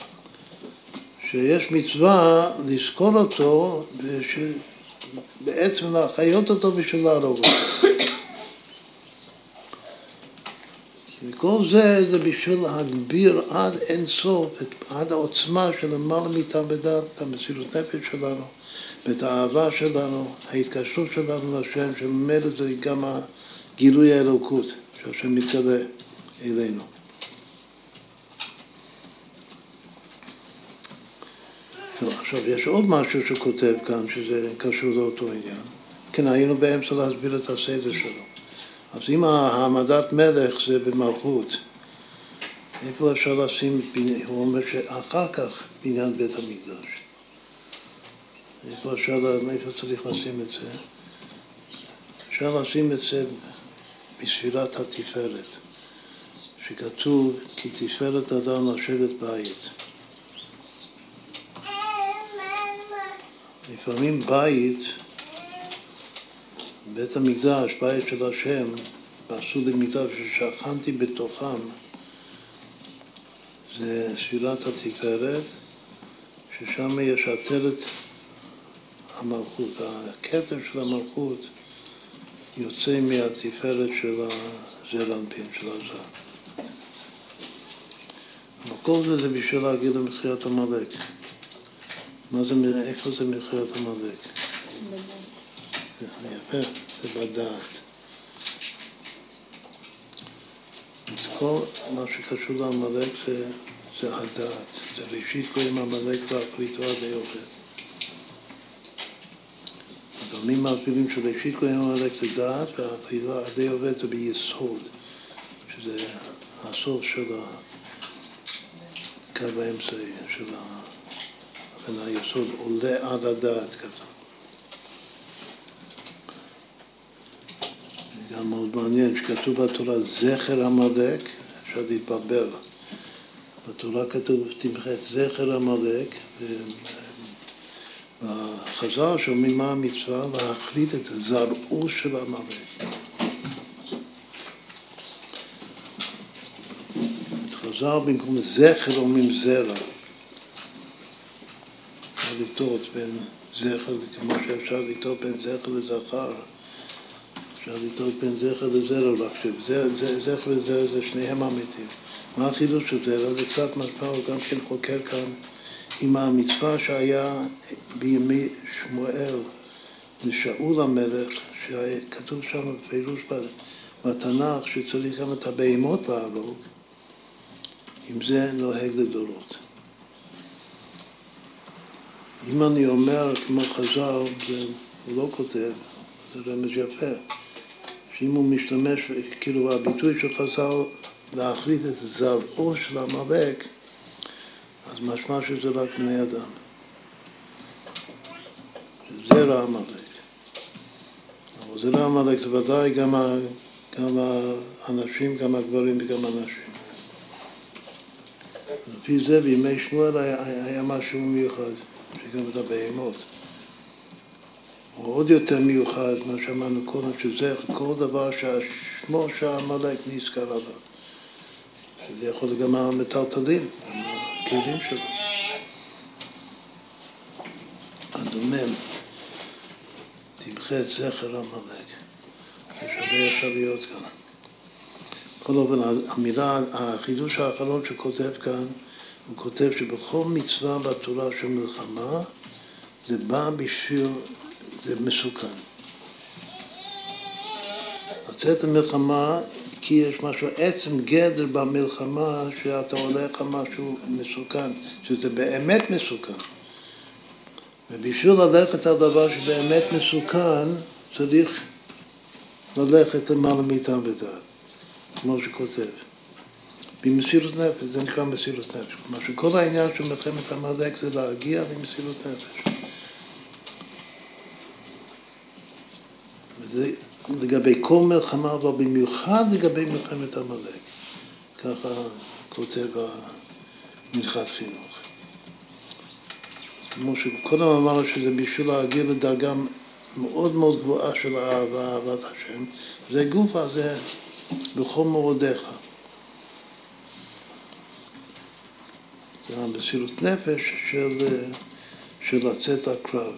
שיש מצווה לזכור אותו, ובעצם להחיות אותו בשביל להרוג אותו. וכל זה זה בשביל להגביר עד אין סוף, עד העוצמה של למעלה מתעבדת, את המסירות נפש שלנו, ואת האהבה שלנו, ההתקשרות שלנו לשם, שממילא זה גם הגילוי האלוקות, שהשם מתגלה אלינו. טוב, עכשיו, יש עוד משהו שכותב כאן, שזה קשור לאותו עניין. כן, היינו באמצע להסביר את הסדר שלו. אז אם העמדת מלך זה במלכות, איפה אפשר לשים, הוא אומר שאחר כך בניין בית המקדש. איפה אפשר, איפה צריך לשים את זה? אפשר לשים את זה בספירת התפארת, שכתוב כי תפארת אדם לשבת בית. לפעמים בית, בית המקדש, בית של השם, בעשו למקדש ששכנתי בתוכם, זה ספירת התפארת, ששם יש עטרת המלכות, הכתר של המלכות יוצא מהתפארת של הזר אנפין, של הזר. אבל כל זה זה בשביל להגיד למחיית עמלק. מה זה, איפה זה מחיית עמלק? זה יפה, זה בדעת. אז כל מה שקשור לעמלק זה, זה הדעת. זה ראשית קוראים עמלק והאחריתו עדי עובד. הדומים מסבירים שראשית קוראים עמלק זה דעת והאחריתו עדי עובד זה ביסוד, שזה הסוף של הקו האמצעי, של היסוד עולה עד הדעת כזה. גם מאוד מעניין שכתוב בתורה זכר עמלק, אפשר להתבלבל. בתורה כתוב תמחה את זכר עמלק, והחז"ל שאומרים מה המצווה להחליט את הזרעו של עמלק. חז"ל במקום זכר אומרים זרע. אפשר לטעות בין זכר, כמו שאפשר לטעות בין זכר לזכר. אפשר לטעות בין זכר לזרע, רק שזכר וזרע זה שניהם אמיתיים. מה החידוש של זרע? זה קצת משפע, הוא גם כן חוקר כאן עם המצווה שהיה בימי שמואל לשאול המלך, שכתוב שם בפירוש בתנ"ך שצריך גם את הבהמות להרוג, אם זה נוהג לדורות. אם אני אומר כמו חז"ל, הוא לא כותב, זה רמז יפה. שאם הוא משתמש, כאילו הביטוי של חז"ל להחליט את זרעו של עמלק, אז משמע שזה רק בני אדם. זרע עמלק. אבל זרע עמלק זה ודאי גם, גם האנשים, גם הגברים וגם הנשים. לפי זה בימי שמואל היה, היה משהו מיוחד, שגם את הבהמות. הוא עוד יותר מיוחד, מה שאמרנו קודם, שזה כל דבר שהשמו שהעמלק נזכר עליו. שזה יכול גם המטלטלים, הכלים שלו. הדומם, תמחה את זכר עמלק. זה שווה ישר להיות כאן. בכל אופן, המילה, החידוש האחרון שכותב כאן, הוא כותב שבכל מצווה בתורה של מלחמה, זה בא בשביל, זה מסוכן. לצאת למלחמה, כי יש משהו, עצם גדר במלחמה, שאתה הולך על משהו מסוכן, שזה באמת מסוכן. ובשביל ללכת על דבר שבאמת מסוכן, צריך ללכת למעלה מאיתם בדעת, כמו שכותב. במסירות נפש, זה נקרא מסירות נפש. כלומר שכל העניין של מלחמת עמלק זה להגיע למסירות נפש. וזה לגבי כל מלחמה, אבל במיוחד לגבי מלחמת עמלק. ככה כותב המנחת חינוך. כמו שקודם אמרנו שזה בשביל להגיע לדרגה מאוד מאוד גבוהה של אהבה, אהבת השם. זה גופה, זה בכל מאודיך. זה המסירות נפש של, של לצאת הקרב.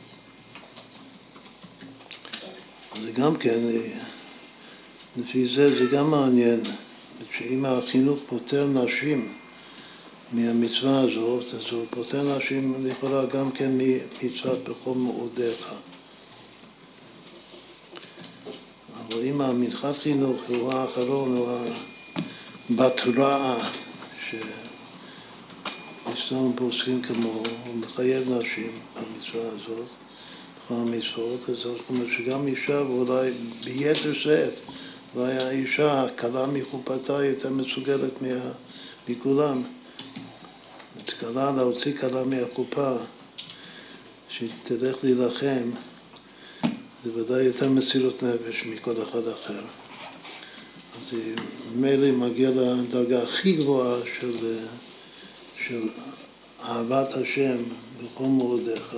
זה גם כן, לפי זה, זה גם מעניין, שאם החינוך פותר נשים מהמצווה הזאת, אז הוא פותר נשים לכאורה גם כן ממצוות בכל מאודיך. אבל אם המנחת חינוך הוא האחרון, הוא בתורה, שאסלאם פוסקים כמו, הוא מחייב נשים במצווה הזאת, בכל המצוות, אז זאת אומרת שגם אישה, ואולי ביתר שאת, אולי האישה, קלה מחופתה, יותר מסוגלת מכולם. קלה להוציא קלה מהחופה, שתלך להילחם, זה ודאי יותר מסירות נפש מכל אחד אחר. אז מילא מגיע לדרגה הכי גבוהה של, של אהבת השם בכל מאודיך.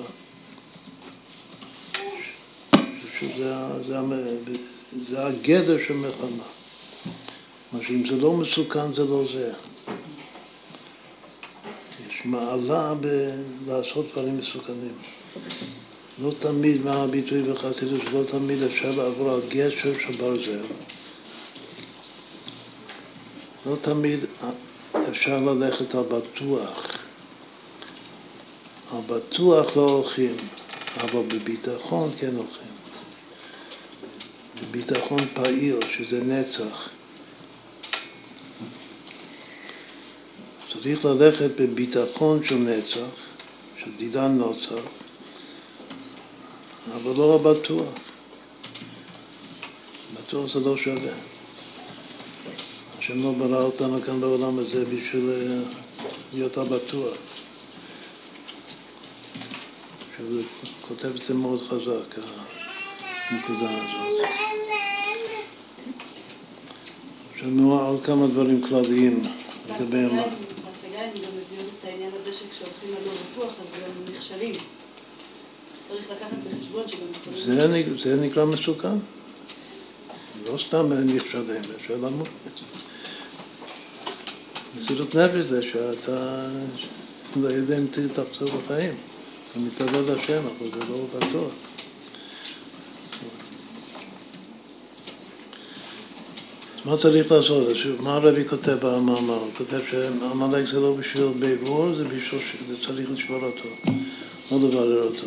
שזה, זה, זה הגדר של מלחמה. מה שאם זה לא מסוכן זה לא זה. יש מעלה בלעשות דברים מסוכנים. לא תמיד, מה הביטוי בחסידות, לא תמיד אפשר לעבור על גשר של ברזל. לא תמיד אפשר ללכת על בטוח. על בטוח לא הולכים, אבל בביטחון כן הולכים. ביטחון פעיל, שזה נצח. צריך ללכת בביטחון של נצח, של דידן נוצח, אבל לא בטוח. בטוח זה לא שווה. השם לא ברא אותנו כאן בעולם הזה בשביל להיות הבטוח. שהוא כותב את זה מאוד חזק, הנקודה הזאת. יש לנו עוד כמה דברים כלליים לגבי מה. בהשגה הם גם מביאים את העניין הזה שכשהולכים ללא בטוח אז הם נכשלים. צריך לקחת בחשבון שגם יכולים... זה נקרא מסוכן. לא סתם נכשלים, אפשר למות. מסירות נפש זה שאתה לא יודע אם תחזור בחיים. אתה מתפלל לשם, אבל זה לא בטוח. אז מה צריך לעשות? מה הרבי כותב במאמר? הוא כותב שהעמלק זה לא בשביל בעבור, זה בשביל שזה צריך לשבור אותו, לא לברר אותו.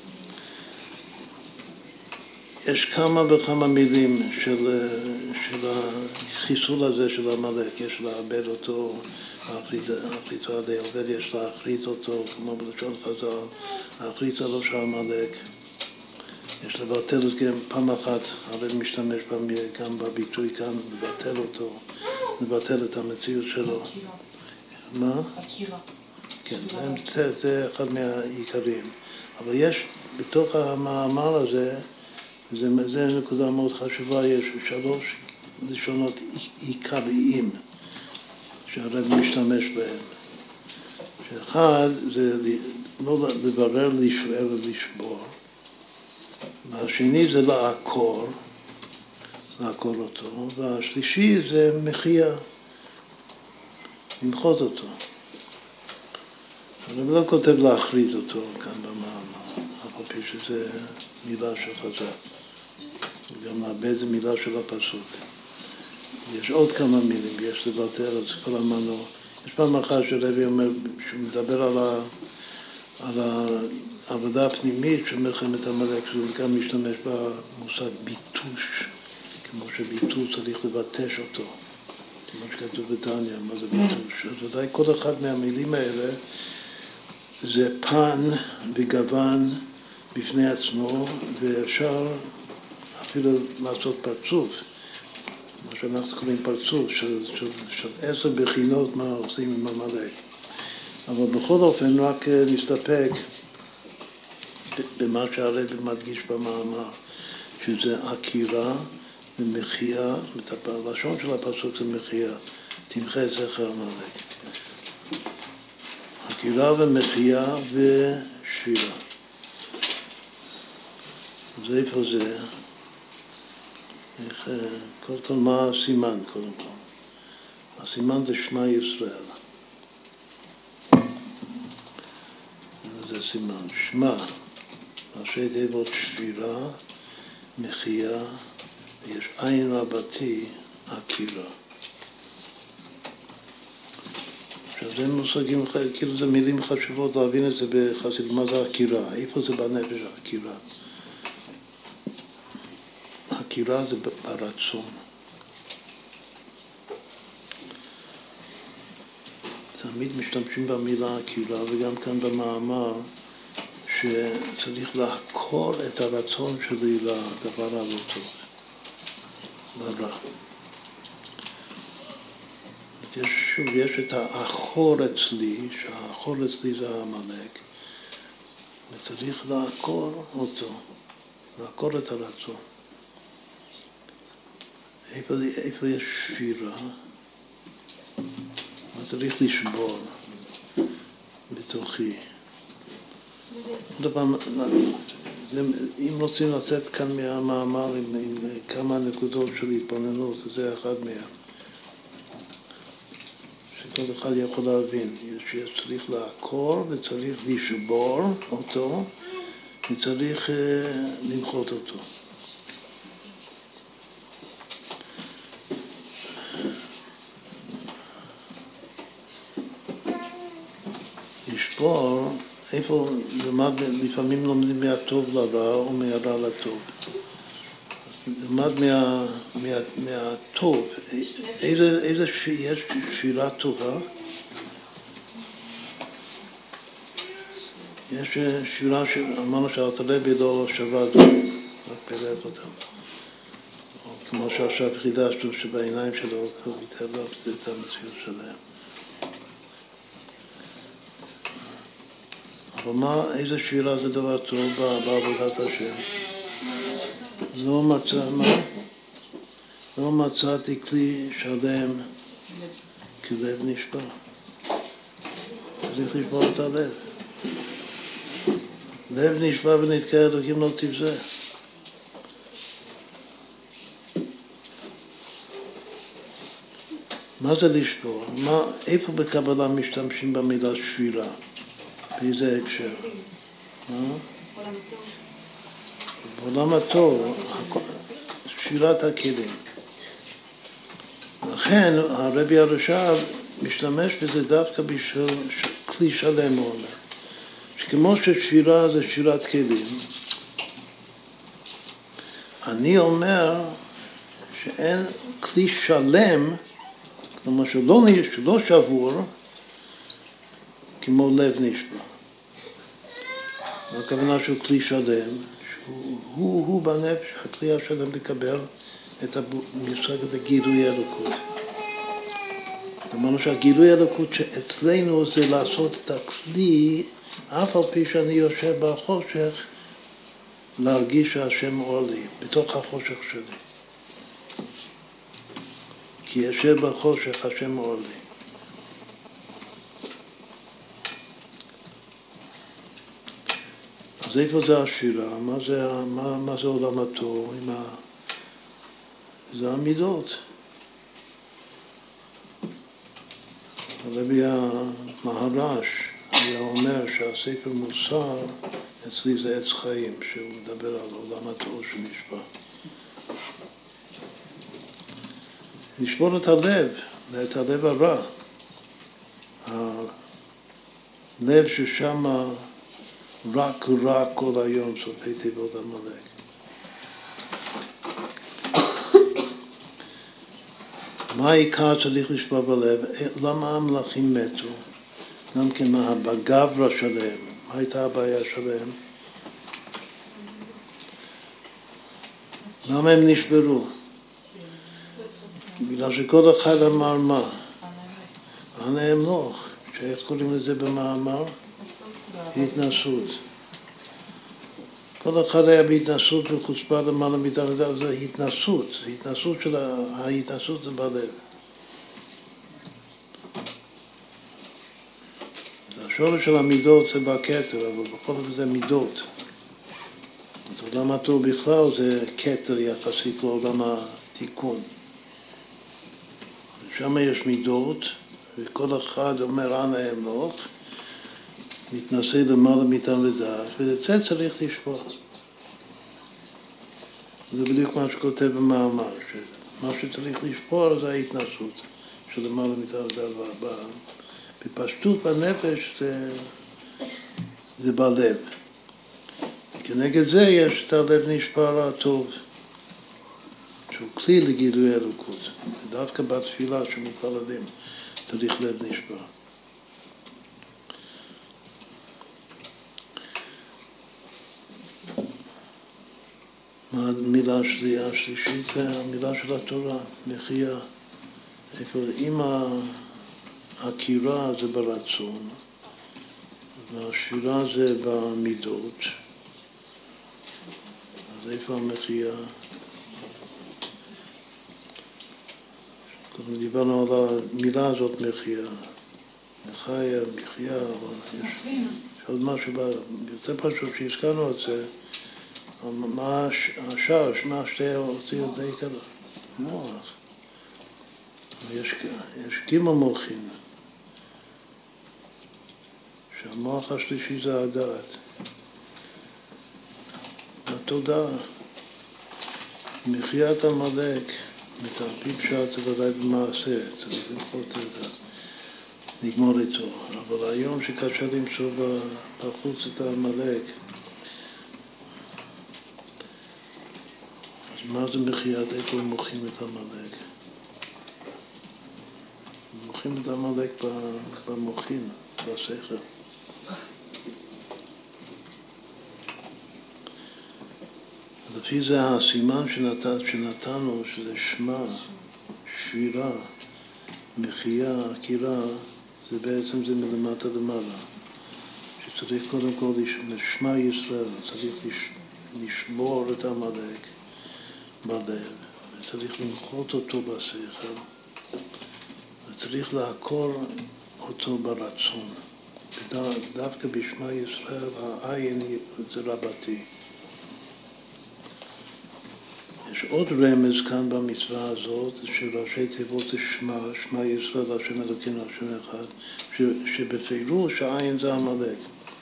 יש כמה וכמה מילים של, של החיסול הזה של העמלק, יש לאבד אותו, להחליטו עדי עובד, יש להחליט אותו, כמו בלשון חז"ל, להחליט עליו של העמלק. יש לבטל את זה פעם אחת, הרב משתמש גם בביטוי כאן, לבטל אותו, לבטל את המציאות שלו. הקירה. מה? הקירה. כן, זה, זה אחד מהעיקרים. אבל יש בתוך המאמר הזה, זה, זה נקודה מאוד חשובה, יש שלוש לשונות עיקריים שהרב משתמש בהם. שאחד זה לא לברר לישור אלא לשבור. והשני זה לעקור, לעקור אותו, והשלישי זה מחייה, למחות אותו. הרב לא כותב להחריט אותו כאן במאמר, אף על פי שזה מילה של חז"ל. גם לאבד זה מילה של הפסוק. יש עוד כמה מילים, יש לבטל, אז כל אמרנו. יש פעם אחת שרבי אומר, שהוא מדבר על, ה, על העבודה הפנימית של מלחמת עמלק, שהוא גם משתמש במושג ביטוש, כמו שביטוש צריך לבטש אותו. כמו שכתוב בתניא, מה זה ביטוש? אז ודאי כל אחד מהמילים האלה זה פן וגוון בפני עצמו, ואפשר אפילו לעשות פרצוף, מה שאנחנו קוראים פרצוף, של, של, של עשר בחינות מה עושים עם עמלק. אבל בכל אופן רק נסתפק במה שהרב מדגיש במאמר, שזה עקירה ומחייה, הלשון של הפסוק זה מחייה, תמחה את זכר עמלק. עקירה ומחייה ושבירה. אז איפה זה? איך, קודם כל מה הסימן קודם כל? הסימן זה שמע ישראל. זה סימן. שמע, ראשי תיבות שבירה, מחייה, ויש עין רבתי, עקירה. עכשיו זה מושגים, כאילו זה מילים חשובות להבין את זה בחסידות, מה זה עקירה? איפה זה בנפש עקירה? עקירה זה ברצון. תמיד משתמשים במילה עקירה, וגם כאן במאמר, שצריך לעקור את הרצון שלי לדבר הלא טוב, לרע. יש, שוב, יש את האחור אצלי, שהאחור אצלי זה העמלק, וצריך לעקור אותו, לעקור את הרצון. איפה, איפה יש שבירה? צריך לשבור בתוכי. עוד פעם, אם רוצים לצאת כאן מהמאמר עם, עם כמה נקודות של התבוננות, זה אחד מהם. שכל אחד יכול להבין, שצריך לעקור וצריך לשבור אותו וצריך uh, למחות אותו. לשבור, איפה למד, לפעמים לומדים מהטוב לרע או מהרע לטוב. תלמד מה, מה, מהטוב. איזה, איזה ש... יש שירה טובה? יש שירה שאמרנו שהרטלבי לא שווה דברים, רק פלט אותם. או כמו שעכשיו חידשנו שבעיניים שלו הוא ביטל לו את המציאות שלהם. אבל מה, איזה שירה זה דבר טוב בעבודת השם? לא מצא, מה? לא מצאתי כלי שלם כלב נשבר. צריך לשבור את הלב. לב נשבר ונתקע אלוקים לא תבזה. מה זה לשבור? מה, איפה בקבלה משתמשים במילה שבירה? באיזה הקשר? בעולם התור, שבירת הכלים. לכן הרבי הרש"ב משתמש בזה דווקא בשביל כלי שלם, הוא אומר. שכמו ששבירה זה שבירת כלים, אני אומר שאין כלי שלם, כלומר שלא, שלא שבור, כמו לב נשבר. הכוונה שהוא כלי שלם, שהוא הוא, הוא בנפש, הכלי השלם לקבל את המושג הזה גילוי אלוקות. אמרנו שהגילוי אלוקות שאצלנו זה לעשות את הכלי, אף על פי שאני יושב בחושך, להרגיש שהשם אור לי, בתוך החושך שלי. כי יושב בחושך, השם אור לי. אז איפה זה השירה? מה זה, מה, מה זה עולם התור? ה... זה המידות. הרבי המהר"ש היה אומר שהספר מוסר אצלי זה עץ חיים, שהוא מדבר על עולם התור שנשבר. לשבור את הלב, את הלב הרע. הלב ששם רק רק כל היום סופי תיבות עמלק. מה העיקר צריך לשבור בלב? למה המלאכים מתו? גם כן מה בגברה שלהם, מה הייתה הבעיה שלהם? למה הם נשברו? בגלל שכל אחד אמר מה? הנאמלוך, שאיך קוראים לזה במאמר? התנסות. כל אחד היה בהתנסות וחוצפה למעלה מידה, זה התנסות, התנסות של ההתנסות זה בלב. השורש של המידות זה בכתר, אבל בכל זאת זה מידות. עולם התור בכלל זה כתר יחסית לעולם התיקון. שם יש מידות, וכל אחד אומר אנא אמלוך, מתנסה למעלה מטעם ודעת, ואת זה צריך לשבור. זה בדיוק מה שכותב במאמר, שמה שצריך לשבור זה ההתנסות של למעלה מטעם ודעת. בפשטות בנפש זה, זה בלב. כנגד זה יש את הלב נשבר הטוב, שהוא כלי לגילוי אלוקות. ודווקא בתפילה שמתפללים צריך לב נשבר. המילה שלי, השלישית, המילה של התורה, מחייה. אם הקירה זה ברצון, והשירה זה במידות, אז איפה המחייה? קודם דיברנו על המילה הזאת מחייה. מחיה, מחייה, אבל יש, יש עוד משהו יותר פשוט שהזכרנו את זה. מה השאר, שמה שתי אותיות די כזה? מוח. יש, יש גימל מוחין. שהמוח השלישי זה הדעת. התודעה. מחיית עמלק, מתרפים שעת זה ודאי במעשה, צריך למחות את זה, נגמור איתו. אבל היום שקשה למצוא בחוץ את העמלק, מה זה מחיית? איפה הם מוחים את עמלק? מוחים את עמלק במוחין, בשכל. לפי זה הסימן שנת, שנתנו, שזה שמה, שבירה, מחייה, עקירה, זה בעצם זה מלמטה למעלה. שצריך קודם כל לשמע ישראל, צריך לשבור את עמלק בלב, וצריך למחות אותו בשכל, וצריך לעקור אותו ברצון. דווקא בשמע ישראל העין זה רבתי. יש עוד רמז כאן במצווה הזאת, שראשי תיבות שמע, שמע ישראל, השם אלוקינו, השם אחד, שבפירוש העין זה עמלק.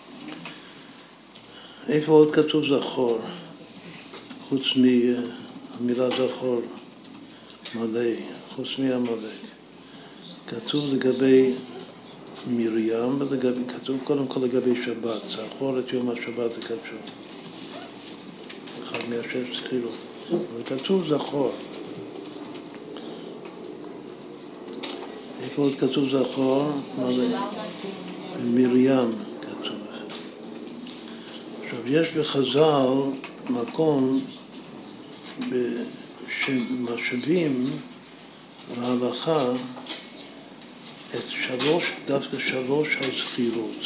איפה עוד כתוב זכור? חוץ מהמילה זכור, מלא, חוץ מעמלק. כתוב לגבי מרים, כתוב קודם כל לגבי שבת, זכור את יום השבת לקדשו. אחד מהשש זכירות. אבל כתוב זכור. איפה עוד כתוב זכור? מרים כתוב. עכשיו, יש בחז"ל מקום שמשווים להלכה את שלוש, דווקא שלוש הזכירות.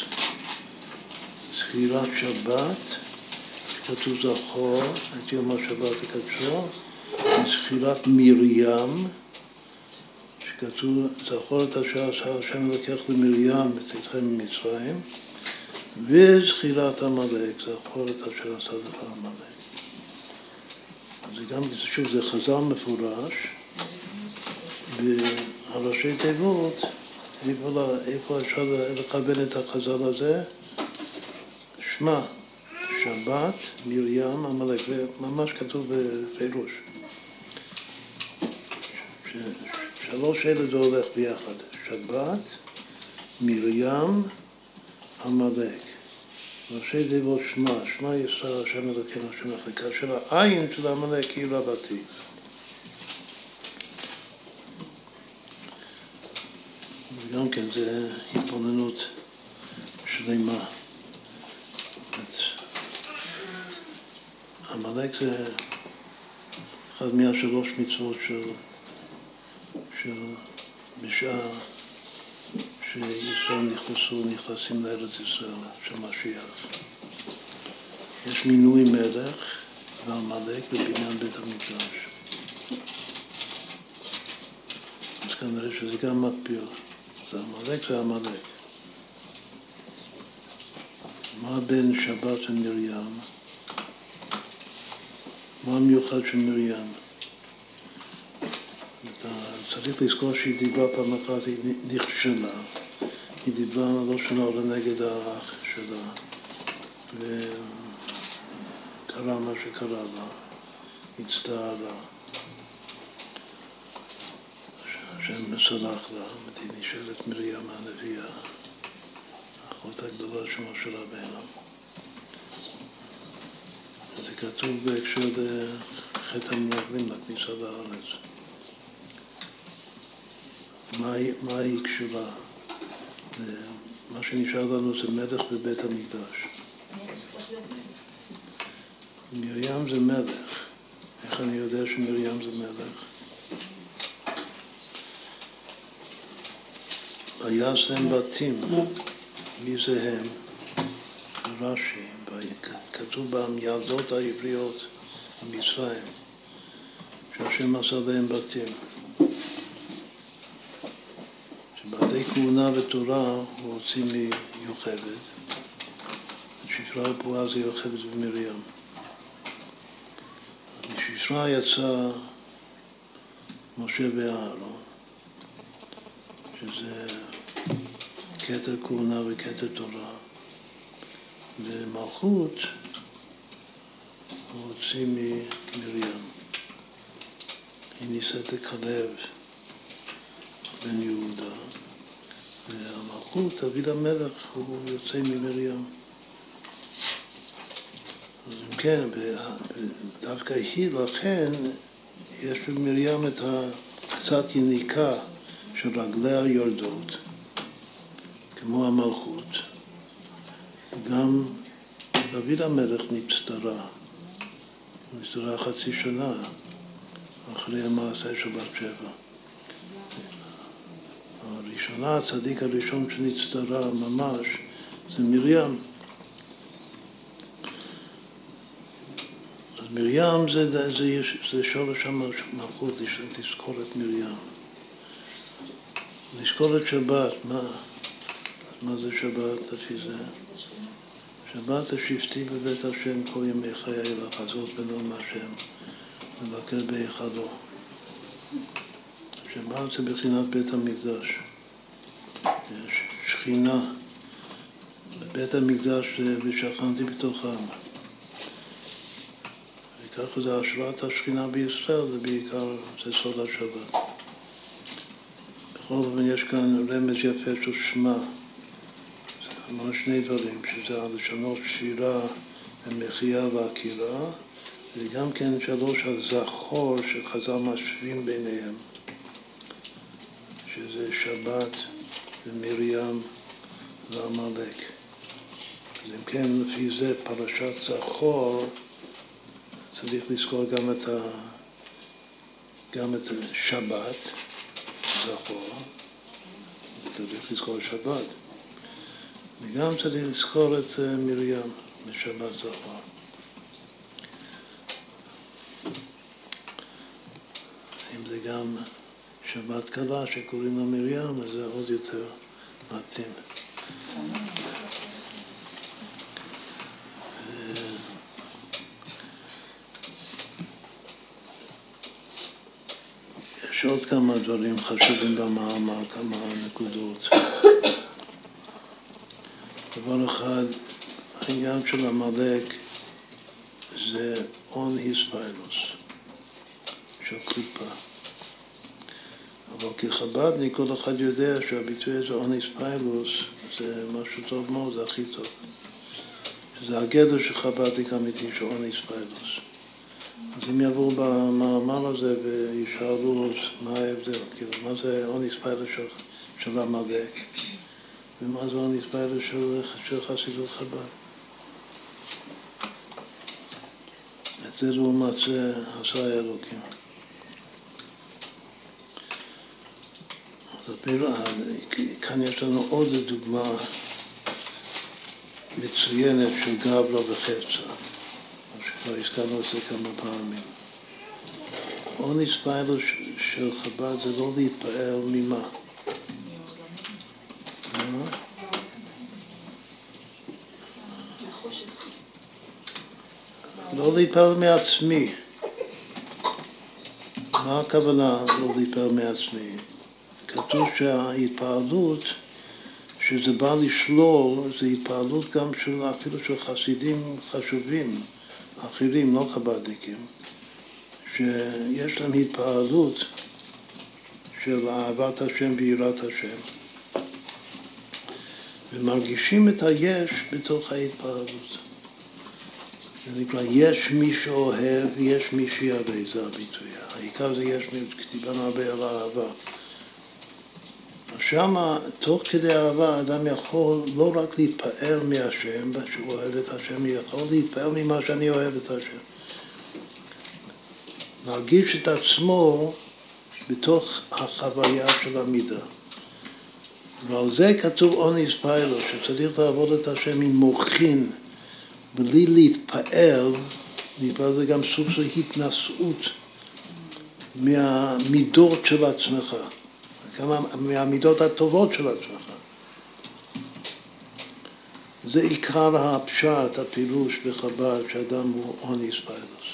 זכירת שבת, כתוב זכור את יום השבת לקדשו, זכירת מרים, שכתוב זכור את אשר עשה השם לקח למרים בצאתכם ממצרים, וזכירת עמלק, זכור את אשר עשה לך עמלק. אז זה גם, שוב, זה חז"ל מפורש, והראשי תיבות, איפה, איפה אפשר לקבל את החז"ל הזה? שמע. שבת, מרים, עמלק, זה ממש כתוב בפירוש. שלוש אלה זה הולך ביחד. שבת, מרים, עמלק. ראשי תיבות שמע, שמע ישראל, השם אלוקינו, השם אחד. כאשר העין של עמלק היא רבתי. וגם כן זה התבוננות שלמה. עמלק זה אחד מהשלוש מצוות של, של בשעה שישראל נכנסו, נכנסים לארץ ישראל, של משיח. יש מינוי מלך ועמלק בבניין בית המקדש. אז כנראה שזה גם מקביל. זה עמלק, זה עמלק. מה בין שבת ומרים? מה המיוחד של מרים? אתה צריך לזכור שהיא דיברה פעם אחת, היא נכשלה. היא דיברה לא שונה אלא נגד האח שלה. וקרה מה שקרה לה. הצטערה. השם מסלח לה. היא נשאלת מרים הנביאה. האחות הגדולה של משה רבנו. זה כתוב בהקשר לחטא המרגלים, לכניסה לארץ. מה, מה היא קשורה? מה שנשאר לנו זה מלך בבית המקדש. מרים זה מלך. איך אני יודע שמרים זה מלך? וישם בתים. מי זה הם? רש"י. כתוב במילדות העבריות במצרים, שהשם עשה להם בתים. שבתי כהונה ותורה הוא הוציא מיוחדת. שישרה ופועה זה יוחדת ומרים. משישרה יצא משה ואהרון, שזה כתר כהונה וכתר תורה. ומלכות הוא הוציא ממרים. היא נישאת לכלב בן יהודה, והמלכות, דוד המלך, הוא יוצא ממרים. אז אם כן, דווקא היא, לכן יש במרים את הקצת יניקה של רגליה יורדות, כמו המלכות. גם דוד המלך נצטרה, נצטרה חצי שנה אחרי המעשה של בת שבע. הראשונה, הצדיק הראשון שנצטרה ממש, זה מרים. אז מרים זה, זה, זה, זה שורש המלכות, לזכור את מרים. לזכור את שבת, מה, מה זה שבת לפי זה? שבת השבתי בבית השם כל ימי חיי לחזות בנאום השם, לבקר בהיכלו. שבת זה בחינת בית המקדש. יש שכינה. בבית המקדש ושכנתי בתוכם. וככה זה השראת השכינה בישראל, זה בעיקר, זה סוד השבת. בכל אופן יש כאן רמז יפה של שמה. זה ממש שני דברים, שזה הלשונות שירה ומחיה ועקירה, וגם כן שלוש הזכור שחז"ל משווים ביניהם, שזה שבת ומרים ועמלק. אז אם כן, לפי זה פרשת זכור, צריך לזכור גם את, ה... גם את שבת, זכור, צריך לזכור שבת. וגם צריך לזכור את מרים משבת זכור. אם זה גם שבת קלה שקוראים לה מרים, אז זה עוד יותר מתאים. יש עוד כמה דברים חשובים במאמר, כמה נקודות. דבר אחד, העניין של עמלק זה און היספיילוס, של קליפה. אבל כחב"דניק כל אחד יודע שהביטוי הזה און היספיילוס זה משהו טוב מאוד, זה הכי טוב. שזה הגדר של חב"דניק אמיתי של און היספיילוס. אז אם יבואו במאמר הזה וישאלו מה ההבדל, כאילו, מה זה און היספיילוס של, של עמלק? ומה זה הנספיילה של, של חסידות חב"ד. את זה לעומת זה עשה האלוקים. אז הפעילה, כאן יש לנו עוד דוגמה מצוינת של גבלה וחפצה, שכבר הזכרנו את זה כמה פעמים. הנספיילה של חב"ד זה לא להתפעל ממה. לא להתפעל מעצמי. מה הכוונה לא להתפעל מעצמי? כתוב שההתפעלות, שזה בא לשלול, זה התפעלות גם של, אפילו של חסידים חשובים, אחרים, לא חב"דניקים, שיש להם התפעלות של אהבת השם ויראת השם. ומרגישים את היש בתוך ההתפעלות. זה נקרא, יש מי שאוהב, יש מי שירא, זה הביטוי. העיקר זה יש מי, כתיבנו הרבה על האהבה. שמה, תוך כדי אהבה, האדם יכול לא רק להתפעל מהשם, שהוא אוהב את השם, יכול להתפעל ממה שאני אוהב את השם. להרגיש את עצמו בתוך החוויה של המידה. ועל זה כתוב און היספיילוס, שצריך לעבוד את השם עם מוחין, בלי להתפעל, להתפעל זה גם סוג של התנשאות מהמידות של עצמך, כמה מהמידות הטובות של עצמך. זה עיקר הפשט, הפילוש בחב"ד, שאדם הוא און היספיילוס.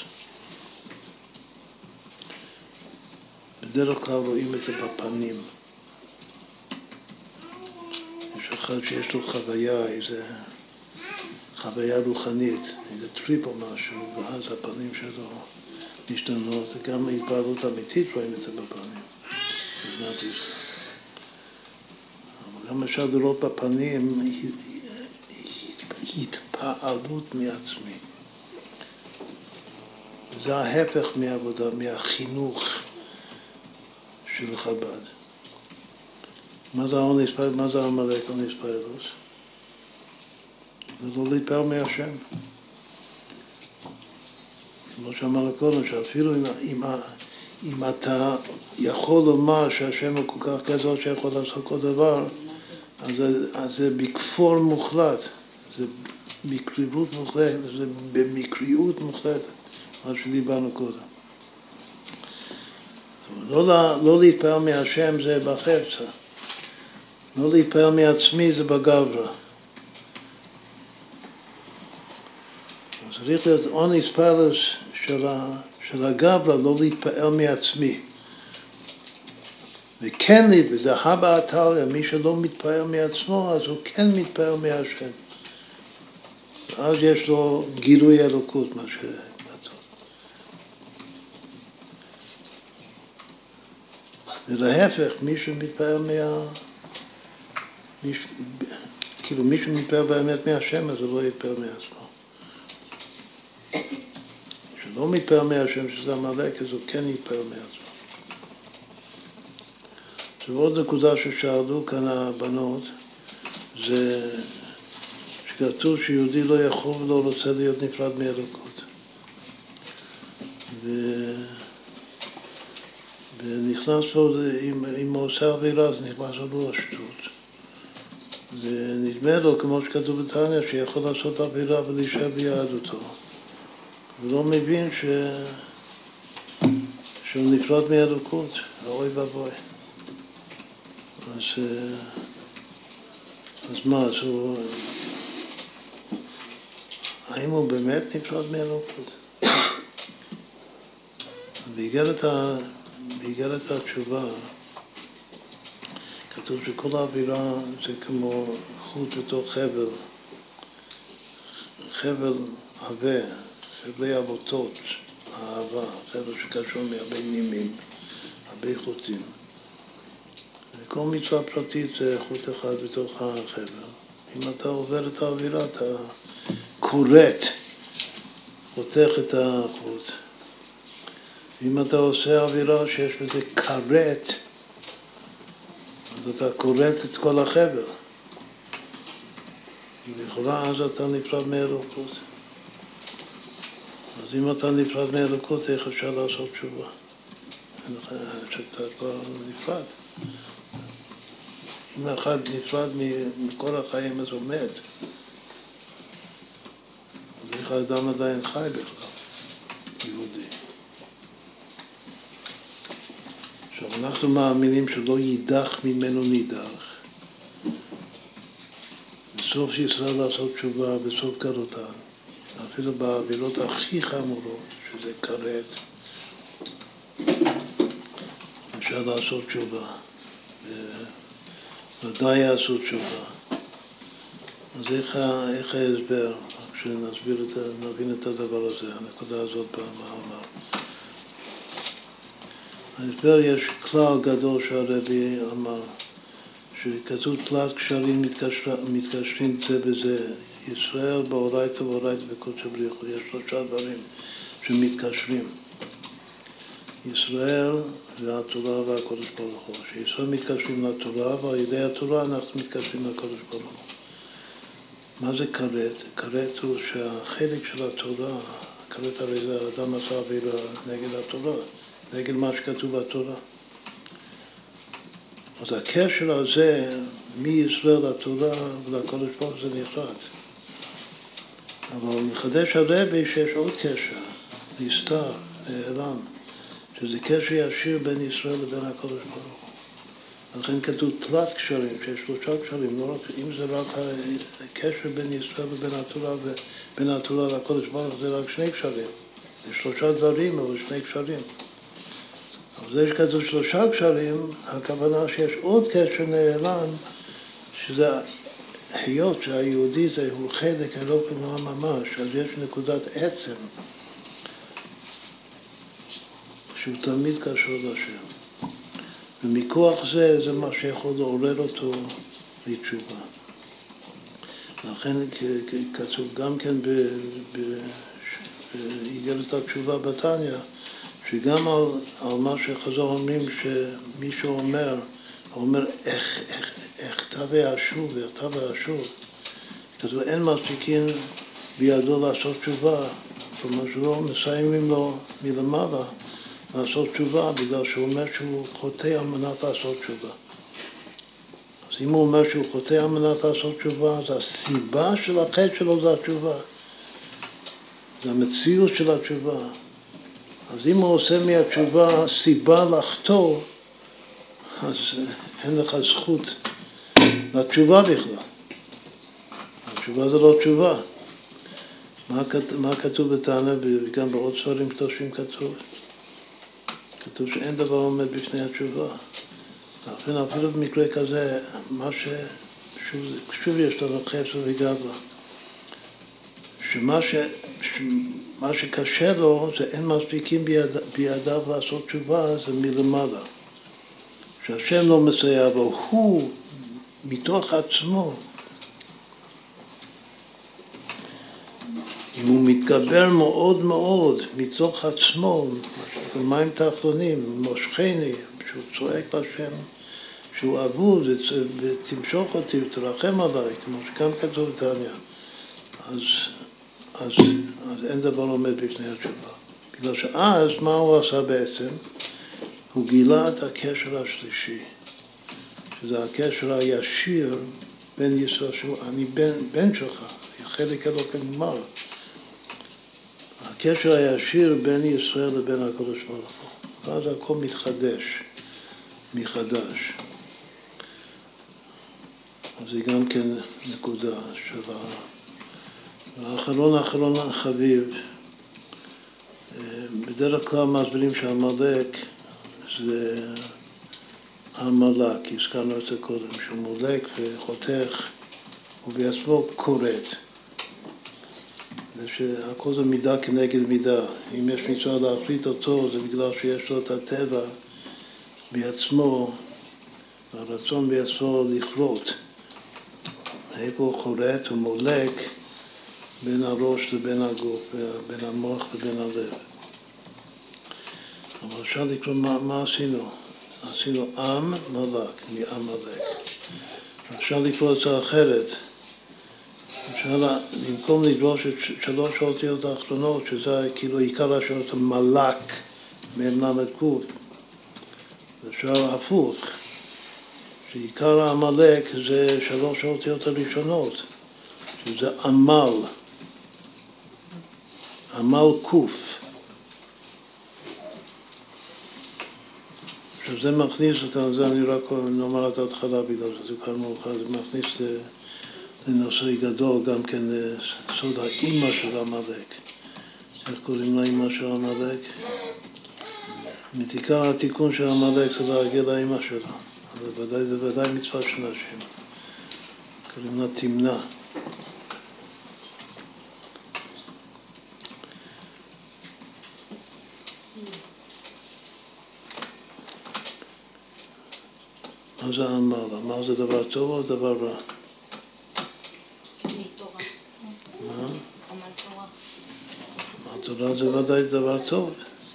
בדרך כלל רואים את זה בפנים. יש אחד שיש לו חוויה, איזה חוויה רוחנית, איזה טריפ או משהו, ואז הפנים שלו משתנות, וגם התפעלות אמיתית רואים את זה בפנים. אבל גם אפשר לראות בפנים התפעלות מעצמי. זה ההפך מהעבודה, מהחינוך של חב"ד. מה זה האונס פיילוס? מה זה עמלק אונס פיילוס? זה לא להתפעל מהשם. כמו שאמרנו קודם, שאפילו אם, אם, אם אתה יכול לומר שהשם הוא כל כך גדול שיכול לעשות כל דבר, אז זה, אז זה בכפור מוחלט, זה בקריבות מוחלטת, זה במקריות מוחלטת, מה שדיברנו קודם. לא, לא להתפעל מהשם זה בחפצה, לא להתפעל מעצמי זה בגברא. צריך להיות אונס פיילוס של, של הגברא, לא להתפעל מעצמי. וכן לי, וזה הבא עתליה, מי שלא מתפעל מעצמו, אז הוא כן מתפעל מהשם. אז יש לו גילוי אלוקות, מה שכתוב. ולהפך, מי שמתפעל מה... מי... כאילו מי שמתפעל באמת מהשם, אז הוא לא יתפעל מעצמו. שלא מתפעל מהשם, שזה עמלק, אז הוא כן יתפעל מעצמו. ועוד נקודה ששאלו כאן הבנות, זה שכתוב שיהודי לא יכול ולא רוצה להיות נפרד מאלוקות. ו... ונכנס לו, אם, אם הוא עושה עבירה, אז נכנס לו השטות. ונדמה לו, כמו שכתוב בתניא, שיכול לעשות עבירה ולהישאר ביהדותו. ולא מבין ש... שהוא נפרד מאלוקות, אוי ואבוי. אז, אז מה, אז הוא... האם הוא באמת נפרד מאלוקות? באיגרת ה... באיגרת התשובה כתוב שכל האווירה זה כמו חוט בתוך חבל, חבל עבה, חבלי אבותות, האהבה, חבל שקשור מהרבה נימים, הרבה חוטים. וכל מצווה פרטית זה חוט אחד בתוך החבל. אם אתה עובר את האווירה, אתה קורט, חותך את החוט. אם אתה עושה אווירה שיש בזה קרט, אז אתה קורט את כל החבל. לכאורה אז אתה נפרד מאלוקות. אז אם אתה נפרד מאלוקות, איך אפשר לעשות תשובה? שאתה כבר נפרד. אם אחד נפרד מכל החיים, אז הוא מת. אז איך האדם עדיין חי בכלל, יהודי. עכשיו, אנחנו מאמינים שלא יידח ממנו נידח. בסוף ישראל לעשות תשובה, בסוף גלותן. אפילו בעבירות הכי חמורות, שזה כרת, אפשר לעשות תשובה. ודאי יעשו תשובה. אז איך, איך ההסבר, כשנסביר את, נבין את הדבר הזה, הנקודה הזאת במאמר. ההסבר יש כלל גדול שהרבי אמר, שכתוב תלת קשרים מתקשר, מתקשרים זה בזה, ישראל באורייתא ואורייתא בקודש בריך הוא, יש שלושה דברים שמתקשרים. ישראל והתורה והקודש ברוך הוא. שישראל מתקשרים לתורה ועל ידי התורה אנחנו מתקשרים לקודש ברוך הוא. מה זה כרת? כרת הוא שהחלק של התורה, כרת הרי זה האדם עשה עבירה נגד התורה, נגד מה שכתוב בתורה. אז הקשר הזה מישראל לתורה ולקודש ברוך הוא זה נחרט. אבל מחדש הרבי שיש עוד קשר, נסתר, נעלם. שזה קשר ישיר בין ישראל לבין הקודש ברוך הוא. לכן כתוב תלת קשרים, שיש שלושה קשרים, לא רק, אם זה רק הקשר בין ישראל לבין התורה ובין התורה לקודש ברוך הוא, זה רק שני קשרים. זה שלושה דברים, אבל שני קשרים. אבל זה שכתוב שלושה קשרים, הכוונה שיש עוד קשר נעלם, שזה היות שהיהודי זה הוא חלק אלוקי ממש, אז יש נקודת עצם. שהוא תמיד קשור לשם. ומכוח זה, זה מה שיכול לעורר אותו לתשובה. לכן כתוב גם כן הגיע את התשובה בתניא, שגם על, על מה שחז"ל אומרים שמישהו אומר, הוא אומר איך, איך, איך תווה השוב, איך תווה השוב. כתוב אין מספיקים בידו לעשות תשובה, כלומר שלא מסיימים לו מלמעלה לעשות תשובה, בגלל שהוא אומר שהוא חוטא על מנת לעשות תשובה. אז אם הוא אומר שהוא חוטא על מנת לעשות תשובה, אז הסיבה של החטא שלו זה התשובה. זה המציאות של התשובה. אז אם הוא עושה מהתשובה סיבה לחטוא, אז אין לך זכות לתשובה בכלל. התשובה זה לא תשובה. מה, מה כתוב בתניא, וגם בעוד ספרים קדושים כתוב? כתוב שאין דבר עומד בפני התשובה. אפילו, אפילו במקרה כזה, מה ש... שוב, שוב יש לנו חפץ וגאווה. שמה ש... מה שקשה לו זה אין מספיקים ביד... בידיו לעשות תשובה, זה מלמעלה. שהשם לא מסייע, אבל הוא מתוך עצמו, אם הוא מתגבר מאוד מאוד מתוך עצמו, במים תחתונים, מושכני, שהוא צועק לשם, שהוא אבוד, ותמשוך אותי ותרחם עליי, כמו שגם כתוב בתניא, אז, אז, אז אין דבר עומד בפני התשובה. בגלל שאז מה הוא עשה בעצם? הוא גילה את הקשר השלישי, שזה הקשר הישיר בין ישראל, אני בן, בן שלך, חלק אלוקי ממעל. הקשר הישיר בין ישראל לבין הקדוש ברוך הוא. ואז הכל מתחדש, מחדש. אז זה גם כן נקודה שווה. האחרון האחרון חביב, בדרך כלל מסבירים שהעמלק זה עמלק, הזכרנו את זה קודם, שהוא מולק וחותך ובעצמו כורת. שהכל זה מידה כנגד מידה. אם יש מצווה להחליט אותו, זה בגלל שיש לו את הטבע בעצמו, הרצון בעצמו לכרות. איפה הוא חורט ומולק בין הראש לבין הגוף, בין המוח לבין הלב. אבל אפשר לקרוא מה, מה עשינו? עשינו עם מלק, מעם מלק. אפשר לקרוא את זה אחרת. אפשר, במקום לדרוש את שלוש האותיות האחרונות, שזה כאילו עיקר השאלות המלק, מהם למד קוף. אפשר הפוך, שעיקר העמלק זה שלוש האותיות הראשונות, שזה עמל, עמל קוף. שזה מכניס אותנו, זה אני רק נאמר את ההתחלה בגלל שזה כבר מאוחר, זה מכניס לנושא גדול, גם כן סוד האימא של עמלק. איך קוראים לאימא של עמלק? מתיקר התיקון של עמלק זה להגיע לאימא שלה. זה ודאי, זה ודאי מצווה של נשים. קוראים לה תמנע. מה זה עמל? עמל זה דבר טוב או דבר רע? מה? עמל תורה זה ודאי דבר טוב.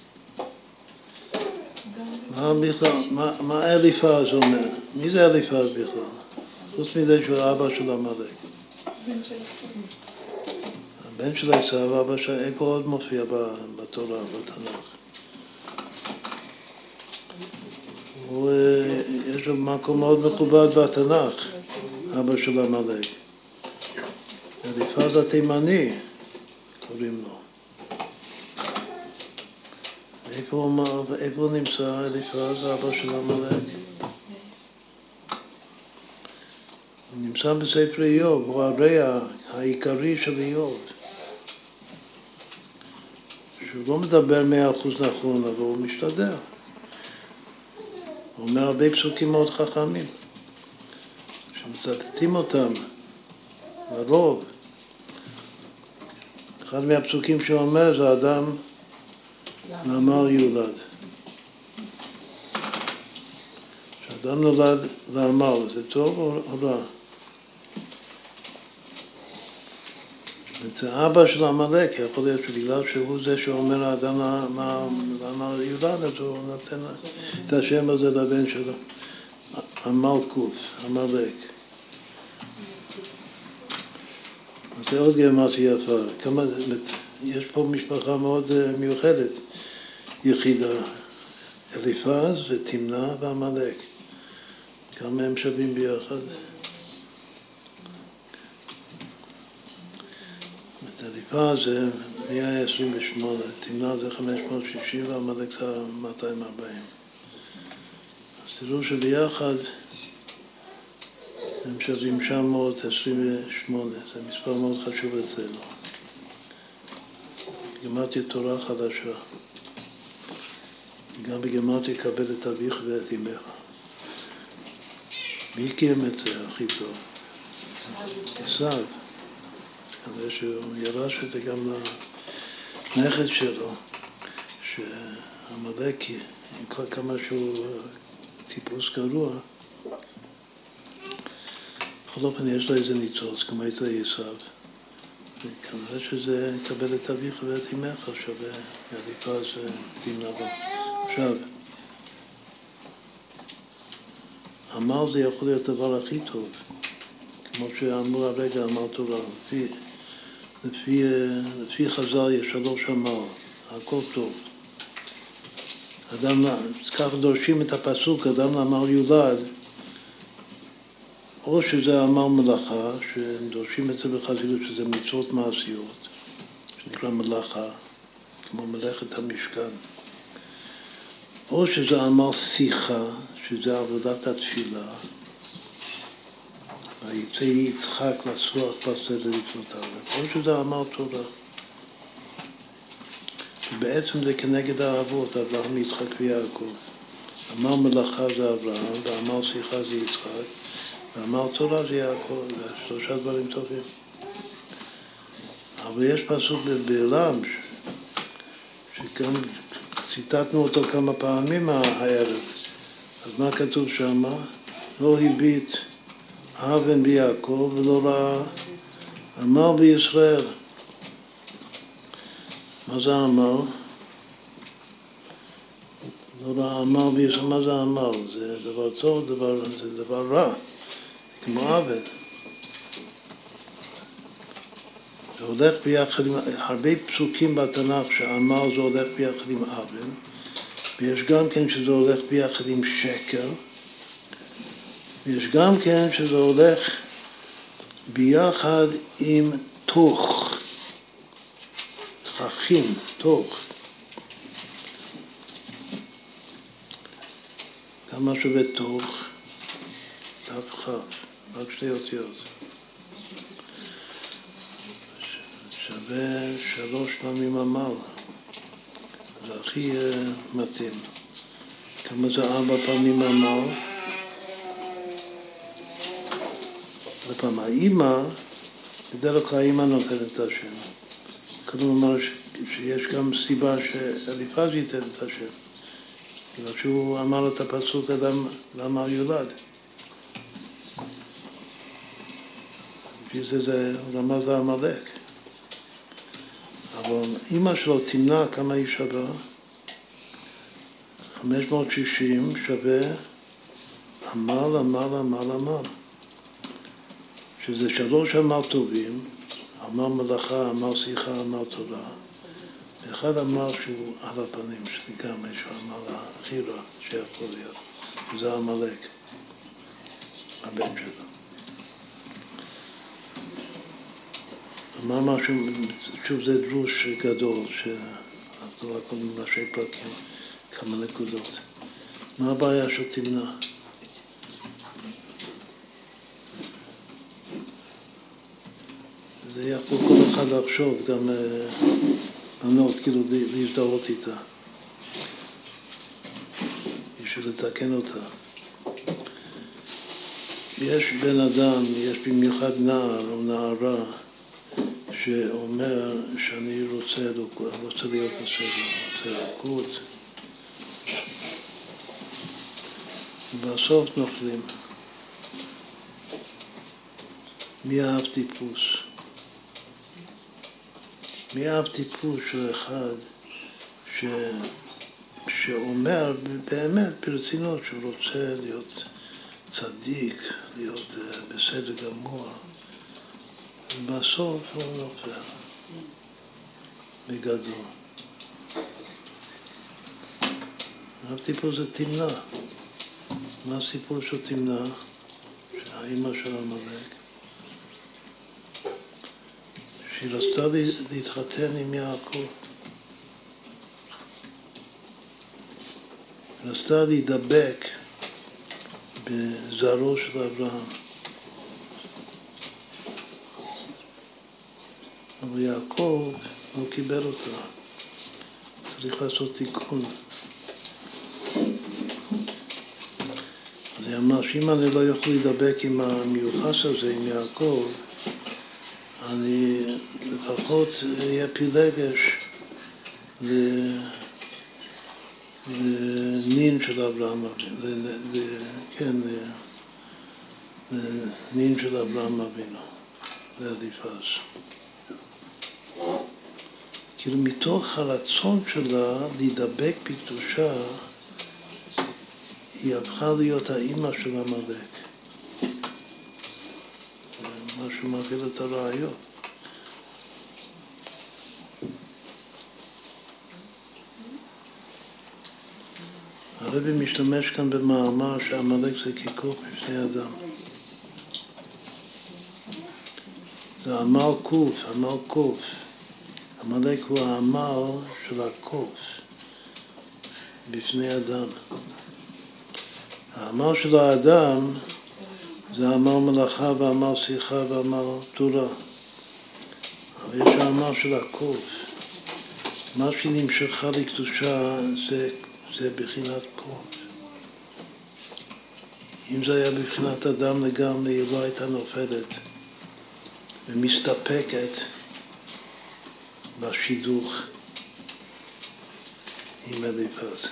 מה בכלל? מה, מה אליפז אומר? מי זה אליפז בכלל? חוץ מזה שהוא אבא של עמלק. הבן של עשיו, אבא של... איפה עוד מופיע בתורה, בתנ"ך? הוא, יש לו מקום מאוד מכובד בתנ"ך, אבא של עמלק. אליפז התימני, קוראים לו. איפה, איפה נמצא אליפז, אבא של עמלק? הוא נמצא בספר איוב, הוא הרע העיקרי של איוב. שהוא לא מדבר מאה אחוז נכון, אבל הוא משתדל. הוא אומר הרבה פסוקים מאוד חכמים, שמצטטים אותם לרוב. אחד מהפסוקים שהוא אומר זה אדם לעמל יולד. כשאדם נולד לעמל, זה טוב או רע? אבא של עמלק, יכול להיות שבגלל שהוא זה שאומר האדם למה יולד, אז הוא נותן את השם הזה לבן שלו. המלכות, עמלק. אז זה עוד גמרתי יפה. כמה, יש פה משפחה מאוד מיוחדת, יחידה. אליפז ותמנה ועמלק. כמה הם שווים ביחד? אליפז זה מאה עשרים ושמונה, תמנה זה חמש מאות ושישים ועמלק זה מאתיים וארבעים. אז תראו שביחד הם שווים תשע מאות עשרים ושמונה, זה מספר מאוד חשוב אצלנו. גמרתי תורה חדשה. גם בגמרתי קבל את אביך ואת אמך. מי קיים את זה הכי טוב? עשיו. אז כנראה שהוא ירש את זה גם לנכד שלו, שעמלק, עם כל כמה שהוא טיפוס גרוע, בכל אופן יש לו איזה ניצוץ, כמו איזה עשיו. וכנראה שזה קבל את אביך ואת אמך, שווה אליפז תמנה בו. עכשיו, עמל זה יכול להיות הדבר הכי טוב, כמו שאמרו הרגע, עמל תורה. לפי, לפי, לפי חז"ל יש שלוש עמל, הכל טוב. אדם, כך דורשים את הפסוק, אדם לעמל יולד, או שזה עמל מלאכה, שדורשים את זה בחסידות, שזה מצוות מעשיות, שנקרא מלאכה, כמו מלאכת המשכן. או שזה עמל שיחה, שזה עבודת התפילה, ויצא יצחק לסוח בסדר לקנותיו, או שזה עמל תורה. שבעצם זה כנגד האבות, אברהם, יצחק ויעקב. עמל מלאכה זה אברהם, ועמל שיחה זה יצחק, ועמל תורה זה יעקב, זה שלושה דברים טובים. אבל יש פסוק בעולם, שגם ציטטנו אותו כמה פעמים הערב. אז מה כתוב שם? לא הביט אבן ביעקב ולא ראה עמל בישראל. מה זה עמל? לא ראה עמל בישראל. מה זה עמל? זה דבר טוב, דבר, זה דבר רע, כמו אבן. זה הולך ביחד עם, הרבה פסוקים בתנ"ך שעמל זה הולך ביחד עם אבן, ויש גם כן שזה הולך ביחד עם שקר, ויש גם כן שזה הולך ביחד עם תוך, תככים, תוך. כמה שווה תוך? תפך, רק שתי אותיות. שווה שלוש פעמים עמל. זה הכי uh, מתאים. כמה זה ארבע פעמים עמל? לפעמים האמא, בדרך כלל האמא נותנת את השם. כלומר שיש גם סיבה שאליפז ייתן את השם. בגלל שהוא אמר את הפסוק אדם למה יולד. לפי זה זה רמז לעמלק. אבל אמא שלו תמנה כמה היא שווה? חמש מאות ושישים שווה עמל, עמל, עמל, עמל. שזה שלוש עמל טובים, עמל מלאכה, עמל שיחה, עמל תורה. ואחד עמל שהוא על הפנים, שזה גם יש עמל הכי רע שיכול להיות. וזה עמלק, הבן שלו. אמר משהו, שוב זה דרוש גדול, שאנחנו רק קוראים ראשי פרקים, כמה נקודות. מה הבעיה של תמנה? זה יכול כל אחד לחשוב, גם לענות, כאילו להזדהות איתה. בשביל לתקן אותה. יש בן אדם, יש במיוחד נער או נערה, שאומר שאני רוצה, רוצה להיות בסדר, רוצה לקרות. ובסוף נופלים. מי אהב טיפוס? מי אהב טיפול של אחד ש... שאומר באמת ברצינות שהוא רוצה להיות צדיק, להיות uh, בסדר גמור, ובסוף הוא נופל בגדול. הטיפול זה תמנע. מה הסיפור של תמנע? שהאימא של עמלק, שהיא רצתה להתחתן עם יעקב. רצתה להידבק בזרעו של אברהם. אבל יעקב לא קיבל אותה. צריך לעשות תיקון. אז היא אמרה שאם אני לא יכול להידבק עם המיוחס הזה, עם יעקב, אני לפחות אהיה פילגש לנין של אברהם אבינו, כן, לנין של אברהם אבינו, לאליפז. כאילו מתוך הרצון שלה להידבק בקדושה, היא הפכה להיות האימא של עמלק. משהו מביא את הרעיון. הרבי משתמש כאן במאמר שעמלק זה כיכוך בפני אדם. זה עמל קוף, עמל קוף. עמלק הוא העמל של הקוף בפני אדם. העמל של האדם זה עמל מלאכה ועמל שיחה ועמל תורה. אבל יש העמל של הקוף. מה שנמשכה לקדושה זה, זה בחינת קוף. אם זה היה בבחינת אדם לגמרי, היא לא הייתה נופלת ומסתפקת בשידוך עם אליפז.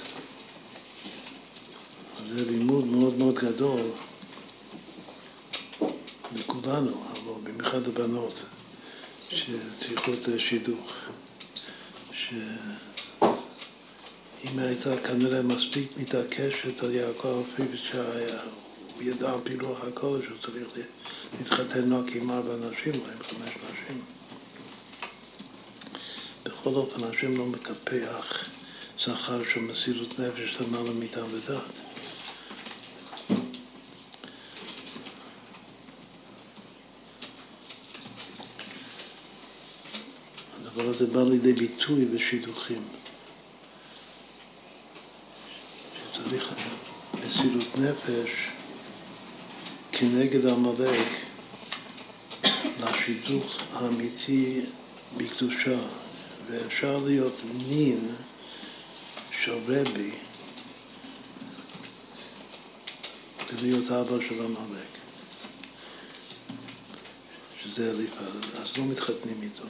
זה לימוד מאוד מאוד גדול לכולנו, אבל במיוחד הבנות שצריכות שידוך. שאם הייתה כנראה מספיק מתעקשת על יעקב אבינו שהוא ידע פילוח הקודש, שהוא צריך להתחתן רק עם ארבע נשים או עם חמש נשים. בכל אופן, השם לא מקפח שכר של מסירות נפש למעלה מיתה ודעת. הדבר הזה בא לידי ביטוי בשידוכים. שצריך מסירות נפש כנגד עמלק לשידוך האמיתי בקדושה. ואפשר להיות נין של רבי ולהיות אבא של עמלק, שזה אליפז, אז לא מתחתנים איתו.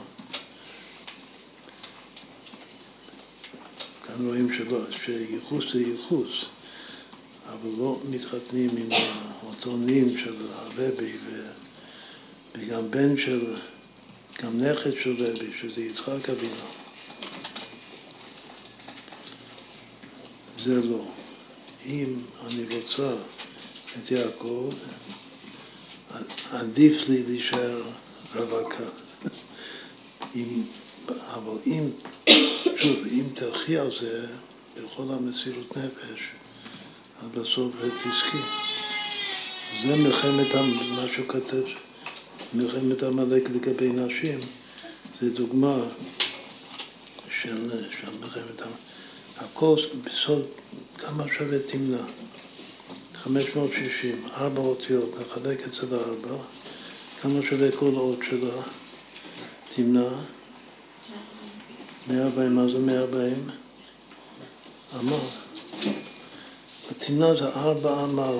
כאן רואים שלא, שייחוס זה ייחוס, אבל לא מתחתנים עם אותו נין של הרבי וגם בן של גם נכד של רבי, שזה יצחק אבינו. זה לא. אם אני רוצה את יעקב, עדיף לי להישאר רווקה. אבל אם, שוב, אם תלכי על זה, בכל המסירות נפש, אז בסוף תזכי. זה מלחמת, מה שהוא כתב, מלחמת עמלק לגבי נשים, זה דוגמה של, של מלחמת עמלק. הכל בסוד כמה שווה תמנע. חמש מאות ושישים, ארבע אותיות, נחלק את זה לארבע, כמה שווה כל אות שלה, תמנע. מאה וארבעים, מה זה מאה וארבעים? עמל. התמנע זה ארבע עמל.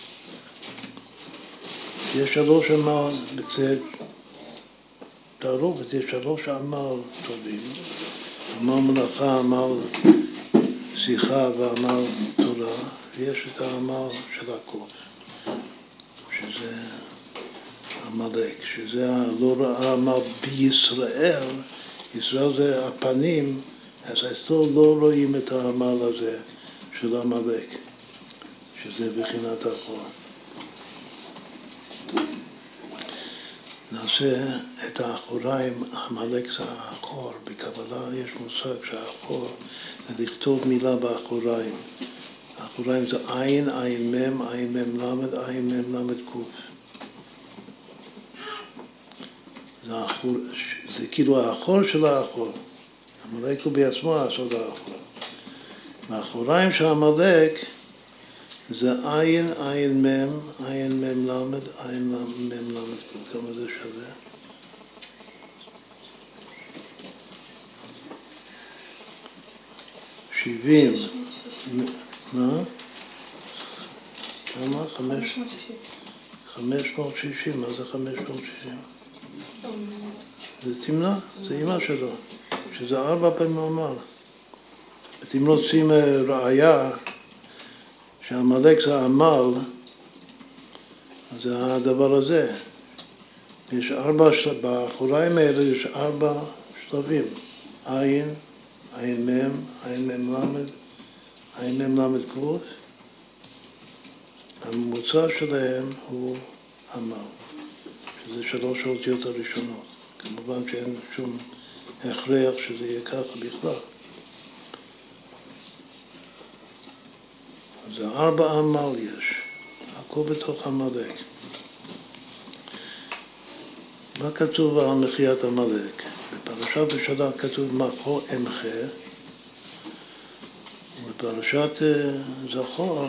יש שלוש עמל, זה תערובת, יש שלוש עמל טובים. עמל מלאכה, עמל שיחה ועמל תורה, ויש את העמל של הקוף, שזה עמלק, שזה לא ראה עמל בישראל, ישראל זה הפנים, אז אצלו לא רואים את העמל הזה של עמלק, שזה בחינת האחור. נעשה את האחוריים, עמלק זה האחור, בקבלה יש מושג שהאחור זה לכתוב מילה באחוריים. האחוריים זה עין, עין מם, עין מם למד, עין מם למד קוף. זה, האחור, זה כאילו האחור של האחור. עמלק הוא בעצמו הסוד האחור. והאחוריים של עמלק זה עין, עין מם, עין מם למד, עין מם למד קוף. כמה זה שווה? שבעים. מה? כמה? חמש מאות שישים. מה זה חמש מאות שישים? זה תמנה, זה אימא שלו, שזה ארבע פעמים עמל. אם רוצים ראיה שהעמלק זה עמל, אז זה הדבר הזה. יש ארבע, באחוריים האלה יש ארבע שלבים. עין, עין מם, עין מם למד, עין מם למד קוף. הממוצע שלהם הוא עמל, שזה שלוש האותיות הראשונות. כמובן שאין שום הכרח שזה יהיה ככה בכלל. אז ארבע עמל יש, הכל בתוך עמלק. מה כתוב על מחיית עמלק? בפרשת בשלח כתוב מחו אמחה, ובפרשת זכור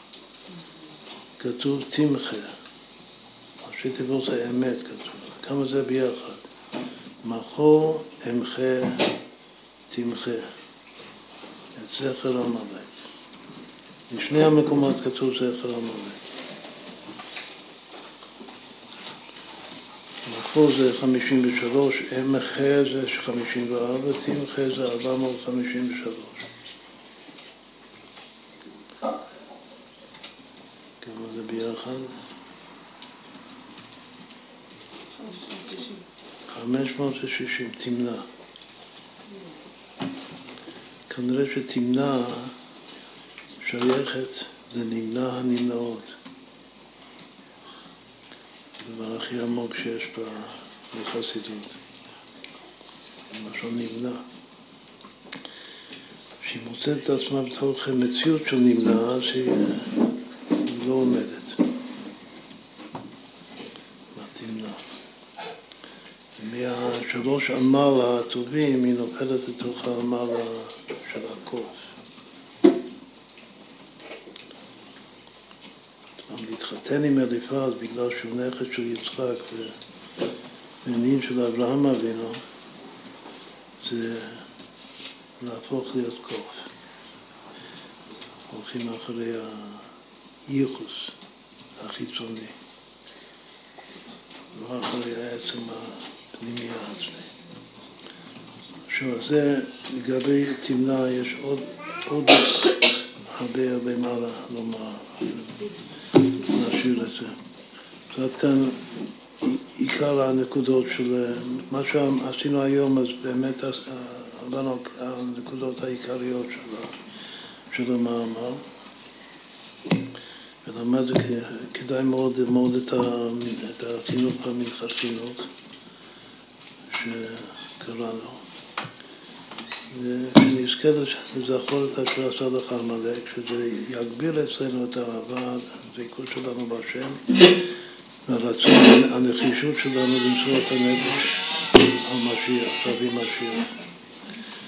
כתוב תמחה. ראשי תיבות זה אמת כתוב. כמה זה ביחד? מחו אמחה תמחה. את זכר עמלק. בשני המקומות כתוב זכר עמלק. מחו זה חמישים ושלוש, אמחה זה חמישים וארבע, תמחה זה ארבע מאות חמישים ושלוש. כמה זה ביחד? חמש מאות ושישים, תמנה. כנראה שתמנה שייכת לנמנה הנמנעות. זה הדבר הכי עמוק שיש בחסידות. משהו נמנה. שהיא מוצאת את עצמה בתוך מציאות של נמנה, אז היא, היא לא עומדת. תמנה. מהשלוש עמל הטובים היא נופלת לתוך העמל של הקוף. להתחתן עם אליפז בגלל שהוא נכד של יצחק ונין של אברהם אבינו, זה להפוך להיות קוף. הולכים אחרי הייחוס החיצוני. לא אחרי העצם הפנימי העצמי. עכשיו, זה לגבי תמנה יש עוד, עוד הרבה הרבה מה לומר, נשאיר את זה. זאת כאן עיקר הנקודות של מה שעשינו היום, אז באמת עברנו על הנקודות העיקריות של המאמר. ולמד כדאי מאוד ללמוד את החינוך המלכתחילות שקראנו. ושנזכה לזכור את אשר עשה לך עמלק, שזה יגביר אצלנו את האהבה, הזיקות שלנו בהשם, והרצון, הנחישות שלנו למסור את הנפש על משיח, סבי משיח.